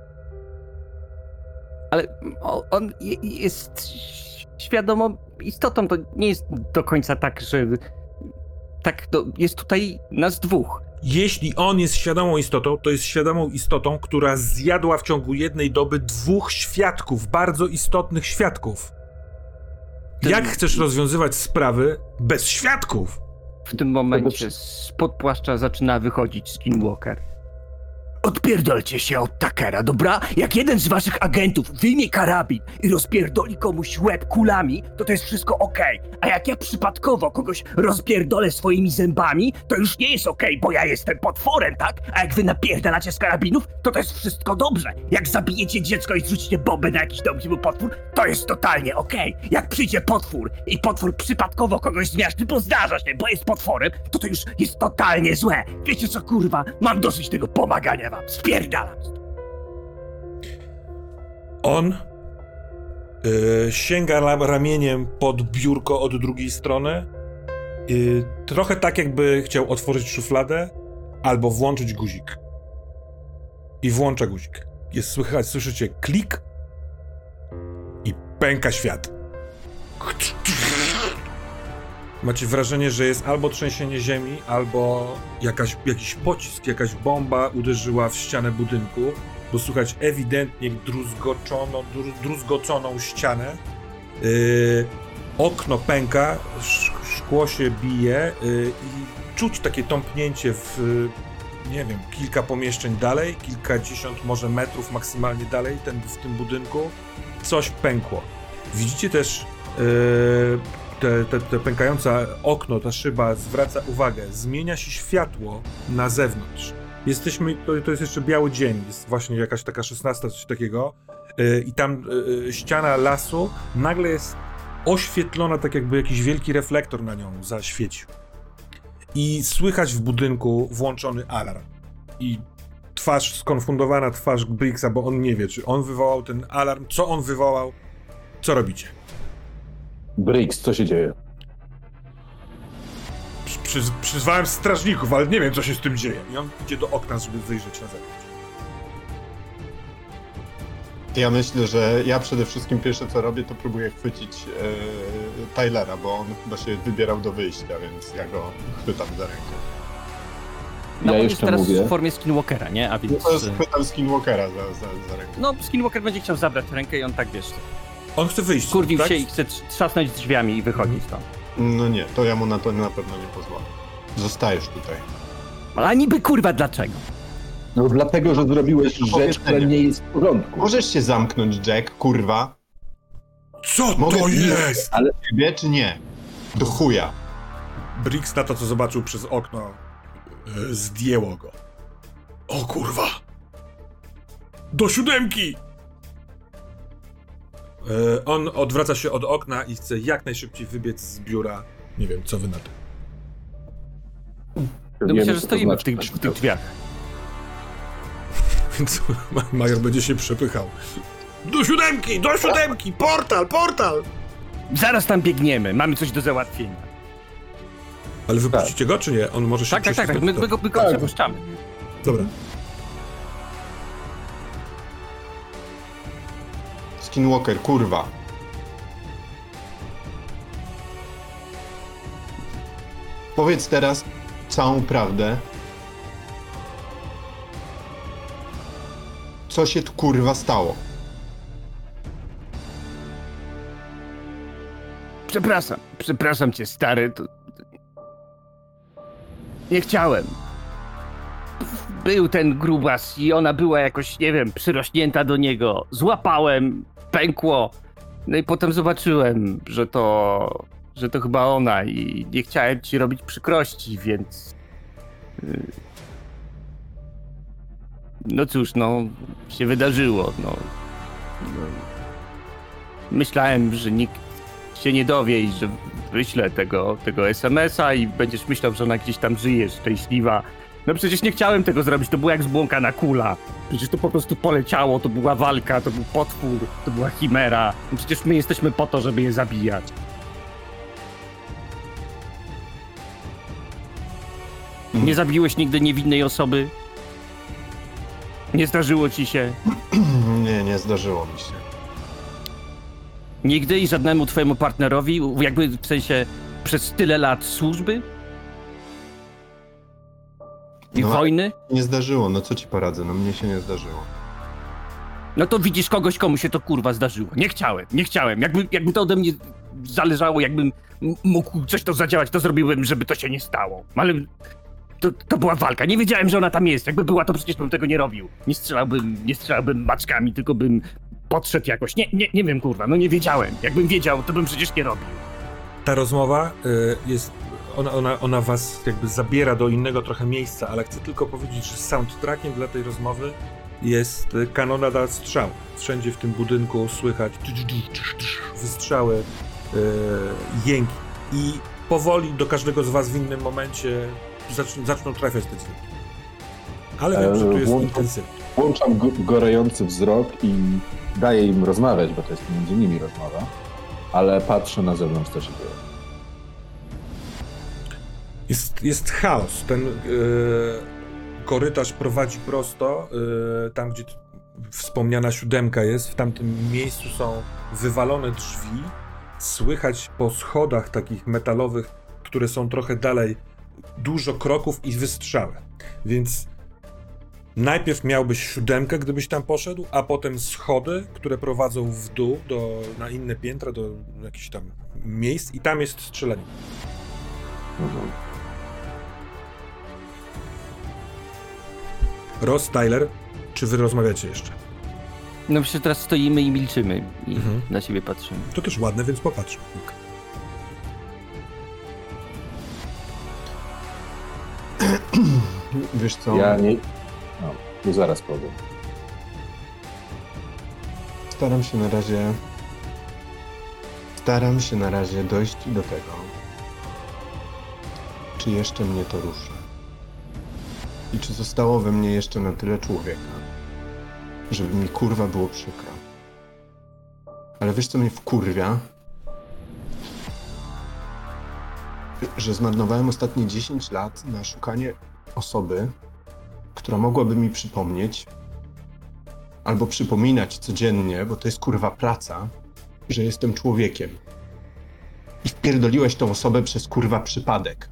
Ale o- on je- jest świadomą istotą, to nie jest do końca tak, że... Tak, to jest tutaj nas dwóch. Jeśli on jest świadomą istotą, to jest świadomą istotą, która zjadła w ciągu jednej doby dwóch świadków, bardzo istotnych świadków. Ten- Jak chcesz rozwiązywać sprawy bez świadków? W tym momencie spod płaszcza zaczyna wychodzić Skinwalker. Odpierdolcie się od Tuckera, dobra? Jak jeden z waszych agentów wyjmie karabin i rozpierdoli komuś łeb kulami, to to jest wszystko okej. A jak ja przypadkowo kogoś rozpierdolę swoimi zębami, to już nie jest okej, bo ja jestem potworem, tak? A jak wy napierdalacie z karabinów, to to jest wszystko dobrze. Jak zabijecie dziecko i zrzucicie bombę na jakiś dom, gdzie był potwór, to jest totalnie okej. Jak przyjdzie potwór i potwór przypadkowo kogoś zmiażdży, bo zdarza się, bo jest potworem, to to już jest totalnie złe. Wiecie co, kurwa? Mam dosyć tego pomagania wam. Spierdalam. On yy, sięga la- ramieniem pod biurko od drugiej strony, yy, trochę tak, jakby chciał otworzyć szufladę albo włączyć guzik. I włącza guzik. Jest słychać, słyszycie klik i pęka świat. Macie wrażenie, że jest albo trzęsienie ziemi, albo jakaś, jakiś pocisk, jakaś bomba uderzyła w ścianę budynku, bo słychać ewidentnie druzgoczoną, dru, druzgoconą ścianę. Yy, okno pęka, sz, szkło się bije yy, i czuć takie tąpnięcie w, yy, nie wiem, kilka pomieszczeń dalej, kilkadziesiąt może metrów maksymalnie dalej ten, w tym budynku. Coś pękło. Widzicie też yy, te, te, te pękające okno, ta szyba zwraca uwagę. Zmienia się światło na zewnątrz. Jesteśmy, to, to jest jeszcze biały dzień, jest właśnie jakaś taka szesnasta, coś takiego. Yy, I tam yy, ściana lasu nagle jest oświetlona, tak jakby jakiś wielki reflektor na nią zaświecił. I słychać w budynku włączony alarm. I twarz, skonfundowana twarz Briggsa, bo on nie wie, czy on wywołał ten alarm, co on wywołał, co robicie? Briggs, co się dzieje? Przy, przy, przyzwałem strażników, ale nie wiem, co się z tym dzieje. I on idzie do okna, żeby wyjrzeć na zewnątrz. Ja myślę, że ja przede wszystkim pierwsze co robię, to próbuję chwycić e, Tylera, bo on chyba się wybierał do wyjścia, więc ja go chwytam za rękę. No Ja on jest jeszcze teraz mówię. w formie Skinwalkera, nie? A No więc... to jest, chwytam Skinwalkera za, za, za rękę. No, Skinwalker będzie chciał zabrać rękę i on tak, wiesz, On chce wyjść. kurwił tak? się i chce trzasnąć drzwiami i wychodzić stąd. No nie, to ja mu na to na pewno nie pozwolę. Zostajesz tutaj. A niby kurwa dlaczego? No dlatego, że zrobiłeś rzecz, która Powiedzenie. nie jest w porządku. Możesz się zamknąć, Jack, kurwa? Co Mogę- to jest? Ale Ciebie czy nie? Do chuja. Briggs na to, co zobaczył przez okno, yy, zdjęło go. O kurwa! Do siódemki! Yy, on odwraca się od okna i chce jak najszybciej wybiec z biura. Nie wiem, co wy na to. No wiemy, myślę, że co to stoimy znaczy. w tych, w tych drzwiach. Więc major będzie się przepychał. Do siódemki! Do siódemki! Portal! Portal! Zaraz tam biegniemy, mamy coś do załatwienia. Ale wypuścicie go, czy nie? On może się Tak, tak, tak, tak. My, my go, my go Tak. przepuszczamy. Dobra. Skinwalker, kurwa. Powiedz teraz całą prawdę. Co się tu kurwa stało? Przepraszam, przepraszam cię, stary. To... Nie chciałem. Był ten grubas i ona była jakoś, nie wiem, przyrośnięta do niego. Złapałem, pękło. No i potem zobaczyłem, że to... że to chyba ona i nie chciałem ci robić przykrości, więc... Yy... No cóż, no, się wydarzyło, no. no. Myślałem, że nikt się nie dowie i że wyślę tego, tego es em es a i będziesz myślał, że ona gdzieś tam żyje, szczęśliwa. No przecież nie chciałem tego zrobić, to było jak zbłąkana kula. Przecież to po prostu poleciało, to była walka, to był potwór, to była chimera. No przecież my jesteśmy po to, żeby je zabijać. Nie zabiłeś nigdy niewinnej osoby? Nie zdarzyło ci się? Nie, nie zdarzyło mi się. Nigdy i żadnemu twojemu partnerowi? Jakby w sensie przez tyle lat służby? I No, wojny? Nie zdarzyło, no co ci poradzę, no mnie się nie zdarzyło. No to widzisz kogoś, komu się to kurwa zdarzyło. Nie chciałem, nie chciałem. Jakby, jakby to ode mnie zależało, jakbym m- mógł coś to zadziałać, to zrobiłbym, żeby to się nie stało. Ale to, to była walka. Nie wiedziałem, że ona tam jest. Jakby była, to przecież bym tego nie robił. Nie strzelałbym, nie strzelałbym maczkami, tylko bym podszedł jakoś. Nie, nie, nie wiem, kurwa, no nie wiedziałem. Jakbym wiedział, to bym przecież nie robił. Ta rozmowa y, jest, ona, ona, ona was jakby zabiera do innego trochę miejsca, ale chcę tylko powiedzieć, że soundtrackiem dla tej rozmowy jest y, kanonada strzał. Wszędzie w tym budynku słychać wystrzały, y, jęki i powoli do każdego z was w innym momencie zaczną, zaczną trafiać te dźwięki. Ale wiem, że tu jest Włączam- intensywnie. Włączam go- gorejący wzrok i daję im rozmawiać, bo to jest między nimi rozmowa, ale patrzę na zewnątrz, co się dzieje. Jest, jest chaos. Ten y, korytarz prowadzi prosto, y, tam gdzie t- wspomniana siódemka jest, w tamtym miejscu są wywalone drzwi, słychać po schodach takich metalowych, które są trochę dalej, dużo kroków i wystrzały. Więc najpierw miałbyś siódemkę, gdybyś tam poszedł, a potem schody, które prowadzą w dół, do, na inne piętra, do jakichś tam miejsc i tam jest strzelanie. Mhm. Ross, Tyler, czy wy rozmawiacie jeszcze? No przecież teraz stoimy i milczymy i Mhm. na siebie patrzymy. To też ładne, więc popatrz. Wiesz co, Ja nie... No, to zaraz powiem. staram się na razie... Staram się na razie dojść do tego, czy jeszcze mnie to rusza. I czy zostało we mnie jeszcze na tyle człowieka, żeby mi kurwa było przykro. Ale wiesz co mnie wkurwia? Że zmarnowałem ostatnie dziesięć lat na szukanie osoby, która mogłaby mi przypomnieć, albo przypominać codziennie, bo to jest kurwa praca, że jestem człowiekiem. I wpierdoliłeś tą osobę przez kurwa przypadek.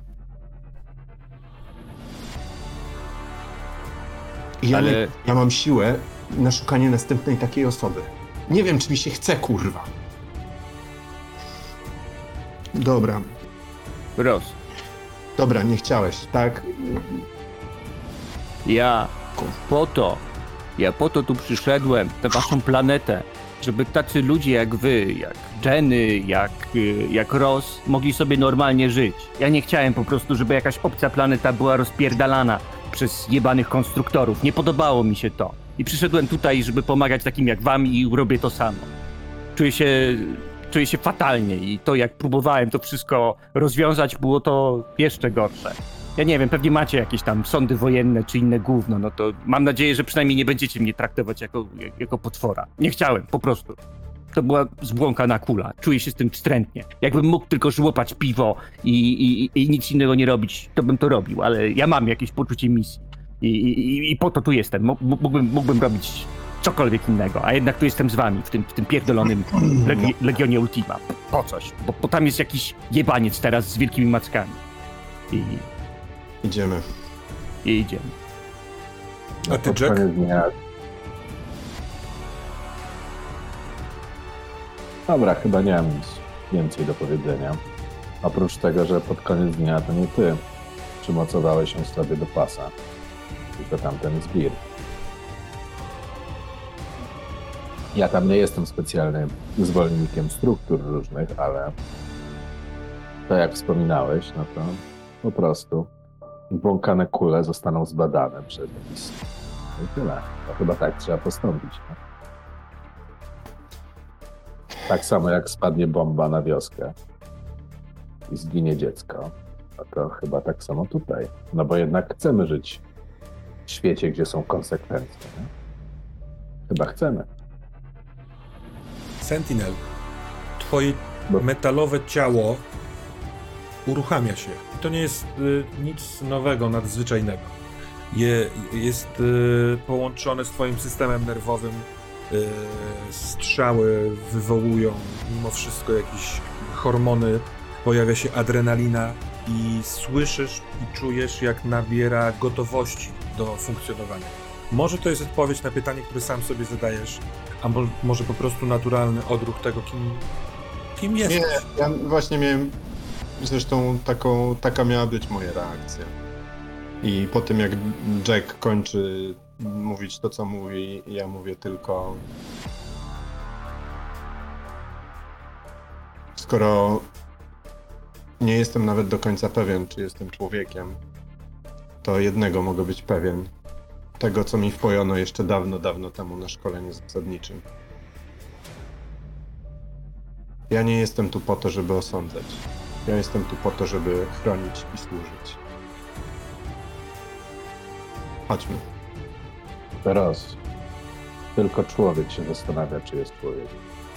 I ja, Ale- nie, ja mam siłę na szukanie następnej takiej osoby. Nie wiem, czy mi się chce, kurwa. Dobra, Ross, dobra, nie chciałeś, tak? ja po to, ja po to tu przyszedłem, na waszą planetę, żeby tacy ludzie jak wy, jak Jenny, jak, y, jak Ross, mogli sobie normalnie żyć. Ja nie chciałem po prostu, żeby jakaś obca planeta była rozpierdalana przez jebanych konstruktorów. Nie podobało mi się to. I przyszedłem tutaj, żeby pomagać takim jak wam i robię to samo. Czuję się, czuję się fatalnie i to jak próbowałem to wszystko rozwiązać, było to jeszcze gorsze. Ja nie wiem, pewnie macie jakieś tam sądy wojenne czy inne gówno, no to mam nadzieję, że przynajmniej nie będziecie mnie traktować jako, jak, jako potwora. Nie chciałem, po prostu. To była zbłąkana kula. Czuję się z tym wstrętnie. Jakbym mógł tylko żłopać piwo i, i, i nic innego nie robić, to bym to robił, ale ja mam jakieś poczucie misji. I, i, i po to tu jestem. Mó- Mógłbym, mógłbym robić cokolwiek innego, a jednak tu jestem z wami, w tym, w tym pierdolonym Legi- Legionie Ultima. Po coś, bo, bo tam jest jakiś jebaniec teraz z wielkimi mackami. I, Idziemy. i idziemy. A ty, Pod Jack? koniec dnia... Dobra, chyba nie mam nic więcej do powiedzenia. Oprócz tego, że pod koniec dnia to nie ty przymocowałeś się sobie do pasa, tylko tamten zbir. Ja tam nie jestem specjalnym zwolennikiem struktur różnych, ale to jak wspominałeś, no to po prostu błąkane kule zostaną zbadane przez jakiś... No i tyle. To chyba tak trzeba postąpić. No? Tak samo jak spadnie bomba na wioskę i zginie dziecko, no to chyba tak samo tutaj. No bo jednak chcemy żyć w świecie, gdzie są konsekwencje. Nie? Chyba chcemy. Sentinel, twoje Bo- metalowe ciało uruchamia się. I to nie jest y, nic nowego, nadzwyczajnego. Je, jest y, połączone z twoim systemem nerwowym. Y, strzały wywołują mimo wszystko jakieś hormony, pojawia się adrenalina i słyszysz i czujesz, jak nabiera gotowości do funkcjonowania. Może to jest odpowiedź na pytanie, które sam sobie zadajesz, a mo- może po prostu naturalny odruch tego, kim, kim jesteś. Nie, ja właśnie miałem, zresztą taką, taka miała być moja reakcja. I po tym jak Jack kończy mówić to, co mówi, ja mówię tylko... Skoro nie jestem nawet do końca pewien, czy jestem człowiekiem, to jednego mogę być pewien. Tego, co mi wpojono jeszcze dawno, dawno temu na szkoleniu zasadniczym. Ja nie jestem tu po to, żeby osądzać. Ja jestem tu po to, żeby chronić i służyć. Chodźmy. Teraz tylko człowiek się zastanawia, czy jest człowiek.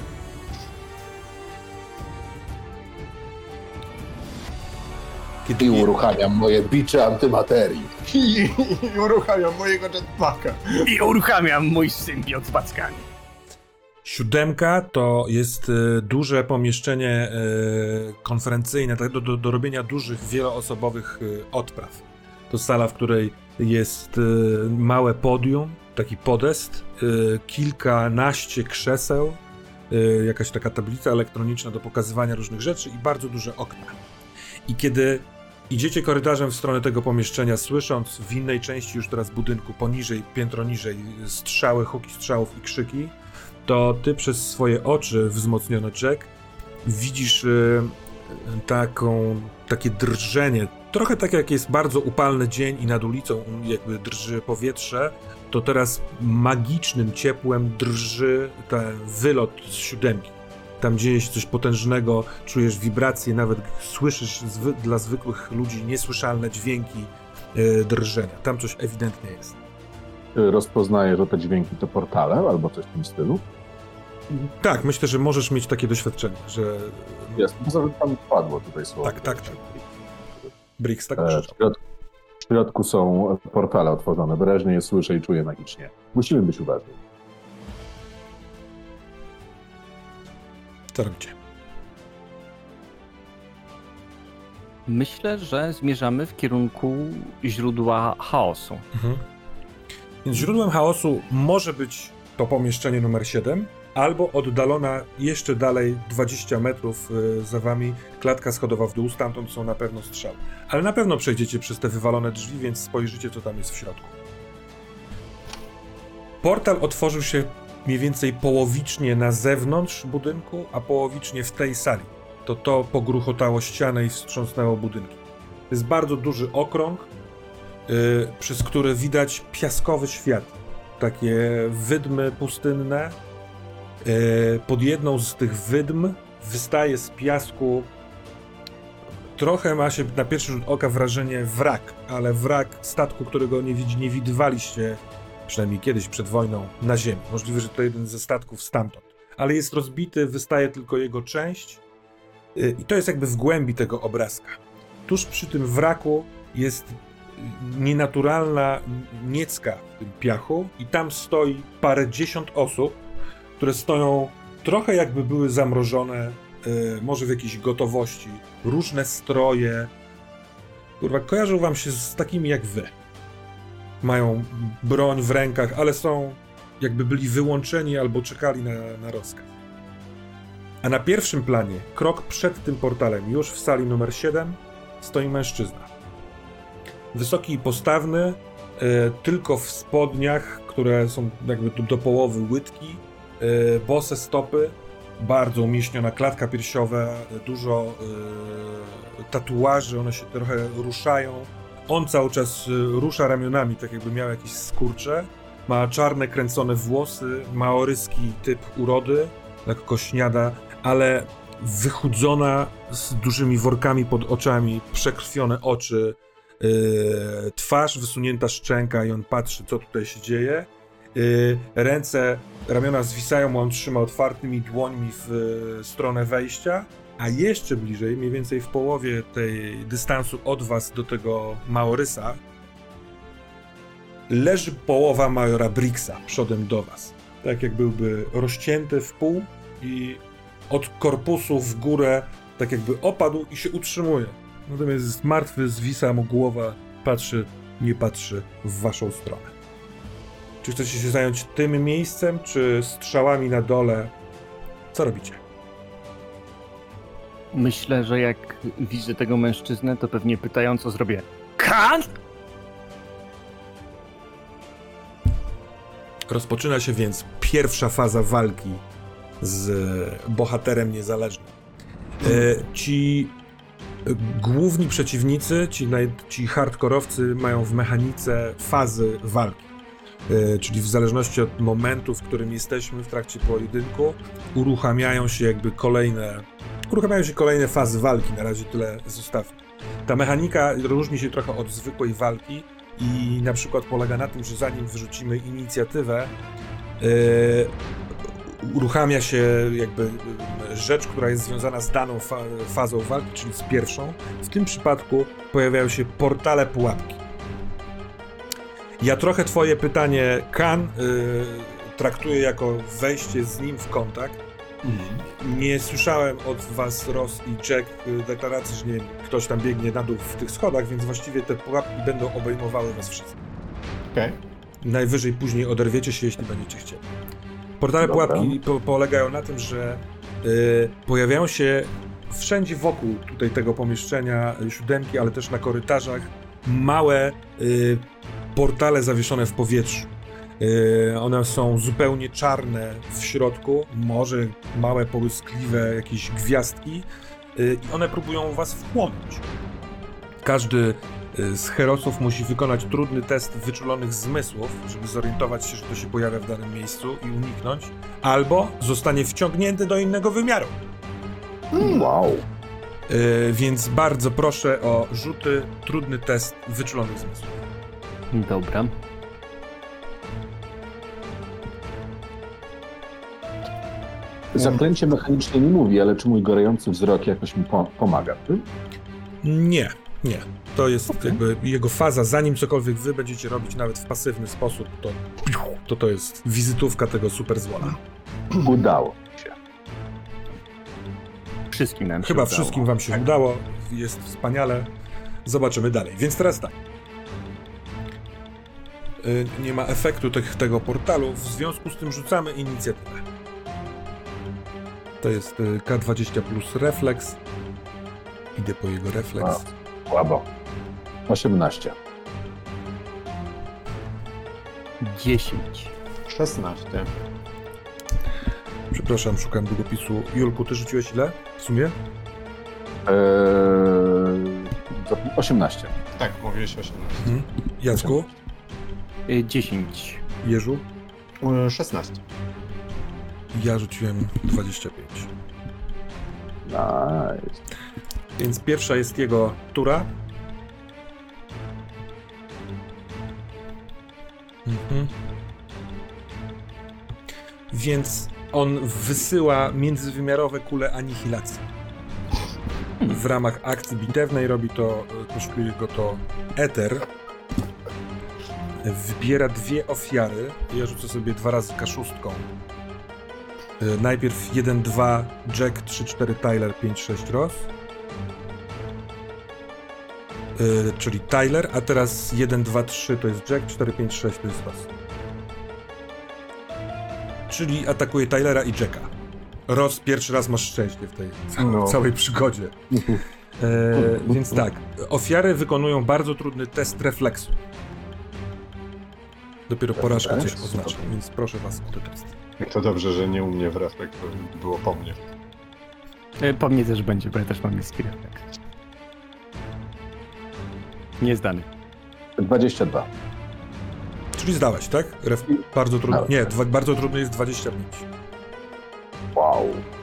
Kiedy I uruchamiam moje bicze antymaterii. I, i uruchamiam mojego jetpacka. I uruchamiam mój symbiot z packami. Siódemka to jest y, duże pomieszczenie y, konferencyjne tak, do, do, do robienia dużych, wieloosobowych y, odpraw. To sala, w której jest y, małe podium, taki podest, y, kilkanaście krzeseł, y, jakaś taka tablica elektroniczna do pokazywania różnych rzeczy i bardzo duże okna. I kiedy idziecie korytarzem w stronę tego pomieszczenia, słysząc w innej części już teraz budynku, poniżej, piętro niżej, strzały, huki strzałów i krzyki, to ty przez swoje oczy, wzmocnione Jack, widzisz y, taką, takie drżenie. Trochę tak jak jest bardzo upalny dzień i nad ulicą jakby drży powietrze, to teraz magicznym ciepłem drży ten wylot z siódemki. Tam dzieje się coś potężnego, czujesz wibracje, nawet słyszysz zwy- dla zwykłych ludzi niesłyszalne dźwięki y, drżenia. Tam coś ewidentnie jest. Rozpoznaje, że te dźwięki to portale albo coś w tym stylu. Tak, myślę, że możesz mieć takie doświadczenie, że Jest, poza tym tam padło tutaj słowo. Tak, tak, tak. Briggs tak E, W krzyczał. środku, w środku są portale otworzone. Wyraźnie je słyszę i czuję magicznie. Musimy być uważni. Co robicie? Myślę, że zmierzamy w kierunku źródła chaosu. Mhm. Więc źródłem chaosu może być to pomieszczenie numer siedem, albo oddalona jeszcze dalej dwadzieścia metrów y, za wami klatka schodowa w dół, stamtąd są na pewno strzały. Ale na pewno przejdziecie przez te wywalone drzwi, więc spojrzycie, co tam jest w środku. Portal otworzył się mniej więcej połowicznie na zewnątrz budynku, a połowicznie w tej sali. To to pogruchotało ścianę i wstrząsnęło budynki. To jest bardzo duży okrąg, yy, przez który widać piaskowy świat. Takie wydmy pustynne. Yy, pod jedną z tych wydm wystaje z piasku, trochę ma się na pierwszy rzut oka wrażenie wrak, ale wrak statku, którego nie, widz- nie widywaliście, przynajmniej kiedyś przed wojną, na ziemi. Możliwe, że to jeden ze statków stamtąd. Ale jest rozbity, wystaje tylko jego część yy, i to jest jakby w głębi tego obrazka. Tuż przy tym wraku jest nienaturalna niecka w tym piachu i tam stoi parędziesiąt osób, które stoją trochę jakby były zamrożone, yy, może w jakiejś gotowości. Różne stroje. Kurwa, kojarzą wam się z takimi jak wy. Mają broń w rękach, ale są jakby byli wyłączeni albo czekali na, na rozkaz. A na pierwszym planie, krok przed tym portalem, już w sali numer siedem, stoi mężczyzna. Wysoki i postawny, e, tylko w spodniach, które są jakby do, do połowy łydki, e, bose stopy bardzo umieśniona klatka piersiowa, dużo y, tatuaży, one się trochę ruszają. On cały czas y, rusza ramionami, tak jakby miał jakieś skurcze. Ma czarne, kręcone włosy, maoryski typ urody, lekko śniada, ale wychudzona, z dużymi workami pod oczami, przekrwione oczy, yy, twarz, wysunięta szczęka i on patrzy, co tutaj się dzieje. Yy, ręce, ramiona zwisają, on trzyma otwartymi dłońmi w yy, stronę wejścia, a jeszcze bliżej, mniej więcej w połowie tej dystansu od was do tego Maorysa, leży połowa majora Briggsa przodem do was. Tak jak byłby rozcięty w pół i od korpusu w górę tak jakby opadł i się utrzymuje. Natomiast jest martwy, zwisa mu głowa, patrzy, nie patrzy w waszą stronę. Czy chcecie się zająć tym miejscem, czy strzałami na dole? Co robicie? Myślę, że jak widzę tego mężczyznę, to pewnie pytająco zrobię Kan? Rozpoczyna się więc pierwsza faza walki z bohaterem niezależnym. E, ci główni przeciwnicy, ci, naj, ci hardkorowcy mają w mechanice fazy walki. E, czyli w zależności od momentu, w którym jesteśmy w trakcie pojedynku, uruchamiają się jakby kolejne, uruchamiają się kolejne fazy walki. Na razie tyle zostawmy. Ta mechanika różni się trochę od zwykłej walki i na przykład polega na tym, że zanim wyrzucimy inicjatywę, yy, uruchamia się jakby rzecz, która jest związana z daną fa fazą walki, czyli z pierwszą. W tym przypadku pojawiają się portale pułapki. Ja trochę twoje pytanie, Kan, yy, traktuję jako wejście z nim w kontakt. Mhm. Nie słyszałem od was, Ross i Jack, deklaracji, że nie wiem, ktoś tam biegnie na dół w tych schodach, więc właściwie te pułapki będą obejmowały was wszystkich. Okej. Okay. Najwyżej później oderwiecie się, jeśli będziecie chcieli. Portale Dobra. pułapki po polegają na tym, że y, pojawiają się wszędzie wokół tutaj tego pomieszczenia siódemki, ale też na korytarzach małe y, portale zawieszone w powietrzu. Yy, one są zupełnie czarne w środku, może małe, połyskliwe jakieś gwiazdki yy, i one próbują was wchłonąć. Każdy yy, z herosów musi wykonać trudny test wyczulonych zmysłów, żeby zorientować się, że to się pojawia w danym miejscu i uniknąć, albo zostanie wciągnięty do innego wymiaru. Wow. Yy, więc bardzo proszę o rzuty, trudny test wyczulonych zmysłów. Dobra. Zaklęcie mechanicznie nie mówi, ale czy mój gorejący wzrok jakoś mi po pomaga? Ty? Nie, nie. To jest okay. jakby jego faza, zanim cokolwiek wy będziecie robić nawet w pasywny sposób, to to, to jest wizytówka tego super zła. Udało się. Wszystkim nam się Chyba udało. wszystkim wam się tak. udało, jest wspaniale. Zobaczymy dalej. Więc teraz tak. Yy, nie ma efektu tych, tego portalu, w związku z tym rzucamy inicjatywę. To jest K dwadzieścia plus refleks. Idę po jego refleks. A, słabo. osiemnaście. dziesięć. szesnaście. Przepraszam, szukam długopisu. Julku, ty rzuciłeś ile w sumie? Eee, osiemnaście. Tak, mówiłeś osiemnaście. Mhm. Jacku? Y, dziesięć. Jerzu? E, szesnaście. Ja rzuciłem dwadzieścia pięć. Nice. Więc pierwsza jest jego tura. Mhm. Więc on wysyła międzywymiarowe kule anihilacji. W ramach akcji bitewnej robi to, kosztuje go to eter. Wybiera dwie ofiary. Ja rzucę sobie dwa razy K sześć. Najpierw jeden dwa Jack, trzy cztery Tyler, pięć sześć Ross. Yy, czyli Tyler, a teraz jeden dwa trzy to jest Jack, cztery pięć sześć to jest Ross. Czyli atakuje Tylera i Jacka. Ross, pierwszy raz masz szczęście w tej całej, No. całej przygodzie. Yy, więc tak, ofiary wykonują bardzo trudny test refleksu. Dopiero porażka coś oznacza, więc proszę was o ten test. To dobrze, że nie u mnie w refleks, to było po mnie. E, Po mnie też będzie, bo ja też mam niski refleks. Niezdany. dwadzieścia dwa. Czyli zdałeś, tak? Ref... Bardzo trudno. Nie, dwa, bardzo trudno jest dwadzieścia pięć. Wow.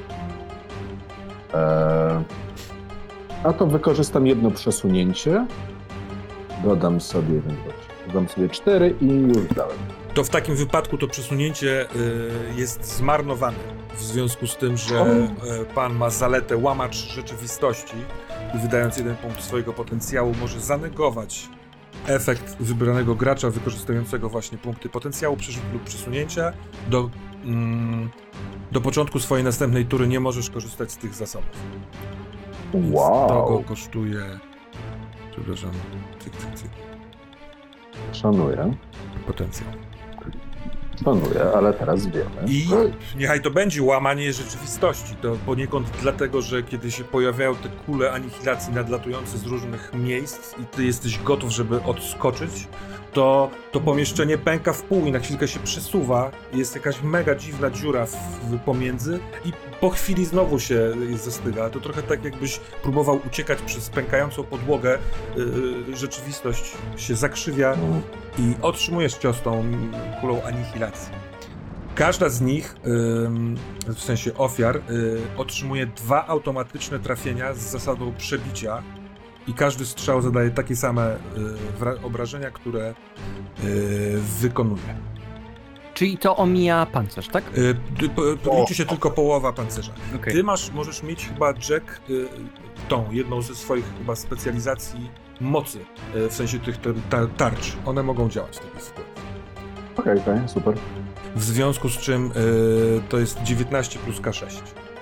Eee, a to wykorzystam jedno przesunięcie. Dodam sobie jeden, dodam sobie cztery i już dałem. To w takim wypadku to przesunięcie y, jest zmarnowane. W związku z tym, że y, pan ma zaletę łamacz rzeczywistości i wydając jeden punkt swojego potencjału może zanegować efekt wybranego gracza wykorzystującego właśnie punkty potencjału, przerzutu lub przesunięcia. Do, mm, do początku swojej następnej tury nie możesz korzystać z tych zasobów. Więc Wow. to go kosztuje... Przepraszam. Cyk, cyk, cyk. Szanuję. Potencjał. Szanuję, ale teraz wiemy. I niechaj to będzie łamanie rzeczywistości. To poniekąd dlatego, że kiedy się pojawiają te kule anihilacji nadlatujące z różnych miejsc i ty jesteś gotów, żeby odskoczyć, to to pomieszczenie pęka w pół i na chwilkę się przesuwa. Jest jakaś mega dziwna dziura w, w pomiędzy i po chwili znowu się zastyga. To trochę tak, jakbyś próbował uciekać przez pękającą podłogę. Yy, rzeczywistość się zakrzywia i otrzymujesz cios tą kulą anihilacji. Każda z nich, ym, w sensie ofiar, y, otrzymuje dwa automatyczne trafienia z zasadą przebicia i każdy strzał zadaje takie same y, wra- obrażenia, które y, wykonuje. Czyli to omija pancerz, tak? Y, ty- p- p- liczy się tylko połowa pancerza. Okej. Ty masz, możesz mieć chyba, Jack, y, tą jedną ze swoich chyba specjalizacji mocy, y, w sensie tych tar- tar- tarcz. One mogą działać w takiej sytuacji. Okej, okej, super. W związku z czym y, to jest dziewiętnaście plus K sześć.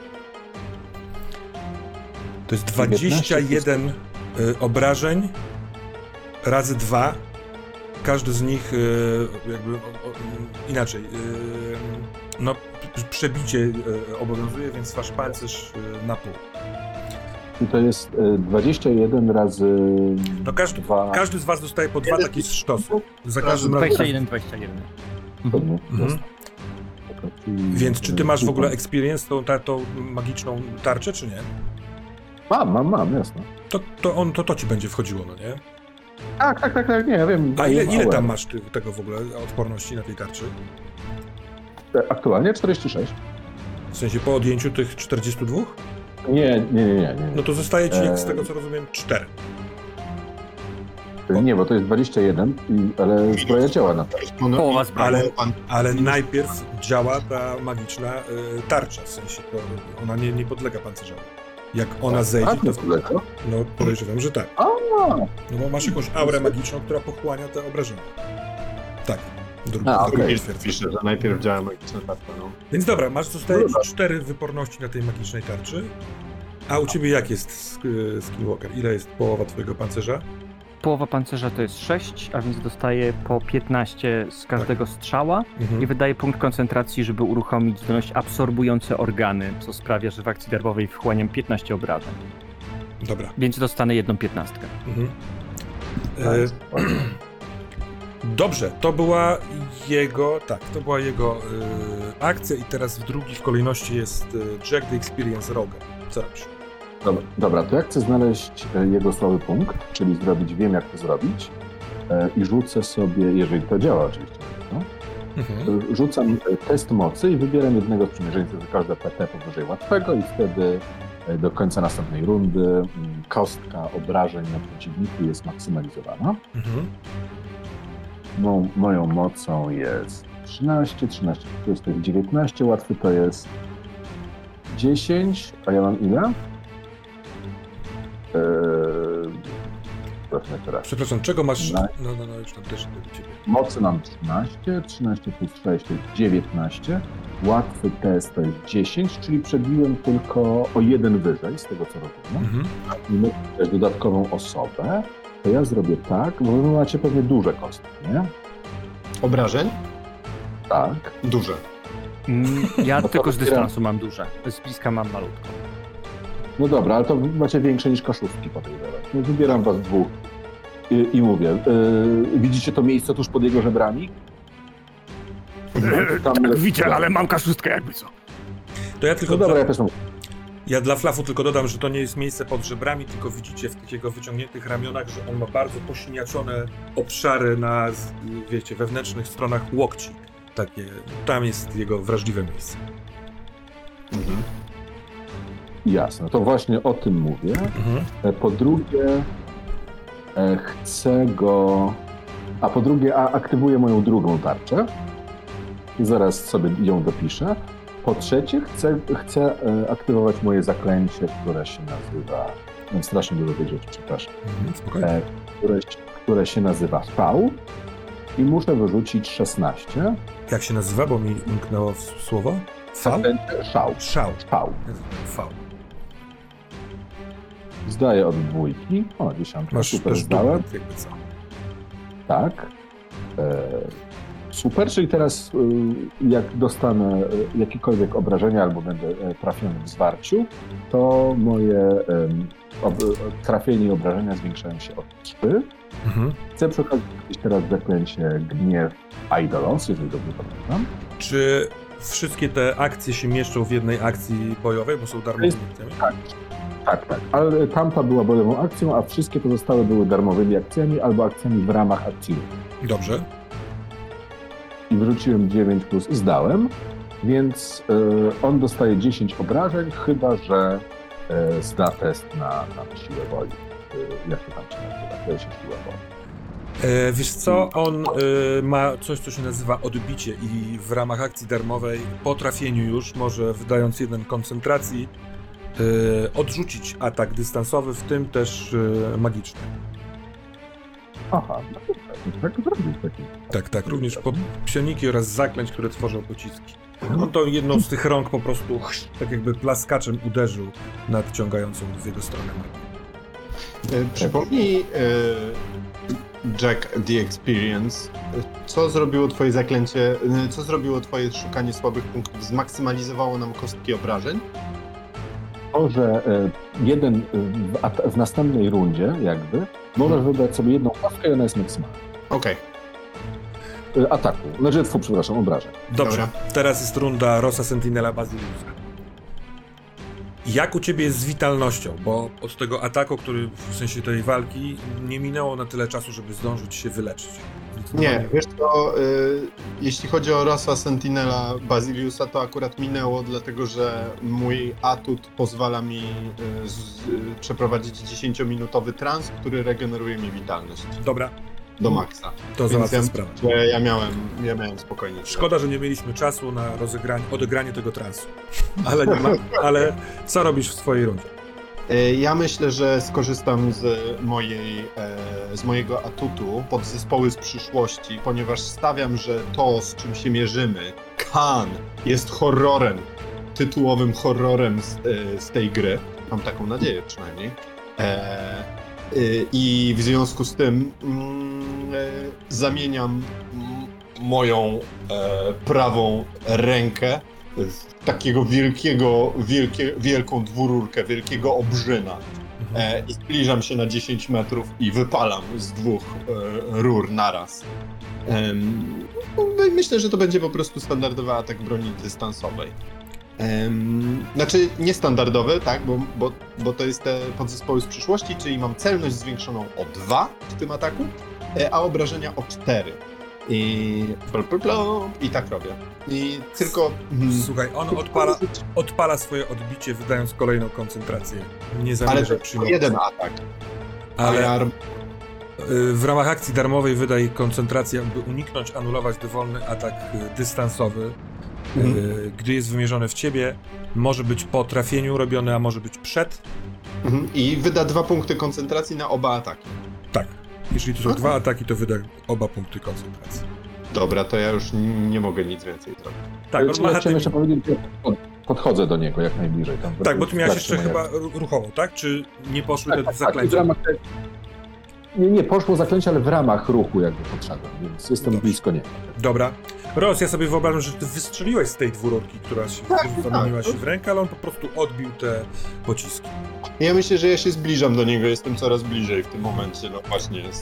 To jest dwadzieścia jeden y, obrażeń razy dwa. Każdy z nich y, jakby o, o, inaczej. Y, no, p- przebicie y, obowiązuje, więc wasz pancerz y, na pół. I to jest e, dwadzieścia jeden razy No każdy, dwa. każdy z was dostaje po dwa takie sztosy. Za każdym razem. dwadzieścia jeden, dwadzieścia jeden. Pewnie. Mhm. Więc czy ty masz w ogóle experience tą, ta, tą magiczną tarczę, czy nie? Mam, mam, mam, jasne. To, to, on, to to ci będzie wchodziło, no nie? Tak, tak, tak, tak, nie, ja wiem. A ile, ile małe. tam masz ty, tego w ogóle odporności na tej tarczy? Aktualnie czterdzieści sześć. W sensie po odjęciu tych czterdziestu dwóch? Nie, nie, nie, nie. nie. No to zostaje ci, jak z Eee. tego co rozumiem, cztery. Nie, bo to jest dwadzieścia jeden, i, ale zbroja działa na to. Połowa zbroi. Ale, pan- ale najpierw działa ta magiczna y, tarcza, w sensie to ona nie, nie podlega pancerzowi. Jak ona zejdzie, A, to nie w... podlega? no podejrzewam, że tak. A, No bo masz jakąś aurę magiczną, która pochłania te obrażenia. Tak. Drugi, A, drugi okej. twierdzę. Pisze, że najpierw działa magiczna tarcza, no. Więc dobra, masz zostaje ci cztery wyporności na tej magicznej tarczy. A u ciebie jak jest sk- Skinwalker? Ile jest połowa twojego pancerza? Połowa pancerza to jest sześć, a więc dostaję po piętnaście z każdego strzała Mhm. i wydaję punkt koncentracji, żeby uruchomić zdolność absorbujące organy, co sprawia, że w akcji darmowej wchłaniam piętnaście obrażeń. Dobra. Więc dostanę jedną piętnastkę. Mhm. E, dobrze, to była jego, tak, to była jego e, akcja i teraz w drugiej w kolejności jest e, Jack the Experience Rogue. Co robisz? Dobra, dobra, to ja chcę znaleźć e, jego słaby punkt, czyli zrobić, wiem jak to zrobić e, i rzucę sobie, jeżeli to działa oczywiście, no, Mhm. to rzucam e, test mocy i wybieram jednego sprzymierzeńca za każde P T powyżej łatwego i wtedy e, do końca następnej rundy m, kostka obrażeń na przeciwniku jest maksymalizowana. Mhm. No, moją mocą jest trzynaście, trzynaście plus to jest dziewiętnaście, łatwy to jest dziesięć, a ja mam ile? Eee, Proszę teraz. Przepraszam, czego masz? No. No, no, no, już tam też do ciebie. Mocy mam trzynaście, trzynaście plus sześć to jest dziewiętnaście, łatwy test to jest dziesięć, czyli przebiłem tylko o jeden wyżej z tego co rozumiem. Mhm. I muszę też dodatkową osobę, to ja zrobię tak, bo wy macie pewnie duże kostki, nie? Obrażeń? Tak. Duże. Mm, Ja No to tylko z otwieram. dystansu mam duże, z bliska mam malutko. No dobra, ale to macie większe niż kaszówki podejrzewam. No wybieram was dwóch i, i mówię, yy, widzicie to miejsce tuż pod jego żebrami? Tam Tak, jest- widzę, ale mam kaszustkę jakby co. To ja tylko No dobra, dla, ja też mam. ja dla flafu tylko dodam, że to nie jest miejsce pod żebrami, tylko widzicie w tych jego wyciągniętych ramionach, że on ma bardzo posiniaczone obszary na, z- wiecie, wewnętrznych stronach łokci. Takie, tam jest jego wrażliwe miejsce. Mhm. Jasne, to właśnie o tym mówię. Mhm. E, Po drugie, e, chcę go. A po drugie, a aktywuję moją drugą tarczę. Zaraz sobie ją dopiszę. Po trzecie, chcę, chcę e, aktywować moje zaklęcie, które się nazywa. Mam strasznie dużo tych rzeczy, przepraszam. Mhm, spokojnie. E, które, które się nazywa V. I muszę wyrzucić szesnaście. Jak się nazywa, bo mi umknęło w- słowo? V? Zaklęcie Szał. Szał. V. V. Zdaję od dwójki. O, dziesiątka. Masz Super, też zdałem. duplet, jakby co. Tak. E, super, czyli teraz e, jak dostanę e, jakiekolwiek obrażenia albo będę e, trafiony w zwarciu, to moje em, ob, trafienie i obrażenia zwiększają się o trzy. Mhm. Chcę przy okazji powiedzieć teraz zaklęcie Gniew Aidolos, jeżeli dobrze pamiętam. Czy wszystkie te akcje się mieszczą w jednej akcji bojowej, bo są darmowymi akcjami? Tak. Tak, tak. Ale tamta była bojową akcją, a wszystkie pozostałe były darmowymi akcjami albo akcjami w ramach akcji. Dobrze. I wyrzuciłem dziewięć plus zdałem, więc y, on dostaje dziesięć obrażeń, chyba że y, zda test na, na siłę woli. Y, jak to tam się nazywa? To się siła woli. E, wiesz co, on e, ma coś, co się nazywa odbicie i w ramach akcji darmowej po trafieniu już może, wydając jeden koncentracji, e, odrzucić atak dystansowy, w tym też e, magiczny. Aha, no to tak, tak zrobić taki. Tak, tak, również po psioniki oraz zaklęć, które tworzą pociski. On to jedną z tych rąk po prostu tak jakby plaskaczem uderzył nadciągającą w jego stronę magię. E, Przypomnij, e, Jack the Experience, e, co zrobiło twoje zaklęcie, e, co zrobiło twoje szukanie słabych punktów? Zmaksymalizowało nam kostki obrażeń? To, że y, jeden y, w, at- w następnej rundzie jakby możesz wybrać sobie jedną kostkę i ona jest maksymalna. Okej, Y, ataku, znaczy, tfu, przepraszam, obrażeń. Dobrze, Dobra. teraz jest runda Rosa Sentinela Basiliusa. Jak u ciebie jest z witalnością? Bo od tego ataku, który w sensie tej walki, nie minęło na tyle czasu, żeby zdążyć się wyleczyć. Nie, wiesz co, y, jeśli chodzi o Rosa Sentinela Basiliusa, to akurat minęło, dlatego że mój atut pozwala mi y, z, y, przeprowadzić dziesięciominutowy trans, który regeneruje mi witalność Dobra, do maksa. to Więc załatwia ja, sprawę. że ja miałem, ja miałem spokojnie. Szkoda, że nie mieliśmy czasu na rozegranie, odegranie tego transu. Ale nie ma, ale co robisz w swojej rundzie? E, Ja myślę, że skorzystam z mojej, e, z mojego atutu podzespoły z przyszłości, ponieważ stawiam, że to, z czym się mierzymy, Khan, jest horrorem, tytułowym horrorem z, e, z tej gry. Mam taką nadzieję przynajmniej. E, e, I w związku z tym mm, e, zamieniam mm, moją e, prawą rękę w takiego wielkiego, wielkie, wielką dwururkę, wielkiego obrzyna. E, I zbliżam się na dziesięć metrów i wypalam z dwóch e, rur naraz. Em, no, myślę, że to będzie po prostu standardowy atak broni dystansowej. Em, znaczy niestandardowy, tak, bo, bo, bo to jest te podzespoły z przyszłości, czyli mam celność zwiększoną o dwa w tym ataku, e, a obrażenia o cztery. I, plop, plop, plop, i tak robię. I tylko... mm, Słuchaj, on odpala, odpala swoje odbicie, wydając kolejną koncentrację. Nie zamierza Ale to tylko przyjmować. jeden atak. A Ale ja... y, w ramach akcji darmowej wydaj koncentrację, aby uniknąć, anulować dowolny atak y, dystansowy. Mhm. Y, Gdy jest wymierzony w ciebie, może być po trafieniu robiony, a może być przed. Mhm. I wyda dwa punkty koncentracji na oba ataki. Tak. Jeżeli to są Okej. dwa ataki, to wyda oba punkty koncentracji. Dobra, to ja już n- nie mogę nic więcej zrobić. Tak, on Czy ma ja chciałem chaty- jeszcze powiedzieć, że pod- podchodzę do niego jak najbliżej. Tam Tak, bo ty miałeś wystarczy jeszcze moja- chyba ru- ruchową, tak? Czy nie poszły Tak, te tak, tak, w zaklęcia? ramach te- Nie, nie, poszło zaklęcie, ale w ramach ruchu jakby podszedłem, więc jestem Dobrze. blisko niego. Dobra. Ros, ja sobie wyobrażam, że ty wystrzeliłeś z tej dwururki, która się Tak, zamieniła tak. się w rękę, ale on po prostu odbił te pociski. Ja myślę, że ja się zbliżam do niego, jestem coraz bliżej w tym momencie, no właśnie jest tak.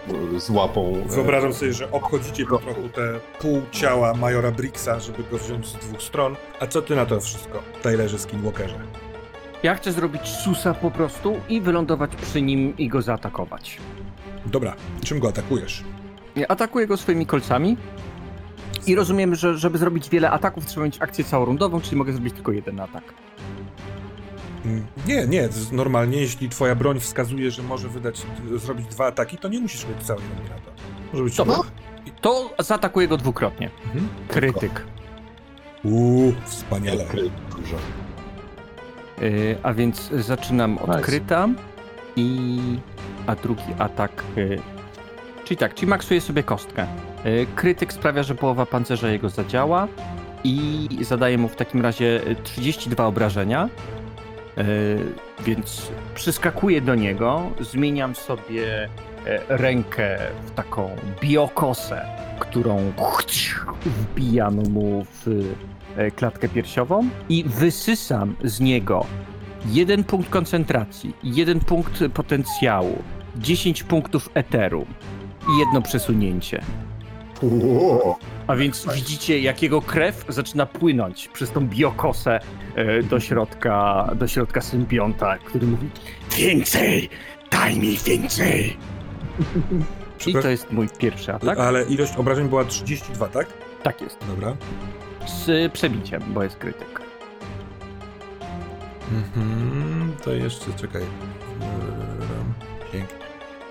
e, z łapą. e, Wyobrażam sobie, że obchodzicie po trochu te pół ciała Majora Briggsa, żeby go wziąć z dwóch stron. A co ty na to wszystko, Taylorze Skinwalkerze? Ja chcę zrobić susa po prostu i wylądować przy nim i go zaatakować. Dobra, czym go atakujesz? Ja atakuję go swoimi kolcami i rozumiem, że żeby zrobić wiele ataków, trzeba mieć akcję całorundową, czyli mogę zrobić tylko jeden atak. Mm, Nie, nie, z- normalnie jeśli twoja broń wskazuje, że może wydać, zrobić dwa ataki, to nie musisz mieć całej rundy na to. Może być... Dobra. To zaatakuję go dwukrotnie. Mhm. Krytyk. Uuu, wspaniale. Kry- dużo. Yy, a więc zaczynam od Nice. kryta i... a drugi atak... Yy, czyli tak, czyli maksuję sobie kostkę. Yy, krytyk sprawia, że połowa pancerza jego zadziała i zadaję mu w takim razie trzydzieści dwa obrażenia. Yy, więc przyskakuję do niego, zmieniam sobie e, rękę w taką biokosę, którą wbijam mu w e, klatkę piersiową i wysysam z niego jeden punkt koncentracji, jeden punkt potencjału, dziesięć punktów eteru i jedno przesunięcie. Wow. A więc widzicie, jak jego krew zaczyna płynąć przez tą biokosę e, do środka, do środka symbionta, który mówi: więcej! Daj mi więcej! I to jest mój pierwszy atak. Ale ilość obrażeń była trzydzieści dwa, tak? Tak jest. Dobra. Z przebiciem, bo jest krytyk. Mhm, to jeszcze, czekaj. Eee, Pięknie.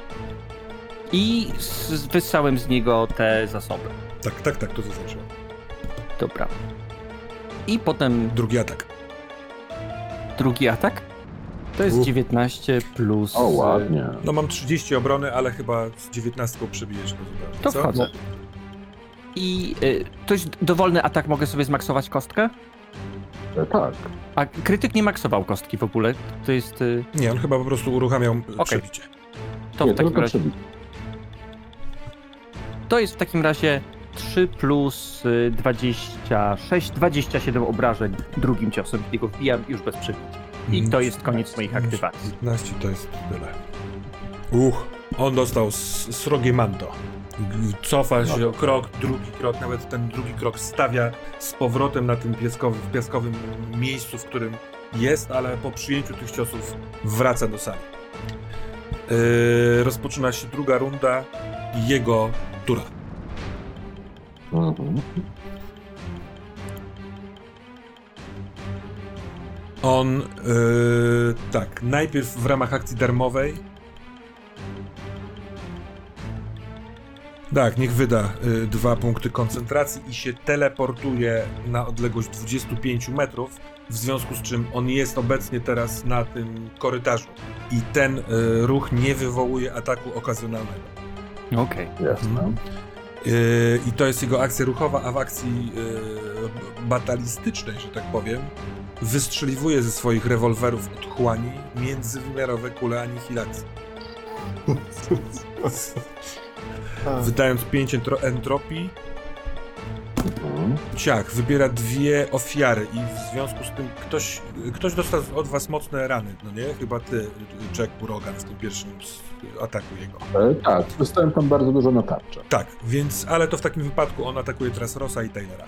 I z- wyssałem z niego te zasoby. Tak, tak, tak, to zaznaczyłem. Dobra. I potem Drugi atak. drugi atak. To jest Uff. dziewiętnaście plus... O, ładnie. No mam trzydzieści obrony, ale chyba z dziewiętnastką przebijesz to zupełnie, To co? wchodzę. I y, to jest dowolny atak, mogę sobie zmaksować kostkę? E, Tak. A krytyk nie maksował kostki w ogóle. To jest... Y, Nie, on chyba po prostu uruchamiał e, Okej. przebicie. to, Nie, w takim tylko razie, przebić. to jest w takim razie trzy plus y, dwadzieścia sześć, dwadzieścia siedem obrażeń drugim ciosem. Jego wbijam już bez przebicia. I to jest koniec moich aktywacji. piętnaście to jest tyle. Uch, on dostał s- srogie manto. G- Cofa się o krok, drugi krok, nawet ten drugi krok stawia z powrotem na tym piaskowym, w piaskowym miejscu, w którym jest, ale po przyjęciu tych ciosów wraca do sali. Yy, rozpoczyna się druga runda i jego tura. Mhm. On, yy, tak, najpierw w ramach akcji darmowej. Tak, niech wyda y, dwa punkty koncentracji i się teleportuje na odległość dwadzieścia pięć metrów, w związku z czym on jest obecnie teraz na tym korytarzu. I ten y, ruch nie wywołuje ataku okazjonalnego. Okej. Jasne. Y, I to jest jego akcja ruchowa, a w akcji y, batalistycznej, że tak powiem, wystrzeliwuje ze swoich rewolwerów otchłani międzywymiarowe kule anihilacji. Wydając pięć entro- entropii, Mhm. ciach, wybiera dwie ofiary i w związku z tym ktoś, ktoś dostał od was mocne rany, no nie? Chyba ty, Jack Burogan, w tym pierwszym s- ataku jego. E, Tak, dostałem tam bardzo dużo na tarczę. Tak, więc, ale to w takim wypadku on atakuje teraz Rossa i Taylora.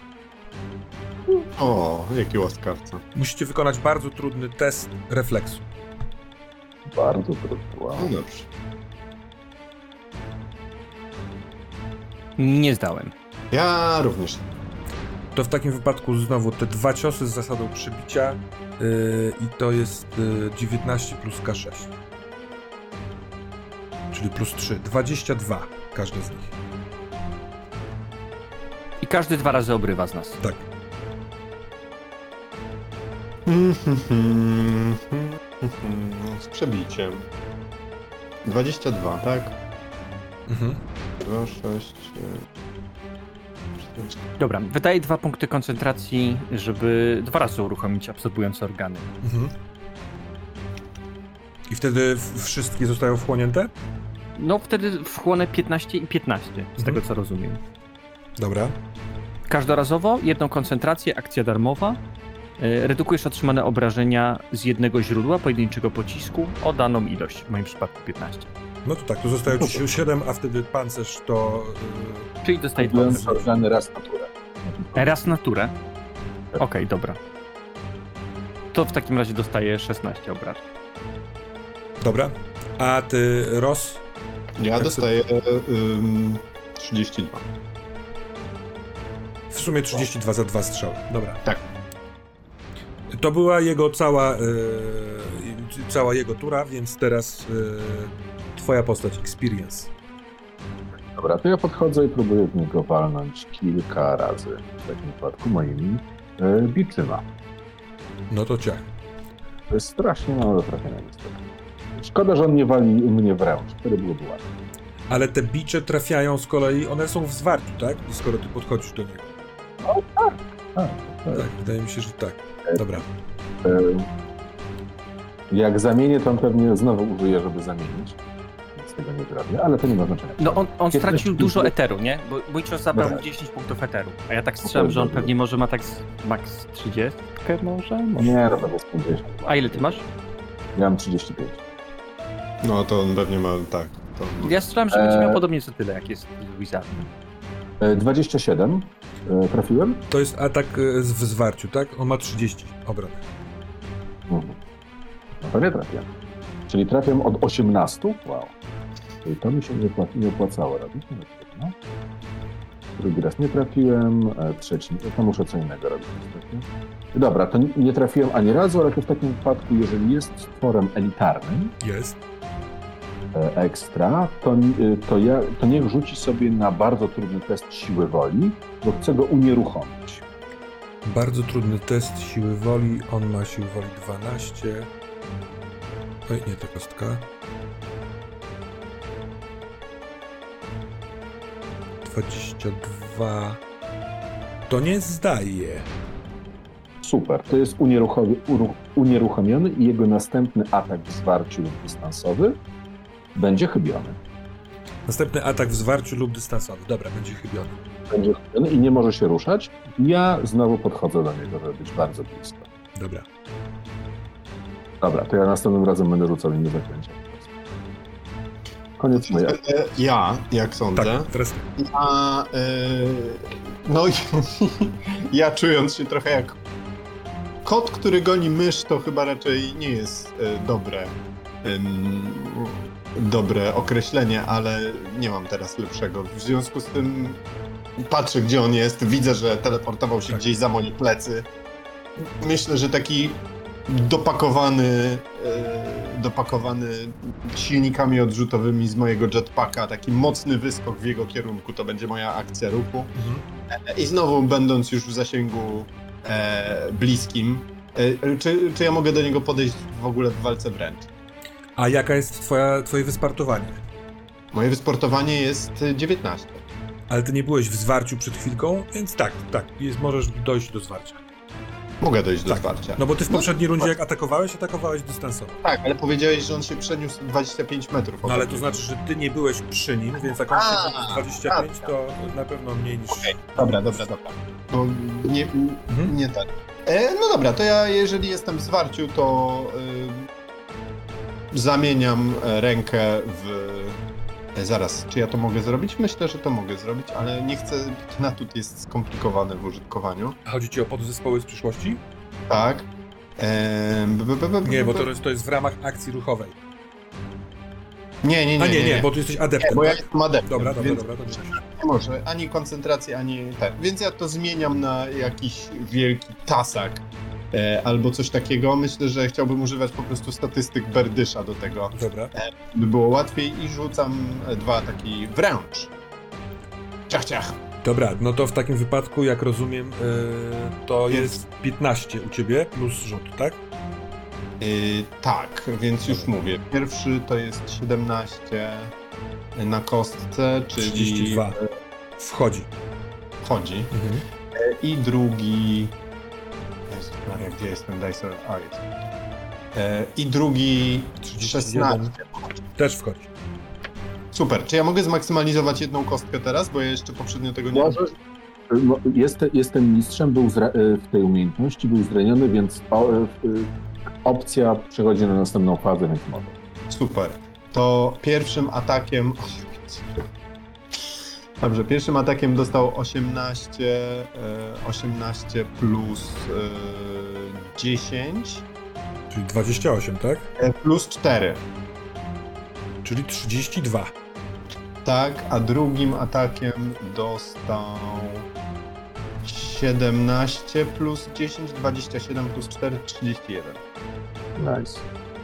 O, jaki łaskawca. Musicie wykonać bardzo trudny test refleksu. Bardzo trudno. Wow. No dobrze. Nie zdałem. Ja również. To w takim wypadku znowu te dwa ciosy z zasadą przebicia yy, i to jest yy, dziewiętnaście plus K sześć. Czyli plus trzy. dwadzieścia dwa każdy z nich. I każdy dwa razy obrywa z nas. Tak. Z przebiciem. dwadzieścia dwa, tak? Mhm. dwa, sześć... Dobra, wydaję dwa punkty koncentracji, żeby dwa razy uruchomić absorbujące organy. Mhm. I wtedy w- wszystkie zostają wchłonięte? No wtedy wchłonę piętnaście i piętnaście, z tego co rozumiem. Dobra. Każdorazowo jedną koncentrację, akcja darmowa. E, Redukujesz otrzymane obrażenia z jednego źródła pojedynczego pocisku o daną ilość, w moim przypadku piętnaście. No to tak, to zostaje ci siedem, a wtedy pancerz to... Yy... Czyli dostaję dwa. Byłem szarżany raz na turę. Raz na turę? Okej, dobra. To w takim razie dostaję szesnaście obrażeń. Dobra. A ty, Ross? Ja Jak dostaję ym, trzydzieści dwa. W sumie trzydzieści dwa za dwa strzały. Dobra. Tak. To była jego cała, yy, cała jego tura, więc teraz yy, twoja postać, experience. Dobra, to ja podchodzę i próbuję w niego walnąć kilka razy. W takim wypadku moimi e, biczyma. No to ciach. To jest strasznie mało do trafienia niestety. Szkoda, że on nie wali mnie w ręcz, wtedy byłoby łatwiej. Ale te bicze trafiają z kolei, one są w zwarciu, tak? Skoro ty podchodzisz do niego. O tak, tak, tak. Tak, wydaje mi się, że tak. Dobra. E, jak zamienię, to on pewnie znowu użyje, żeby zamienić. Więc tego nie zrobię, ale to nie ma znaczenia. No on, on stracił piętnaście dużo eteru, nie? Bo mój cios zabrał Dobra. dziesięć punktów eteru. A ja tak strzelam, że on pewnie może ma tak z max trzydzieści może? może? Nie, no to jest pięćdziesiąt. A ile ty masz? Ja mam trzydzieści pięć. No to on pewnie ma, tak. To... Ja strzelam, że będzie miał Eee. podobnie co tyle, jak jest Wizard. E, dwadzieścia siedem. E, trafiłem? To jest atak yy, w zwarciu, tak? On ma trzydzieści obron. Mhm. No to nie trafiłem. Czyli trafiam od osiemnastu? Wow. Czyli to mi się nie, opłac- nie opłacało robić. No, no. Drugi raz nie trafiłem, e, trzeci, to muszę co innego robić niestety. Dobra, to nie, nie trafiłem ani razu, ale to w takim wypadku, jeżeli jest stworem elitarnym, Jest. e, ekstra, to, e, to, ja, to niech rzuci sobie na bardzo trudny test siły woli, bo chcę go unieruchomić. Bardzo trudny test siły woli. On ma siły woli dwanaście. Oj, nie ta kostka. dwadzieścia dwa. To nie zdaje. Super, to jest unieruchomi- uru- unieruchomiony i jego następny atak w zwarciu dystansowy będzie chybiony. Następny atak w zwarciu lub dystansowy. Dobra, będzie chybiony. Będzie chybiony i nie może się ruszać. Ja znowu podchodzę do niego, żeby być bardzo blisko. Dobra. Dobra, to ja następnym razem będę rzucał inne zaklęcia. Koniec moja. Ja, jak sądzę, Tak, teraz ty. ja, yy, no i ja czując się trochę jak kot, który goni mysz, to chyba raczej nie jest y, dobre, ym, dobre określenie, ale nie mam teraz lepszego. W związku z tym patrzę, gdzie on jest, widzę, że teleportował się Tak. gdzieś za moje plecy. Myślę, że taki dopakowany, e, dopakowany silnikami odrzutowymi z mojego jetpacka, taki mocny wyskok w jego kierunku, to będzie moja akcja ruchu. Mhm. E, I znowu będąc już w zasięgu e, bliskim, e, czy, czy ja mogę do niego podejść w ogóle w walce wręcz? A jaka jest twoja, twoje wysportowanie? Moje wysportowanie jest dziewiętnaście. Ale ty nie byłeś w zwarciu przed chwilką, więc tak, tak, jest, możesz dojść do zwarcia. Mogę dojść do Tak. zwarcia. No bo ty w No, poprzedniej rundzie jak atakowałeś, atakowałeś dystansowo. Tak, ale powiedziałeś, że on się przeniósł dwadzieścia pięć metrów. No ale ode to mnie. znaczy, że ty nie byłeś przy nim, więc jak on się A, zrobił dwadzieścia pięć, to na pewno mniej niż... Okej, dobra, dobra, dobra. Bo nie, Mhm. nie tak. E, no dobra, to ja jeżeli jestem w zwarciu, to y, zamieniam rękę w... E, zaraz, czy ja to mogę zrobić? Myślę, że to mogę zrobić, ale nie chcę... Natut jest skomplikowany w użytkowaniu. Chodzi ci o podzespoły z przyszłości? Tak. E, b, b, b, b, Nie, bo b- to jest, to jest w ramach akcji ruchowej. Nie, nie, nie, A nie, nie, nie, bo ty jesteś adeptem, Nie, bo ja tak? jestem adeptem, Dobra, dobra, więc dobra, to dobrze. nie może ani koncentracji, ani tak. Więc ja to zmieniam na jakiś wielki tasak e, albo coś takiego. Myślę, że chciałbym używać po prostu statystyk Berdysza do tego, Dobra. by było łatwiej i rzucam e, dwa ataki wręcz. Ciach, ciach. Dobra, no to w takim wypadku, jak rozumiem, yy, to jest piętnaście u ciebie plus rzut, tak? Yy, tak, więc już mówię. Pierwszy to jest siedemnaście na kostce, czyli trzydzieści dwa. Wchodzi. wchodzi. Mhm. E, I drugi... Jezu Maria, gdzie jest ten dice? A, jest. E, I drugi trzydzieści jeden. szesnaście. Też wchodzi. Super, czy ja mogę zmaksymalizować jedną kostkę teraz, bo ja jeszcze poprzednio tego nie Możesz. No, Jest, jestem mistrzem, był zra- w tej umiejętności, był zraniony, więc o, y, opcja przechodzi na następną fazę, więc może. Super. to pierwszym atakiem... Dobrze, pierwszym atakiem dostał osiemnaście, e, osiemnaście plus e, dziesięć, Czyli dwadzieścia osiem, tak? e, plus cztery. Czyli trzydzieści dwa. Tak, a drugim atakiem dostał siedemnaście plus dziesięć, dwadzieścia siedem plus cztery, trzydzieści jeden. Nice.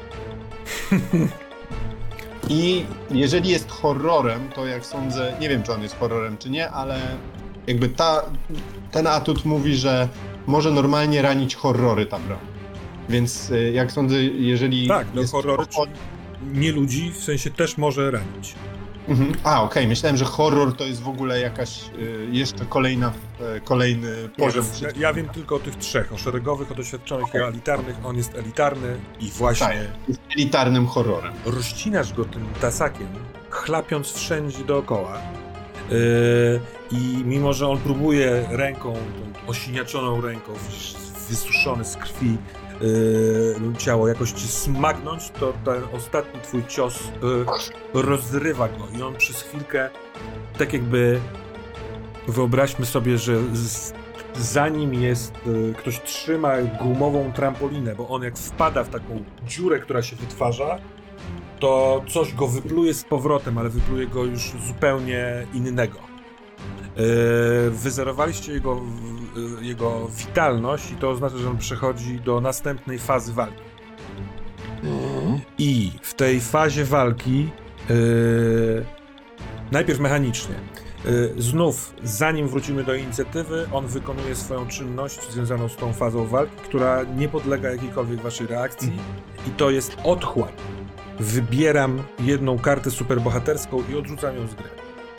I jeżeli jest horrorem, to jak sądzę, nie wiem czy on jest horrorem czy nie, ale jakby ta, ten atut mówi, że może normalnie ranić horrory ta broń. Więc y, jak sądzę, jeżeli Tak, no jest horrory, czyli nie ludzi, w sensie też może ranić. Mhm. A, okej, myślałem, że horror to jest w ogóle jakaś y, jeszcze kolejna, y, kolejny poziom. Nie, ja, ja wiem tylko o tych trzech, o szeregowych, o doświadczonych i o elitarnych. On jest elitarny i właśnie Tak, jest elitarnym horrorem. rozcinasz go tym tasakiem, chlapiąc wszędzie dookoła. Yy, I mimo, że on próbuje ręką, tą osiniaczoną ręką, wysuszony z krwi yy, ciało jakoś ci smagnąć, to ten ostatni twój cios yy, rozrywa go i on przez chwilkę tak jakby wyobraźmy sobie, że z, za nim jest, yy, ktoś trzyma gumową trampolinę, bo on jak wpada w taką dziurę, która się wytwarza, to coś go wypluje z powrotem, ale wypluje go już zupełnie innego. Yy, wyzerowaliście jego, yy, jego witalność i to oznacza, że on przechodzi do następnej fazy walki. Mhm. I w tej fazie walki yy, najpierw mechanicznie. Yy, znów, zanim wrócimy do inicjatywy, on wykonuje swoją czynność związaną z tą fazą walki, która nie podlega jakiejkolwiek waszej reakcji i to jest otchłań. Wybieram jedną kartę superbohaterską i odrzucam ją z gry.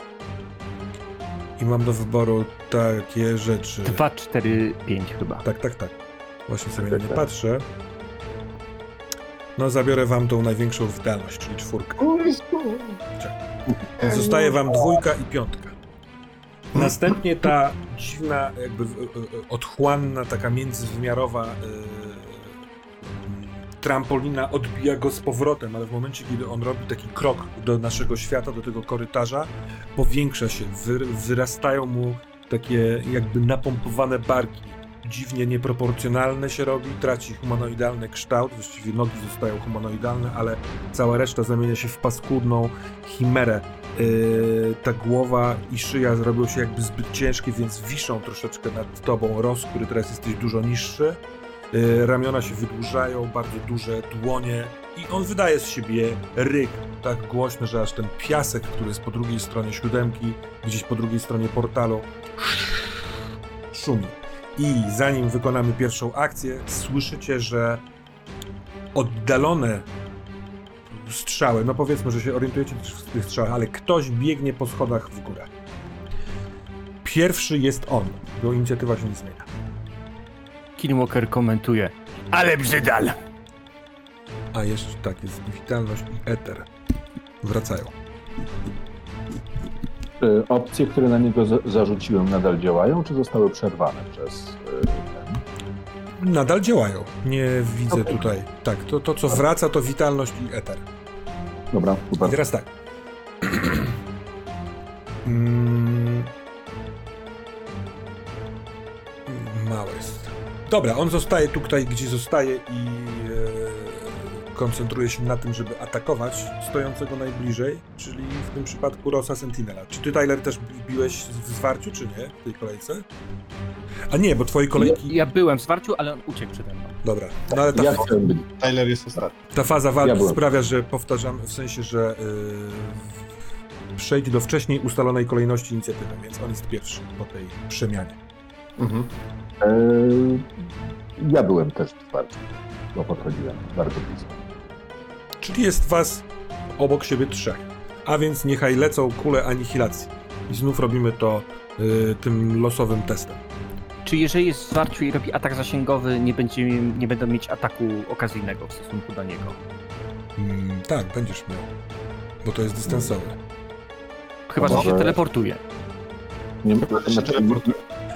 I mam do wyboru takie rzeczy. dwa, cztery, pięć chyba. Tak, tak, tak. Właśnie sobie na nie patrzę. No, zabiorę wam tą największą witalność, czyli czwórkę. Zostaje wam dwójka i piątka. Następnie ta dziwna, jakby otchłanna, taka międzywymiarowa yy, trampolina odbija go z powrotem, ale w momencie, kiedy on robi taki krok do naszego świata, do tego korytarza, powiększa się, wy, wyrastają mu takie jakby napompowane barki. Dziwnie nieproporcjonalne się robi, traci humanoidalny kształt, właściwie nogi zostają humanoidalne, ale cała reszta zamienia się w paskudną chimerę. Yy, ta głowa i szyja zrobią się jakby zbyt ciężkie, więc wiszą troszeczkę nad tobą, Ross, który teraz jesteś dużo niższy. Yy, ramiona się wydłużają, bardzo duże dłonie i on wydaje z siebie ryk, tak głośny, że aż ten piasek, który jest po drugiej stronie siódemki, gdzieś po drugiej stronie portalu, szumi. I zanim wykonamy pierwszą akcję, słyszycie, że oddalone strzały, no powiedzmy, że się orientujecie w tych strzałach, ale ktoś biegnie po schodach w górę. Pierwszy jest on, bo inicjatywa się nie zmienia. Killwalker komentuje. Ale brzydal! A jeszcze tak, jest witalność i eter. Wracają. Czy opcje, które na niego za- zarzuciłem, nadal działają, czy zostały przerwane przez y, ten? Nadal działają. Nie widzę Okej. tutaj. Tak, to, to co wraca, to witalność i eter. Dobra, I super. teraz tak. Mm. Małe jest. Dobra, on zostaje tutaj, gdzie zostaje i e, koncentruje się na tym, żeby atakować stojącego najbliżej, czyli w tym przypadku Rossa Sentinela. Czy ty, Tyler, też wbiłeś w zwarciu, czy nie w tej kolejce? A nie, bo twojej kolejki... Ja byłem w zwarciu, ale on uciekł przede mną. Dobra, no ale ta, Ja chciałem być. Tyler jest ostatni. ta faza Ja walki byłem. sprawia, że powtarzam, w sensie, że yy, przejdzie do wcześniej ustalonej kolejności inicjatywy, więc on jest pierwszy po tej przemianie. Mhm. E, ja byłem też w wsparciu, bo podchodziłem bardzo blisko. Czyli jest was obok siebie trzech. A więc niechaj lecą kule anihilacji. I znów robimy to yy, tym losowym testem. Czy jeżeli jest w zwarciu i robi atak zasięgowy, nie, będzie, nie będą mieć ataku okazyjnego w stosunku do niego? Mm, tak, będziesz miał. Bo to jest dystansowe. Chyba, że Może- się teleportuje. Nie, Się znaczy, teleportuje.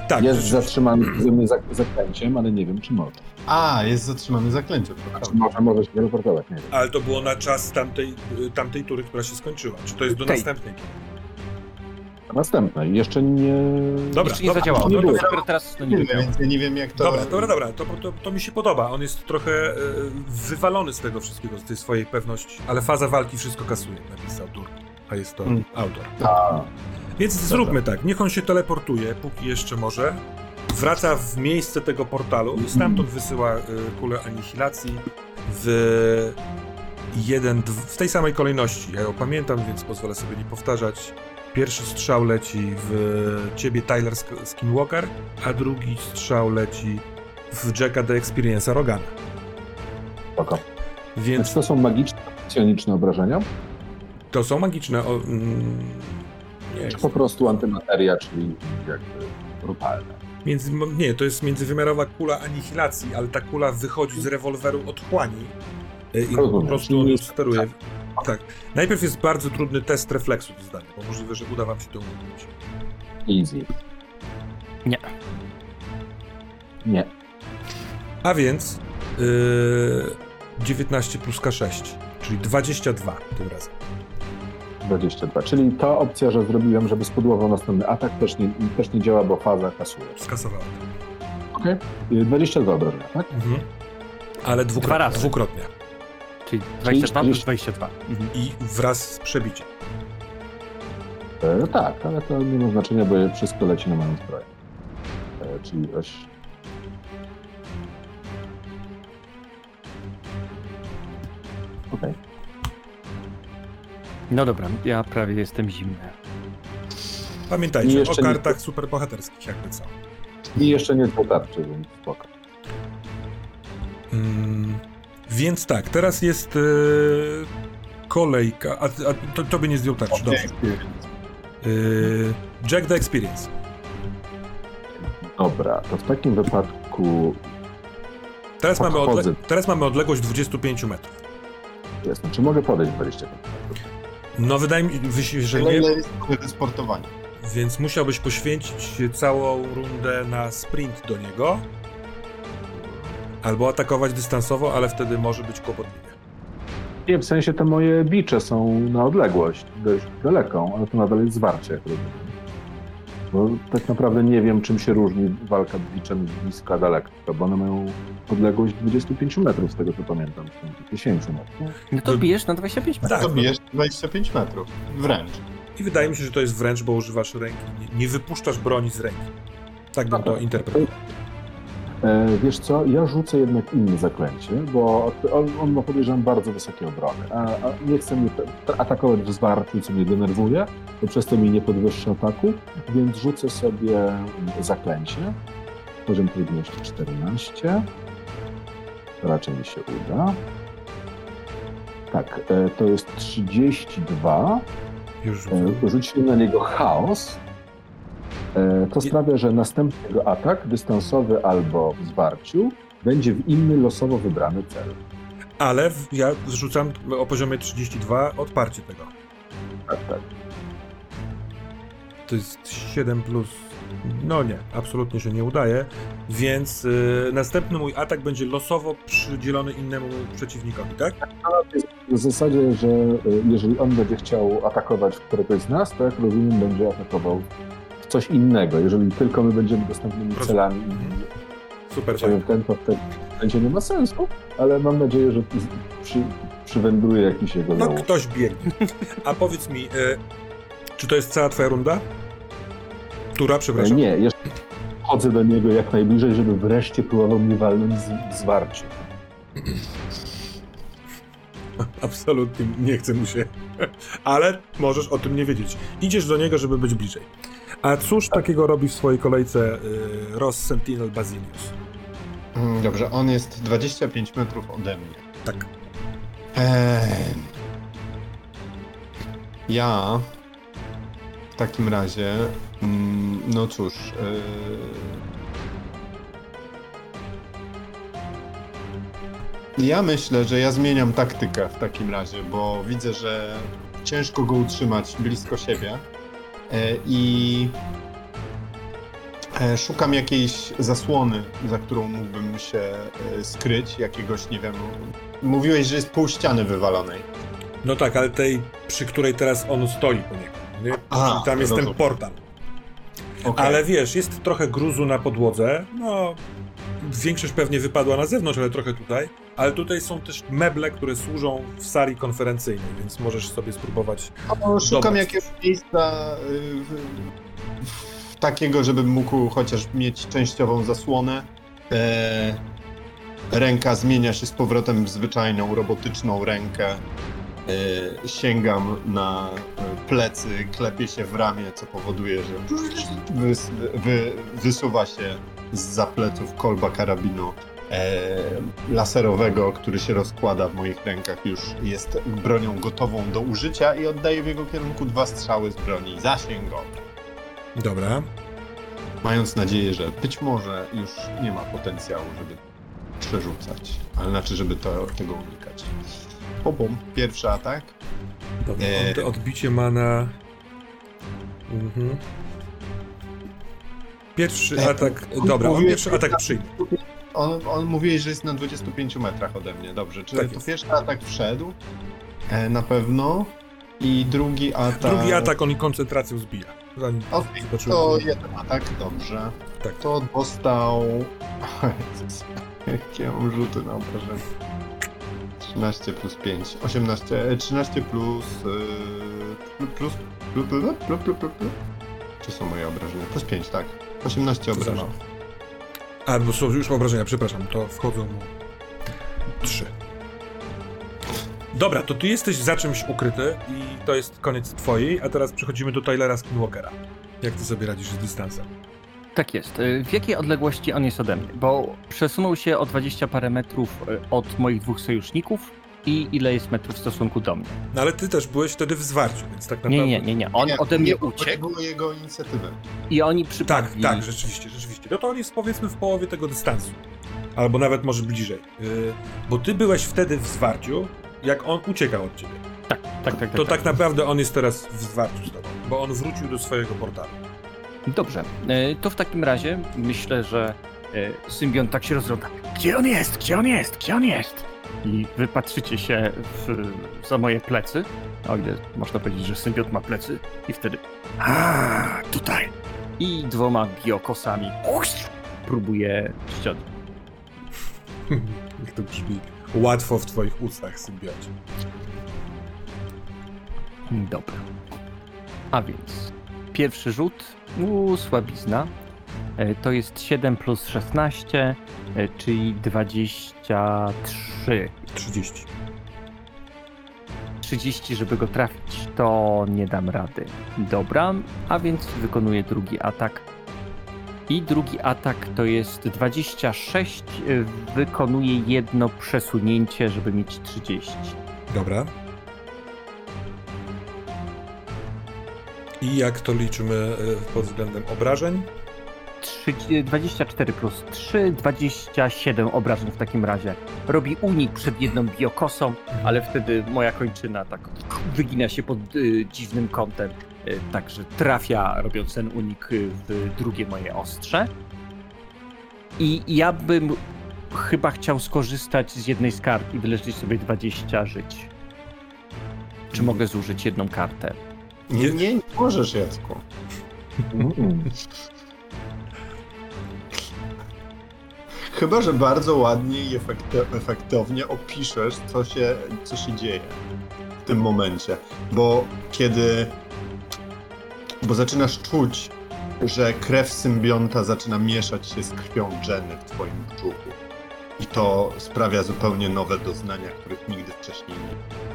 Tak, Jest rzeczywiście. zatrzymany ze mnie zak- zaklęciem, ale nie wiem, czy może. A, jest zatrzymany zaklęciem. to Znaczy, prawda. może, może się teleportować, nie wiem. Ale to było na czas tamtej, tamtej tury, która się skończyła. Czy to jest do Tej. następnej tury? Następne. Jeszcze nie... Dobra, Jeszcze nie dobra, zadziałało. no No, to- to dopiero teraz no, Nie nie wiem, więc ja nie wiem jak to... Dobra, dobra, dobra, to, to, to mi się podoba. On jest trochę e, wywalony z tego wszystkiego, z tej swojej pewności, ale faza walki wszystko kasuje, napisał Dur, a jest to Mm. autor. A, Więc zróbmy tak, niech on się teleportuje, póki jeszcze może, wraca w miejsce tego portalu i stamtąd wysyła y, kulę anihilacji w jeden, dw- w tej samej kolejności. Ja ją pamiętam, więc pozwolę sobie nie powtarzać. Pierwszy strzał leci w ciebie, Tyler Sk- Skinwalker, a drugi strzał leci w Jacka the Experience'a Rogana. spoko. Więc Więc to są magiczne, psioniczne obrażenia? to są magiczne... O, mm, nie, Czy po prostu antymateria, czyli jakby brutalne? Między, nie, to jest międzywymiarowa kula anihilacji, ale ta kula wychodzi z rewolweru otchłani y, i Rozumiem, po prostu czyli on ją jest- steruje. Tak. Najpierw jest bardzo trudny test refleksu do zdania, bo możliwe, że uda wam się to umówić. Easy. Nie. Nie. A więc yy, dziewiętnaście plus K sześć, czyli dwadzieścia dwa tym razem. dwadzieścia dwa. Czyli ta opcja, że zrobiłem, żeby spudłował następny atak, też nie, też nie działa, bo faza kasuje. Skasowałem. Okej. Okay. dwadzieścia dwa obrażenia, tak? Mhm. Ale dwukrotnie. Dwa razy. dwukrotnie. Czyli dwadzieścia dwa plus czterdzieści. dwadzieścia dwa. Mhm. I wraz z przebiciem. E, tak, ale to nie ma znaczenia, bo wszystko leci na moją zbroję. E, czyli oś... Okej. No dobra, ja prawie jestem zimny. I Pamiętajcie jeszcze o nie- kartach superbohaterskich, jakby co. I jeszcze nie tarczy, więc spoko. Mm, więc tak, teraz jest yy, kolejka. A, a to, to by nie zdjął tarczy, dobrze. Yy, Jack the Experience. Dobra, to w takim wypadku Teraz mamy, odle- Podchodzę. teraz mamy odległość dwadzieścia pięć metrów. jestem. Czy mogę podejść dwadzieścia pięć? No wydaje mi się, że Ile nie, ile jest wysportowanie? więc musiałbyś poświęcić całą rundę na sprint do niego. Albo atakować dystansowo, ale wtedy może być kłopotliwie. Nie, w sensie te moje bicze są na odległość, dość daleką, ale to nadal jest zwarcie, jak rozumiem. Bo tak naprawdę nie wiem, czym się różni walka biczem z bliska a daleko, bo one mają odległość dwadzieścia pięć metrów, z tego co pamiętam, czy dziesięć metrów. No to bijesz na dwadzieścia pięć metrów. Tak, To bijesz dwadzieścia pięć metrów. Wręcz. I wydaje mi się, że to jest wręcz, bo używasz ręki. Nie, nie wypuszczasz broni z ręki. Tak bym to interpretował. E, wiesz co, ja rzucę jednak inne zaklęcie, bo on, on ma, podejrzewam, bardzo wysokie obrony, a, a nie chcę mnie t- atakować w zwarciu, co mnie denerwuje, bo przez to mi nie podwyższy ataku, więc rzucę sobie zaklęcie. Poziom trudności czternaście. To raczej mi się uda. Tak, e, to jest trzydzieści dwa. Już rzucę. E, rzuciłem na niego chaos. E, To sprawia, że następny jego atak, dystansowy albo w zwarciu, będzie w inny losowo wybrany cel. Ale w, ja zrzucam o poziomie trzydzieści dwa odparcie tego. Tak, tak. To jest siedem plus... No nie, absolutnie się nie udaje, więc y, następny mój atak będzie losowo przydzielony innemu przeciwnikowi, tak? W zasadzie, że e, jeżeli on będzie chciał atakować któregoś z nas, to jak rozumiem, będzie atakował w coś innego. Jeżeli tylko my będziemy dostępnymi Rozumiem. celami Mhm. i Super, chciałem fajnie. ten, to wtedy będzie nie ma sensu, ale mam nadzieję, że z- przy, przywędruje jakiś jego No załóg. ktoś biegnie. A powiedz mi, y, czy to jest cała twoja runda? Tura, E, przepraszam. Nie, jeszcze chodzę do niego jak najbliżej, żeby wreszcie próbował mnie walnąć z- w zwarciu. Absolutnie nie chce mu się. Ale możesz o tym nie wiedzieć. Idziesz do niego, żeby być bliżej. A cóż takiego robi w swojej kolejce y, Ross Sentinel Basilius? Mm, Dobrze, on jest dwadzieścia pięć metrów ode mnie. Tak. Eee, ja w takim razie, mm, no cóż, eee, ja myślę, że ja zmieniam taktykę w takim razie, bo widzę, że ciężko go utrzymać blisko siebie eee, i E, szukam jakiejś zasłony, za którą mógłbym się e, skryć, jakiegoś, nie wiem... Mówiłeś, że jest pół ściany wywalonej. No tak, ale tej, przy której teraz on stoi poniekąd, nie? Aha, Czyli tam jest ten rozumiem. portal. Okay. Ale wiesz, jest trochę gruzu na podłodze, no... Większość pewnie wypadła na zewnątrz, ale trochę tutaj. Ale tutaj są też meble, które służą w sali konferencyjnej, więc możesz sobie spróbować... No, szukam dobrać. jakiegoś miejsca y, w, w, takiego, żebym mógł chociaż mieć częściową zasłonę. E, ręka zmienia się z powrotem w zwyczajną, robotyczną rękę. E, sięgam na plecy, klepię się w ramię, co powoduje, że wys, wy, wysuwa się zza pleców kolba karabinu e, laserowego, który się rozkłada w moich rękach, już jest bronią gotową do użycia i oddaję w jego kierunku dwa strzały z broni zasięgowej. Dobra. Mając nadzieję, że być może już nie ma potencjału, żeby przerzucać, ale znaczy, żeby to, tego unikać. Popom, pierwszy atak. Dobra, Eee. od, odbicie ma na... Mhm. Pierwszy Eee, atak... Dobra, on mówię- pierwszy atak przyjmie. On, on mówi, że jest na dwudziestu pięciu metrach ode mnie, dobrze. Czy Tak to jest. pierwszy atak wszedł? E, na pewno. I drugi atak... Drugi atak on koncentracją zbija. Zanim Okej, zobaczymy. to jeden atak, dobrze. Tak. To dostał... O Jezus, jakie ja mam rzuty na obrażenie. trzynaście plus pięć, osiemnaście, e, trzynaście plus... Yy, plus, plus, plus, plus, plus, plus, plus, plus. Czy są moje obrażenia? Plus pięć, tak. osiemnaście obrażeń. A, bo są już obrażenia, przepraszam, to wchodzą mu trzy. Dobra, to ty jesteś za czymś ukryty i to jest koniec twojej, a teraz przechodzimy do Tylera Skinwalkera. Jak ty sobie radzisz z dystansem? Tak jest. Y, W jakiej odległości on jest ode mnie? Bo przesunął się o dwadzieścia parę metrów y, od moich dwóch sojuszników i ile jest metrów w stosunku do mnie? No ale ty też byłeś wtedy w zwarciu, więc tak naprawdę... Nie, nie, nie, nie. On Nie, ode mnie nie, bo to uciekł było jego inicjatywę. i oni Tak, przypadli. tak, rzeczywiście, rzeczywiście. No to on jest powiedzmy w połowie tego dystansu. Albo nawet może bliżej. Yy, bo ty byłeś wtedy w zwarciu, jak on uciekał od ciebie. Tak, tak, tak. To tak naprawdę on jest teraz w zwarciu z tobą, bo on wrócił do swojego portalu. Dobrze. Y, To w takim razie myślę, że y, symbiont tak się rozgląda. Gdzie on jest? Gdzie on jest? Gdzie on jest? I wy patrzycie się w, za moje plecy, o ile można powiedzieć, że symbiont ma plecy, i wtedy a tutaj. I dwoma biokosami próbuję ściągnąć. Jak to brzmi łatwo w twoich ustach, symbiocie. Dobra. A więc pierwszy rzut, uuu, słabizna. E, To jest siedem plus szesnaście, e, czyli dwadzieścia trzy. trzydzieści. trzydzieści, żeby go trafić, to nie dam rady. Dobra, a więc wykonuję drugi atak. I drugi atak to jest dwadzieścia sześć, e, wykonuję jedno przesunięcie, żeby mieć trzydzieści. Dobra. I jak to liczymy y, pod względem obrażeń? Trzy- dwadzieścia cztery plus trzy, dwadzieścia siedem obrażeń w takim razie. Robi unik przed jedną biokosą, ale wtedy moja kończyna tak wygina się pod y, dziwnym kątem, y, także trafia, robiąc ten unik y, w drugie moje ostrze. I ja bym chyba chciał skorzystać z jednej z kart i wyleczyć sobie dwadzieścia żyć. Czy mogę zużyć jedną kartę? Nie, nie, nie możesz, Jacku. Mm. Chyba że bardzo ładnie i efekty- efektownie opiszesz, co się, co się dzieje w tym momencie. Bo kiedy... Bo zaczynasz czuć, że krew symbionta zaczyna mieszać się z krwią Jenny w twoim brzuchu. I to sprawia zupełnie nowe doznania, których nigdy wcześniej nie było.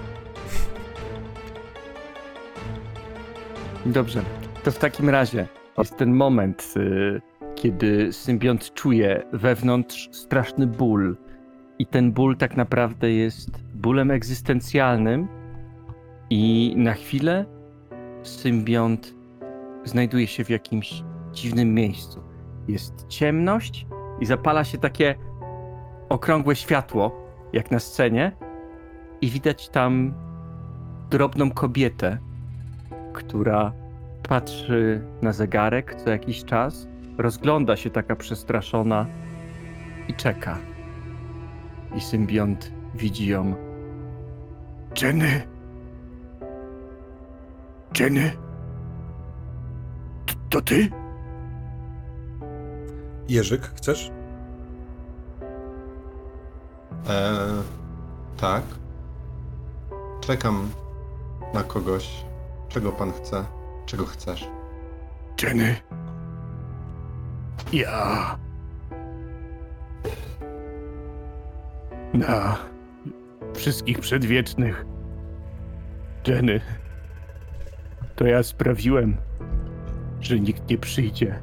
Dobrze, to w takim razie jest ten moment, y, kiedy symbiont czuje wewnątrz straszny ból. I ten ból tak naprawdę jest bólem egzystencjalnym. I na chwilę symbiont znajduje się w jakimś dziwnym miejscu. Jest ciemność i zapala się takie okrągłe światło, jak na scenie. I widać tam drobną kobietę, która patrzy na zegarek co jakiś czas, rozgląda się taka przestraszona i czeka. I symbiont widzi ją. Jenny! Jenny! T- to ty? Jerzyk, chcesz? Eee, tak. Czekam na kogoś. Czego pan chce? Czego chcesz? Jenny. Ja. Na wszystkich przedwiecznych. Jenny. To ja sprawiłem, że nikt nie przyjdzie.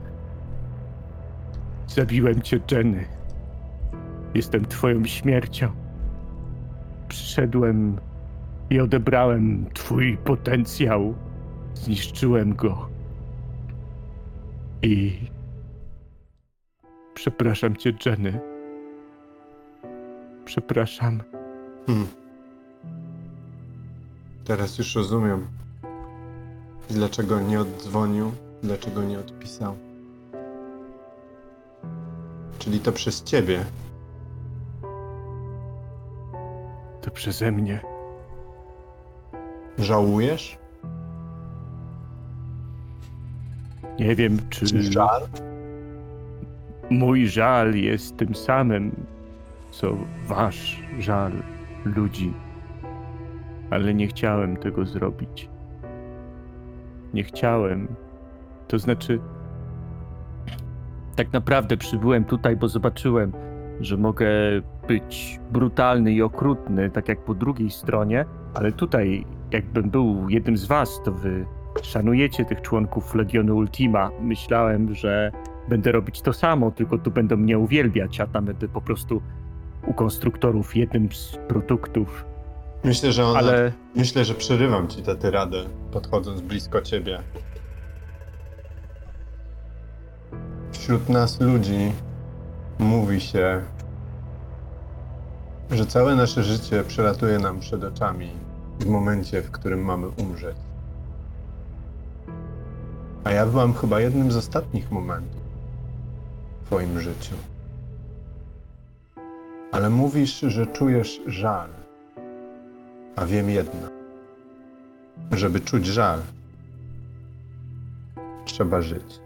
Zabiłem cię, Jenny. Jestem twoją śmiercią. Przyszedłem i odebrałem twój potencjał. Zniszczyłem go. I... Przepraszam cię, Jenny. Przepraszam. Hmm. Teraz już rozumiem. Dlaczego nie oddzwonił, dlaczego nie odpisał. Czyli to przez ciebie. To przeze mnie. Żałujesz? Nie wiem, czy... Żal? Mój żal jest tym samym, co wasz żal ludzi. Ale nie chciałem tego zrobić. Nie chciałem. To znaczy... Tak naprawdę przybyłem tutaj, bo zobaczyłem, że mogę być brutalny i okrutny, tak jak po drugiej stronie, ale tutaj, jakbym był jednym z was, to wy szanujecie tych członków Legionu Ultima. Myślałem, że będę robić to samo, tylko tu będą mnie uwielbiać, a tam będę po prostu u konstruktorów jednym z produktów. Myślę, że ona... Ale Myślę, że przerywam ci tę tyradę, podchodząc blisko ciebie. Wśród nas ludzi mówi się, że całe nasze życie przelatuje nam przed oczami w momencie, w którym mamy umrzeć. A ja byłam chyba jednym z ostatnich momentów w twoim życiu. Ale mówisz, że czujesz żal. A wiem jedno. Żeby czuć żal, trzeba żyć.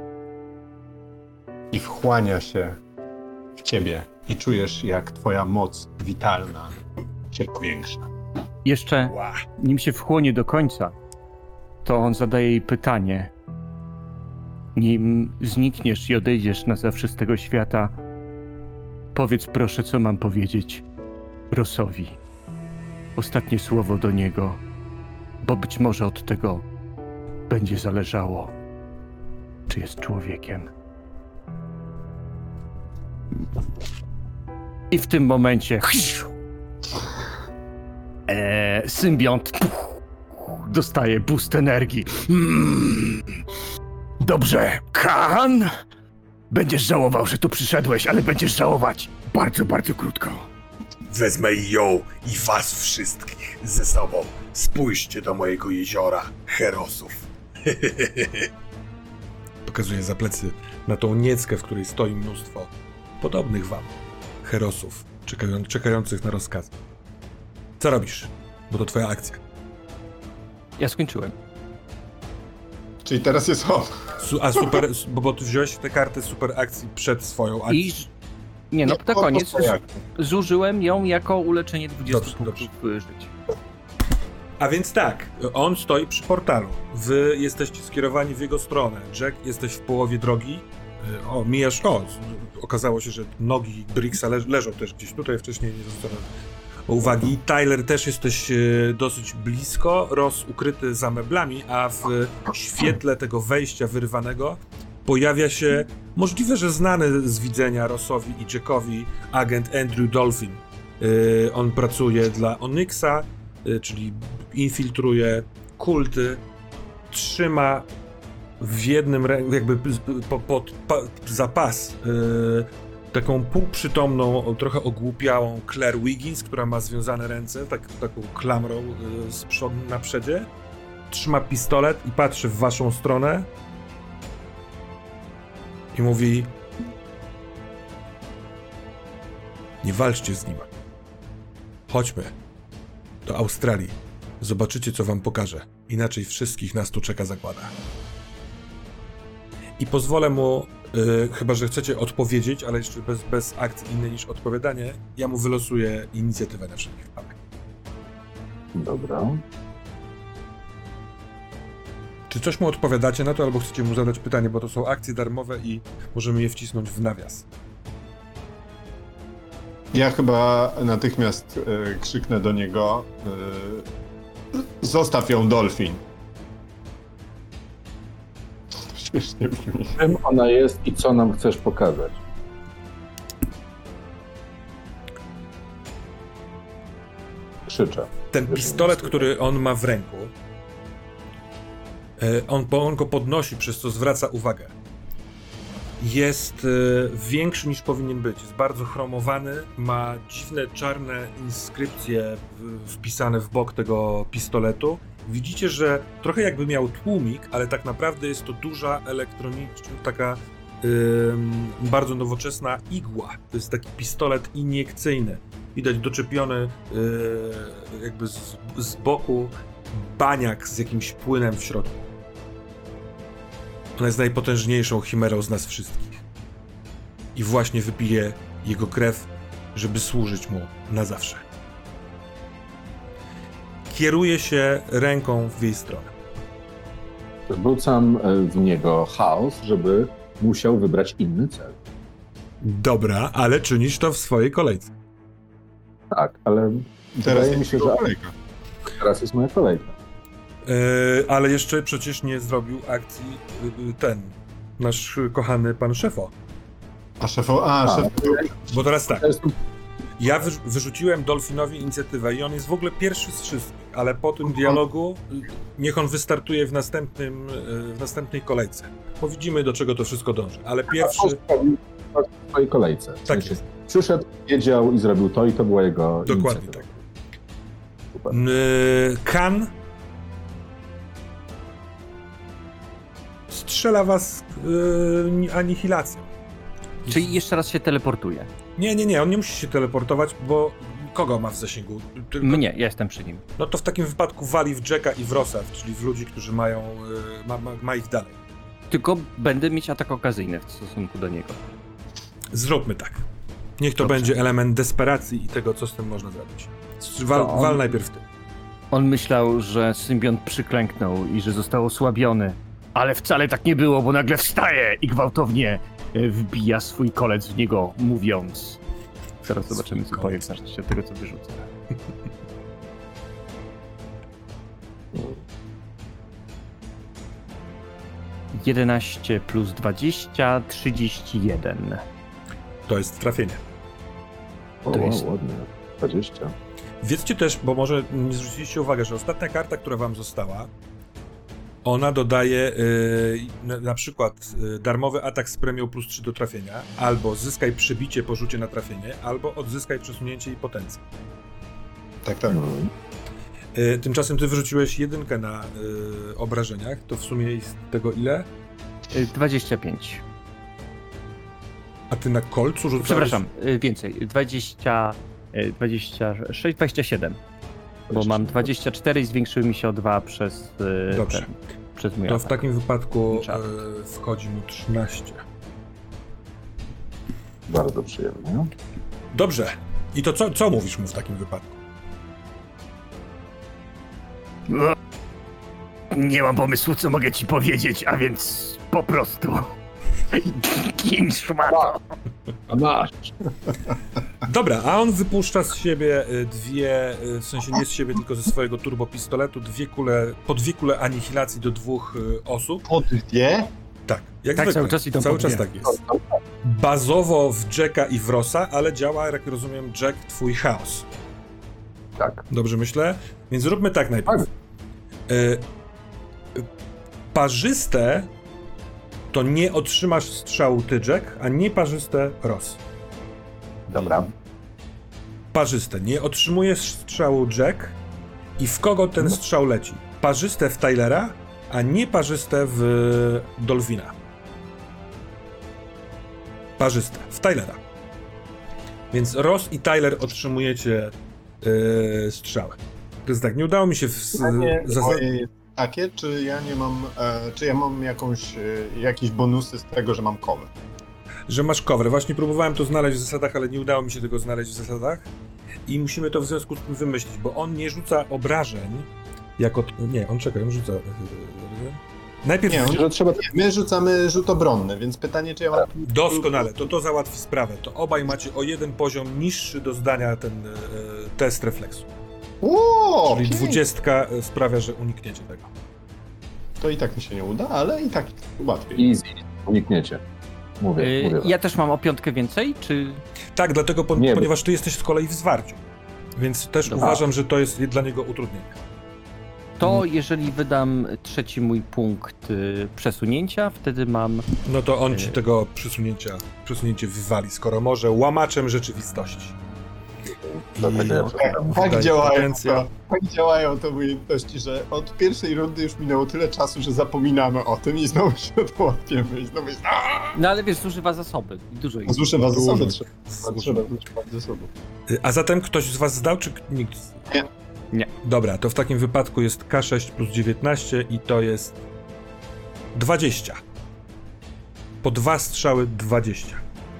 I wchłania się w ciebie i czujesz, jak twoja moc witalna się powiększa. jeszcze, Ła. nim się wchłonie do końca, to on zadaje jej pytanie. Nim znikniesz i odejdziesz na zawsze z tego świata, powiedz proszę, co mam powiedzieć Rossowi. Ostatnie słowo do niego, bo być może od tego będzie zależało, czy jest człowiekiem. I w tym momencie e, symbiont dostaje boost energii. Mm. Dobrze, Khan, będziesz żałował, że tu przyszedłeś, ale będziesz żałować bardzo, bardzo krótko. Wezmę ją i was wszystkich ze sobą. Spójrzcie do mojego jeziora Herosów. Pokazuje za plecy na tą nieckę, w której stoi mnóstwo podobnych wam herosów, czekają, czekających na rozkazy. Co robisz? Bo to twoja akcja. Ja skończyłem. Czyli teraz jest on. Su- a super, bo, bo ty wziąłeś te karty super akcji przed swoją akcją. I... Nie, no to po- po koniec. swojej akcji. Zużyłem ją jako uleczenie dwudziestu Dobrze, punktów życia. A więc tak, on stoi przy portalu. Wy jesteście skierowani w jego stronę. Jack, jesteś w połowie drogi. O, mijasz, o, okazało się, że nogi Brixa leż, leżą też gdzieś tutaj, wcześniej nie zostały uwagi. Tyler, też jesteś e, dosyć blisko, Ross ukryty za meblami, a w świetle tego wejścia wyrwanego pojawia się, możliwe, że znany z widzenia Rossowi i Jackowi, agent Andrew Dolphin. E, on pracuje dla Onyxa, e, czyli infiltruje kulty, trzyma w jednym ręku, jakby po, po, po, za pas, yy, taką półprzytomną, trochę ogłupiałą Claire Wiggins, która ma związane ręce, tak, taką klamrą yy, z przodu na przedzie. Trzyma pistolet i patrzy w waszą stronę. I mówi: nie walczcie z nim. Chodźmy do Australii. Zobaczycie, co wam pokażę. Inaczej wszystkich nas tu czeka zagłada. I pozwolę mu, yy, chyba że chcecie odpowiedzieć, ale jeszcze bez, bez akcji innej niż odpowiadanie, ja mu wylosuję inicjatywę na wszelki wypadek. Dobra. Czy coś mu odpowiadacie na to, albo chcecie mu zadać pytanie, bo to są akcje darmowe i możemy je wcisnąć w nawias. Ja chyba natychmiast e, krzyknę do niego: e, zostaw ją, Dolphin. Śmiesznie brzmi. Czym ona jest i co nam chcesz pokazać? Krzyczę. Ten pistolet, który on ma w ręku, e, on, bo on go podnosi, przez co zwraca uwagę. Jest e, większy niż powinien być. Jest bardzo chromowany, ma dziwne czarne inskrypcje w, wpisane w bok tego pistoletu. Widzicie, że trochę jakby miał tłumik, ale tak naprawdę jest to duża elektroniczna, taka ym, bardzo nowoczesna igła. To jest taki pistolet iniekcyjny. Widać doczepiony yy, jakby z, z boku baniak z jakimś płynem w środku. Ona jest najpotężniejszą chimerą z nas wszystkich. I właśnie wypije jego krew, żeby służyć mu na zawsze. Kieruje się ręką w jej stronę. Rzucam w niego chaos, żeby musiał wybrać inny cel. Dobra, ale czynisz to w swojej kolejce. Tak, ale Teraz wydaje jest mi się, jego że kolejka. teraz jest moja kolejka. Yy, ale jeszcze przecież nie zrobił akcji yy, ten, nasz kochany pan szefo. A szefo... A, A, szef... Bo teraz tak, To jest ja wyrzu- wyrzuciłem Dolphinowi inicjatywę i on jest w ogóle pierwszy z wszystkich, ale po tym dialogu yy, niech on wystartuje w następnym, yy, w następnej kolejce. Bo widzimy, do czego to wszystko dąży, ale pierwszy... w swojej kolejce. W Tak sensie jest. Przyszedł, wiedział i zrobił to i to była jego Dokładnie inicjatywa. tak. Super. Yy, Kan strzela was yy, anihilacją. Czyli jeszcze raz się teleportuje. Nie, nie, nie, on nie musi się teleportować, bo kogo ma w zasięgu? Tylko, Mnie, ja jestem przy nim. No to w takim wypadku wali w Jacka i w Rossa, czyli w ludzi, którzy mają, yy, ma, ma, ma ich dalej. Tylko będę mieć atak okazyjny w stosunku do niego. Zróbmy tak. Niech to Dobrze. będzie element desperacji i tego, co z tym można zrobić. Wal, To on- wal najpierw ty. On myślał, że symbiont przyklęknął i że został osłabiony. Ale wcale tak nie było, bo nagle wstaje i gwałtownie e, wbija swój kolec w niego, mówiąc... Zaraz zobaczymy, co powie w zależności od tego, co wyrzucę. jedenaście plus dwadzieścia, trzydzieści jeden. To jest trafienie. O, to wow, jest- ładnie. dwadzieścia. Wiedzcie też, bo może nie zwróciliście uwagę, że ostatnia karta, która wam została, ona dodaje yy, na, na przykład yy, darmowy atak z premią plus trzy do trafienia, albo zyskaj przebicie po rzucie na trafienie, albo odzyskaj przesunięcie i potencję. Tak, tak. Mhm. Yy, tymczasem ty wyrzuciłeś jedynkę na yy, obrażeniach, to w sumie jest tego ile? E, dwadzieścia pięć. A ty na kolcu rzucałeś... Przepraszam, e, więcej. dwadzieścia, e, dwadzieścia sześć, dwadzieścia siedem. Bo mam dwadzieścia cztery i zwiększyły mi się o dwa przez, e, Dobrze. ten, przez mój To atak. w takim wypadku Czad. yy, wchodzi mu trzynaście. Bardzo przyjemnie. Dobrze. I to co, co mówisz mu w takim wypadku? Nie mam pomysłu, co mogę ci powiedzieć, a więc po prostu... Gin szmato! A masz! Dobra, a on wypuszcza z siebie y, dwie, y, w sensie nie z siebie, tylko ze swojego turbopistoletu, dwie kule, po dwie kule anihilacji do dwóch y, osób. Po dwie? Tak, jak Tak, zwykle. cały czas idą Cały po czas dwie. tak jest. Bazowo w Jacka i w Rossa, ale działa, jak rozumiem, Jack, twój chaos. Tak. Dobrze myślę? Więc zróbmy tak najpierw. Y, y, parzyste to nie otrzymasz strzału ty, Jack, a nieparzyste Ross. Dobra. Parzyste. Nie otrzymujesz strzału Jack i w kogo ten strzał leci? Parzyste w Tylera, a nieparzyste w Dolphina. Parzyste. W Tylera. Więc Ross i Tyler otrzymujecie yy, strzałę. To jest tak, nie udało mi się... W, Pytanie zasa- moje jest takie, czy ja nie mam, e, czy ja mam jakąś, e, jakieś bonusy z tego, że mam cover? że masz cover. Właśnie próbowałem to znaleźć w zasadach, ale nie udało mi się tego znaleźć w zasadach. I musimy to w związku z tym wymyślić, bo on nie rzuca obrażeń jako... Nie, on czeka, on rzuca... Najpierw... Nie, on- Że trzeba My rzucamy rzut obronny, więc pytanie, czy ja mam... Doskonale, to to załatwi sprawę. To obaj macie o jeden poziom niższy do zdania ten e, test refleksu. Ło, Czyli pięknie. dwudziestka sprawia, że unikniecie tego. To i tak mi się nie uda, ale i tak łatwiej. easy, unikniecie. Mówię, Y, mówię. wam. ja też mam o piątkę więcej, czy... Tak, dlatego, po, Nie, bo- ponieważ ty jesteś z kolei w zwarciu. Więc też Dobra. uważam, że to jest dla niego utrudnienie. To jeżeli wydam trzeci mój punkt y, przesunięcia, wtedy mam... No to on ci Nie. tego przesunięcia, przesunięcie wywali, skoro może łamaczem rzeczywistości. Dlatego ja przepraszam. Tak Wydaje działają, potencjał. to, tak działają te umiejętności, że od pierwszej rundy już minęło tyle czasu, że zapominamy o tym i znowu się to łapiemy i znowu jest... No ale wiesz, zużywa zasoby. Dużo ich. Zuszę was zasoby, Dużo. trzeba, trzeba zużywać zasoby. Y, A zatem ktoś z was zdał, czy nikt? Nie. Nie. Dobra, to w takim wypadku jest K sześć plus dziewiętnaście i to jest dwadzieścia. Po dwa strzały dwadzieścia.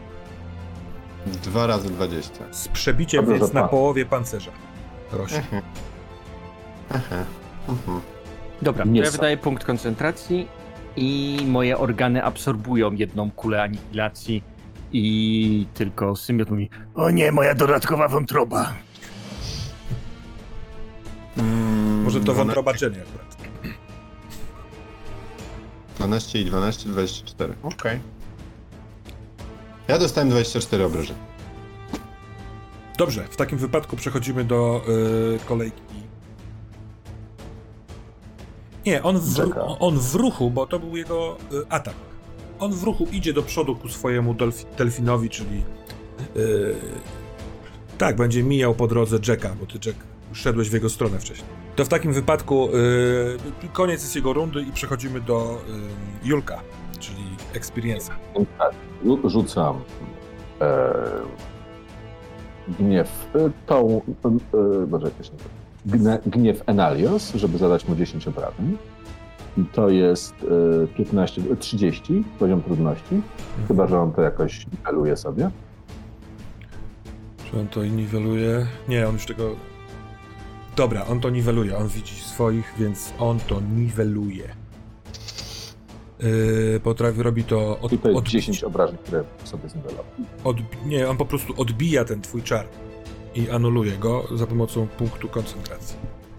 Dwa razy dwadzieścia. Z przebiciem Dobrze, więc że na tak. połowie pancerza. Rośnie. Mhm. Aha. Mhm. Dobra, to Nie ja są. wydaję punkt koncentracji i moje organy absorbują jedną kulę anihilacji i tylko Symbiot mówi: o nie, moja dodatkowa wątroba. Mm, Może to dwanaście- wątroba Jenny akurat. dwanaście i dwanaście, dwadzieścia cztery. Okej. Ja dostałem dwadzieścia cztery obrażeń. Dobrze, w takim wypadku przechodzimy do y, kolejki. Nie, on w, Czeka. on w ruchu, bo to był jego y, atak. On w ruchu idzie do przodu ku swojemu delfi, delfinowi, czyli y, tak, będzie mijał po drodze Jacka, bo ty, Jack, szedłeś w jego stronę wcześniej. To w takim wypadku y, koniec jest jego rundy i przechodzimy do y, Julka, czyli Experience'a. Tak, rzu- rzucam e, gniew, e, tą, e, Boże, jak to się nazywa? Gne, gniew Enalios, żeby zadać mu dziesięć obrażeń. I to jest e, piętnaście, trzydzieści poziom trudności, chyba że on to jakoś niweluje sobie. Czy on to niweluje? Nie, on już tego... Dobra, on to niweluje, on widzi swoich, więc on to niweluje. Yy, potrafi, robi to od, I to jest odbić- dziesięć obrażeń, które sobie zniwelował. Odbi- nie, on po prostu odbija ten twój czar i anuluje go za pomocą punktu koncentracji.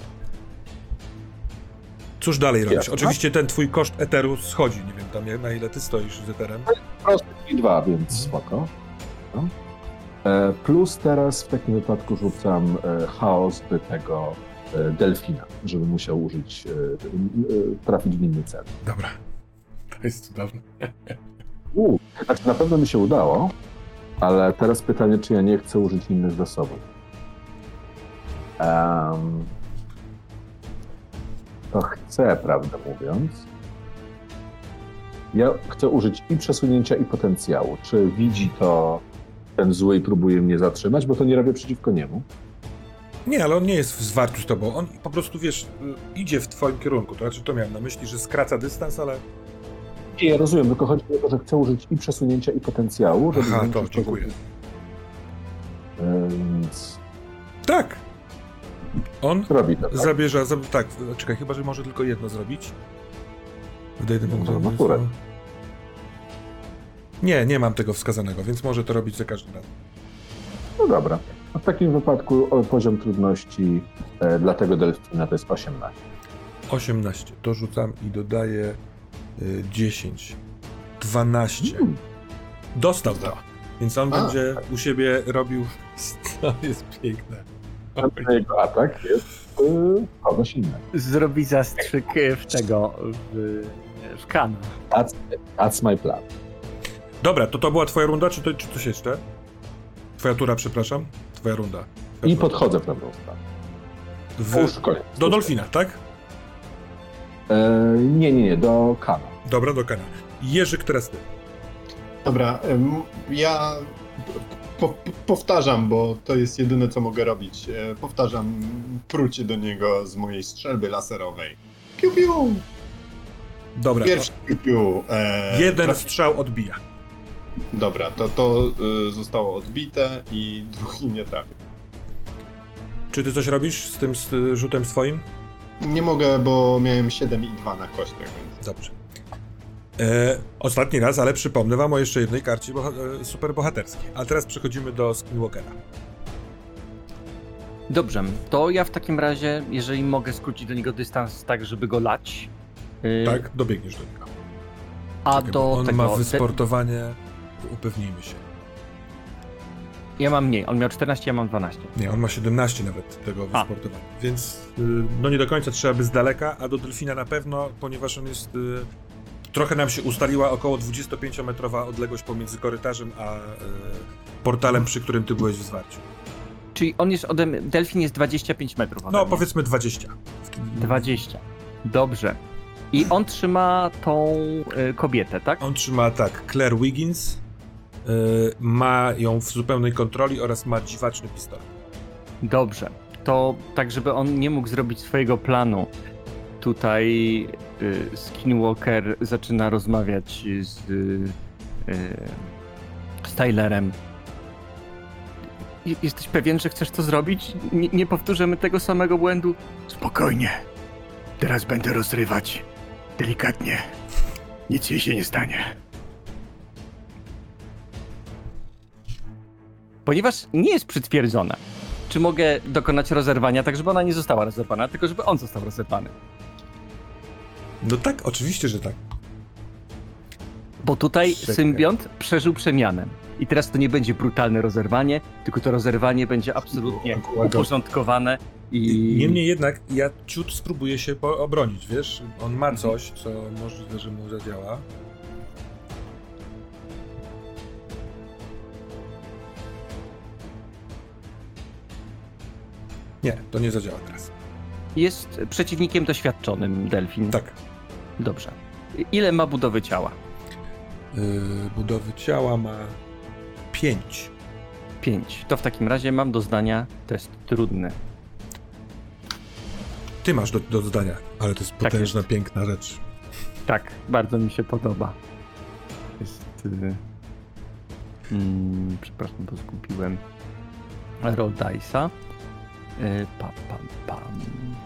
Cóż dalej robisz? Jasne. Oczywiście ten twój koszt eteru schodzi, nie wiem tam jak- na ile ty stoisz z eterem. Prosty i dwa, więc spoko. No. E, plus teraz w takim wypadku rzucam e, chaos do tego e, delfina, żeby musiał użyć, e, e, trafić w inny cel. Dobra, to jest cudowne. U, znaczy na pewno mi się udało, ale teraz pytanie, czy ja nie chcę użyć innych zasobów. Um, to chcę, prawdę mówiąc. Ja chcę użyć i przesunięcia, i potencjału. Czy widzi to ten zły i próbuje mnie zatrzymać, bo to nie robię przeciwko niemu. Nie, ale on nie jest w zwarciu z tobą, on po prostu, wiesz, y, idzie w twoim kierunku, to znaczy to miałem na myśli, że skraca dystans, ale... Nie, ja rozumiem, tylko chodzi mi o to, że chcę użyć i przesunięcia, i potencjału, żeby... Aha, zwiększyć to dziękuję. poziom- Więc Tak! On robi to, tak? zabierza, zab... tak, czekaj, chyba, że może tylko jedno zrobić. Wydaje mi No, no, akurat. Nie, nie mam tego wskazanego, więc może to robić za każdym razem. No dobra. A w takim wypadku o, poziom trudności e, dla tego delfina to jest osiemnaście. osiemnaście, to rzucam i dodaję y, dziesięć. dwanaście. Hmm. Dostał to, więc on A, będzie u siebie robił... To jest piękne. A jego atak jest y, kogoś innego. Zrobi zastrzyk w tego, w, w kana. That's, that's my plan. Dobra, to to była twoja runda, czy, to, czy coś jeszcze? Twoja tura, przepraszam. Twoja runda. Twoja I tura. podchodzę w pewną stronę. W... Już koniec. Do Dolfina, tak? E, nie, nie, nie, do Kana. Dobra, do Kana. Jerzyk, teraz ty. Dobra, em, ja po, po, powtarzam, bo to jest jedyne, co mogę robić. E, Powtarzam prucie do niego z mojej strzelby laserowej. Piu, piu! Dobra, Pierwszy piu, piu. E, jeden traf- strzał odbija. Dobra, to to y, zostało odbite i drugi nie trafił. Czy ty coś robisz z tym z y, rzutem swoim? Nie mogę, bo miałem siedem i dwa na kościach, więc... Dobrze. E, ostatni raz, ale przypomnę wam o jeszcze jednej karcie boha- e, superbohaterskiej. A teraz przechodzimy do Skinwalkera. Dobrze, to ja w takim razie, jeżeli mogę skrócić do niego dystans tak, żeby go lać. Yy, Tak? Dobiegniesz do niego. A Czekaj, bo do on tego... ma de- wysportowanie... Upewnijmy się. Ja mam mniej, on miał czternaście, ja mam dwanaście. Nie, on ma siedemnaście nawet tego A. wysportowania. Więc y, no nie do końca trzeba by z daleka, a do delfina na pewno, ponieważ on jest... Y, trochę nam się ustaliła około dwudziestopięciometrowa odległość pomiędzy korytarzem a y, portalem, przy którym ty byłeś w zwarciu. Czyli on jest ode mnie, delfin jest dwadzieścia pięć metrów ode No mnie. powiedzmy dwadzieścia. dwadzieścia. Dobrze. I on trzyma tą y, kobietę, tak? On trzyma tak, Claire Wiggins, y, ma ją w zupełnej kontroli oraz ma dziwaczny pistolet. Dobrze. To tak, żeby on nie mógł zrobić swojego planu. Tutaj y, Skinwalker zaczyna rozmawiać z, y, z Tylerem. I- Jesteś pewien, że chcesz to zrobić? Nie, nie powtórzymy tego samego błędu? Spokojnie. Teraz będę rozrywać. Delikatnie. Nic jej się nie stanie. Ponieważ nie jest przytwierdzona, czy mogę dokonać rozerwania, tak żeby ona nie została rozerwana, tylko żeby on został rozerwany? No tak, oczywiście, że tak. Bo tutaj Czekaj. symbiont przeżył przemianę. I teraz to nie będzie brutalne rozerwanie, tylko to rozerwanie będzie absolutnie uporządkowane i... Niemniej jednak ja ciut spróbuję się po- obronić, wiesz? On ma coś, co możliwe, że mu zadziała. Nie, to nie zadziała teraz. Jest przeciwnikiem doświadczonym, delfin. Tak. Dobrze. I- Ile ma budowy ciała? Yy, budowy ciała ma pięć. Pięć. To w takim razie mam do zdania test trudny. Ty masz do, do zdania, ale to jest Tak potężna, jest. piękna rzecz. Tak, bardzo mi się podoba. Jest... y, Mm, przepraszam, bo zgubiłem. Roll dice'a. Y, Pam, pam, pam.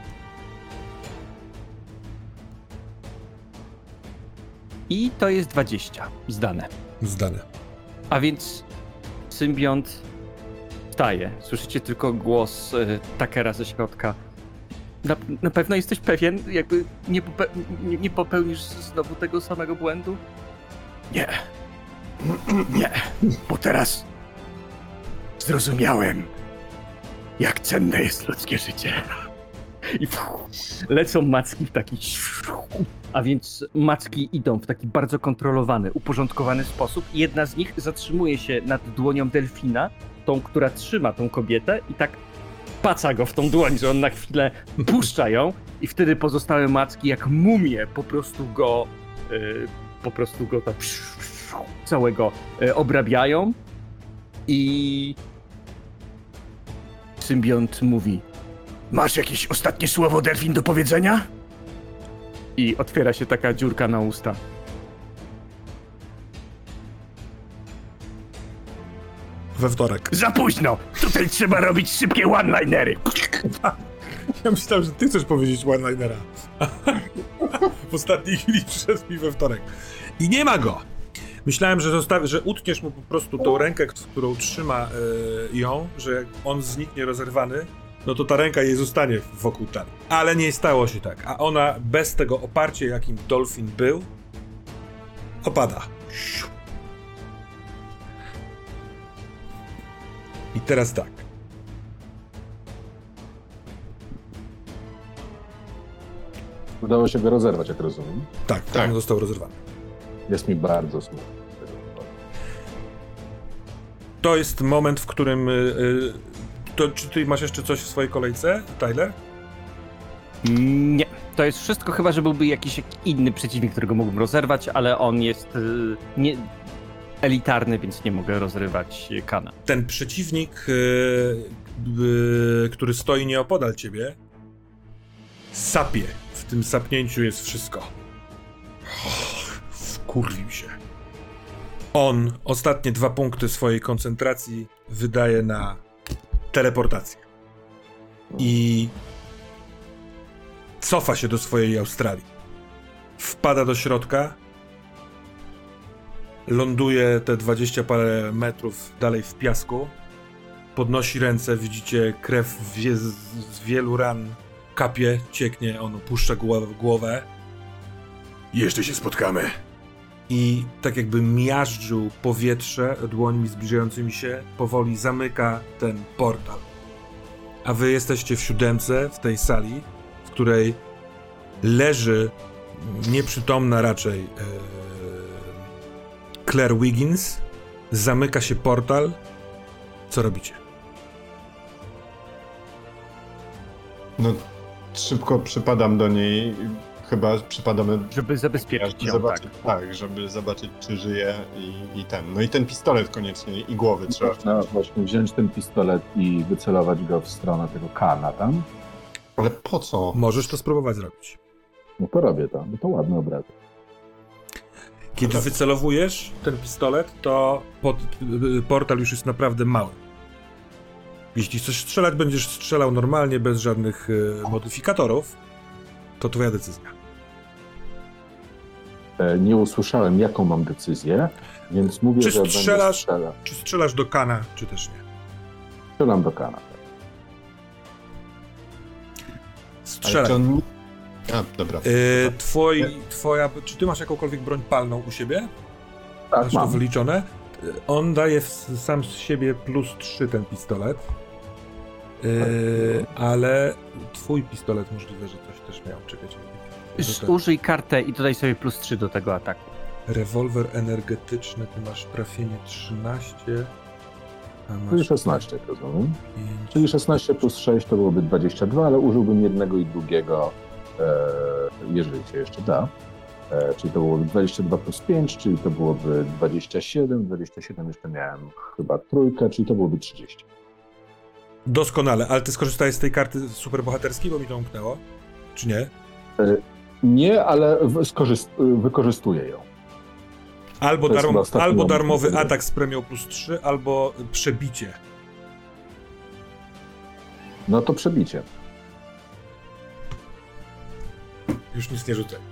I to jest dwadzieścia zdane. Zdane. A więc symbiont wstaje. Słyszycie tylko głos y, Takera ze środka. Na, na pewno jesteś pewien? Jakby nie, pope, nie, nie popełnisz znowu tego samego błędu? Nie. Nie. Bo teraz zrozumiałem, jak cenne jest ludzkie życie. I pff, lecą macki w taki... A więc macki idą w taki bardzo kontrolowany, uporządkowany sposób. Jedna z nich zatrzymuje się nad dłonią delfina, tą, która trzyma tą kobietę i tak paca go w tą dłoń, że on na chwilę puszcza ją i wtedy pozostałe macki jak mumie po prostu go y, po prostu go tak całego y, obrabiają i symbiont mówi Masz jakieś ostatnie słowo, delfin, do powiedzenia? i otwiera się taka dziurka na usta. We wtorek. Za późno! Tutaj trzeba robić szybkie one-linery. Ja myślałem, że ty chcesz powiedzieć one-linera. W ostatniej chwili przyszedł mi we wtorek. I nie ma go! Myślałem, że, zostawi, że utniesz mu po prostu tą rękę, w którą trzyma y, ją, że jak on zniknie rozerwany, no to ta ręka jej zostanie wokół talii. Ale nie stało się tak. A ona bez tego oparcia, jakim Dolphin był, opada. I teraz tak. Udało się go rozerwać, jak rozumiem. Tak, Tak. on został rozerwany. Jest mi bardzo smutno. To jest moment, w którym... Y, y, to, czy ty masz jeszcze coś w swojej kolejce, Tyler? Nie. To jest wszystko, chyba że byłby jakiś inny przeciwnik, którego mógłbym rozerwać, ale on jest... y, nie, elitarny, więc nie mogę rozrywać kana. Ten przeciwnik, yy, yy, który stoi nieopodal ciebie, sapie. W tym sapnięciu jest wszystko. Och, wkurwił się. On ostatnie dwa punkty swojej koncentracji wydaje na teleportację. I cofa się do swojej Australii. Wpada do środka, ląduje te dwadzieścia parę metrów dalej w piasku, podnosi ręce, widzicie krew wie, z, z wielu ran kapie, cieknie, on opuszcza głowę. Jeszcze się spotkamy. I tak jakby miażdżył powietrze dłońmi zbliżającymi się, powoli zamyka ten portal. A wy jesteście w siódemce, w tej sali, w której leży nieprzytomna raczej ee, Claire Wiggins. Zamyka się portal. Co robicie? No, szybko przypadam do niej, chyba przypadamy... Żeby zabezpieczyć żeby ją, zobaczyć, tak. tak, żeby zobaczyć, czy żyje i, i ten. No i ten pistolet koniecznie, i głowy trzeba. Można właśnie wziąć ten pistolet i wycelować go w stronę tego kana tam. Ale po co? Możesz to spróbować zrobić. No to robię to, bo to ładny obraz. Kiedy wycelowujesz ten pistolet, to pod, portal już jest naprawdę mały. Jeśli chcesz strzelać, będziesz strzelał normalnie, bez żadnych e, modyfikatorów, to twoja decyzja. E, nie usłyszałem, jaką mam decyzję, więc mówię, Czy że będę strzelasz? strzelał. Czy strzelasz do kana, czy też nie? Strzelam do kana. Ale Strzelaj. czy on... A, dobra. E, twoi, twoja, czy ty masz jakąkolwiek broń palną u siebie? Tak, Masz to mam. wyliczone? E, On daje w, sam z siebie plus trzy ten pistolet. E, ale twój pistolet możliwe, że coś też miał. Czekajcie. że tak. Użyj kartę i dodaj sobie plus trzy do tego ataku. Rewolwer energetyczny, ty masz trafienie trzynaście, a Czyli masz szesnaście, jak rozumiem. pięć. Czyli szesnaście plus sześć to byłoby dwadzieścia dwa, ale użyłbym jednego i drugiego, e, jeżeli się jeszcze da. E, czyli to byłoby dwadzieścia dwa plus pięć, czyli to byłoby dwadzieścia siedem. dwadzieścia siedem jeszcze miałem chyba trójkę, czyli to byłoby trzydzieści. Doskonale, ale ty skorzystałeś z tej karty superbohaterskiej, bo mi to umknęło? Czy nie? Nie, ale w- skorzyst- wykorzystuję ją. Albo, To jest darm- chyba ostatni albo moment, darmowy kiedy- atak z premią plus trzy, albo przebicie. No to przebicie. Już nic nie rzucaj.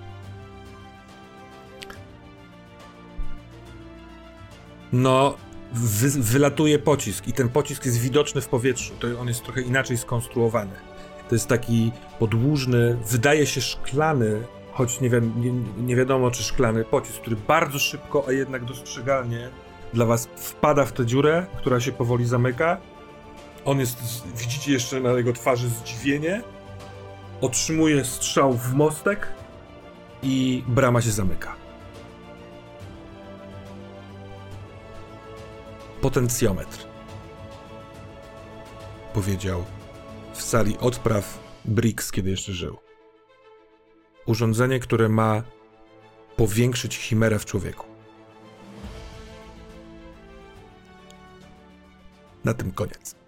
No, wy, wylatuje pocisk i ten pocisk jest widoczny w powietrzu. To on jest trochę inaczej skonstruowany. To jest taki podłużny, wydaje się szklany, choć nie, wiem, nie, nie wiadomo czy szklany pocisk, który bardzo szybko, a jednak dostrzegalnie dla was wpada w tę dziurę, która się powoli zamyka. On jest, widzicie jeszcze na jego twarzy zdziwienie. Otrzymuje strzał w mostek i brama się zamyka. Potencjometr. Powiedział w sali odpraw Briggs, kiedy jeszcze żył. Urządzenie, które ma powiększyć chimerę w człowieku. Na tym koniec.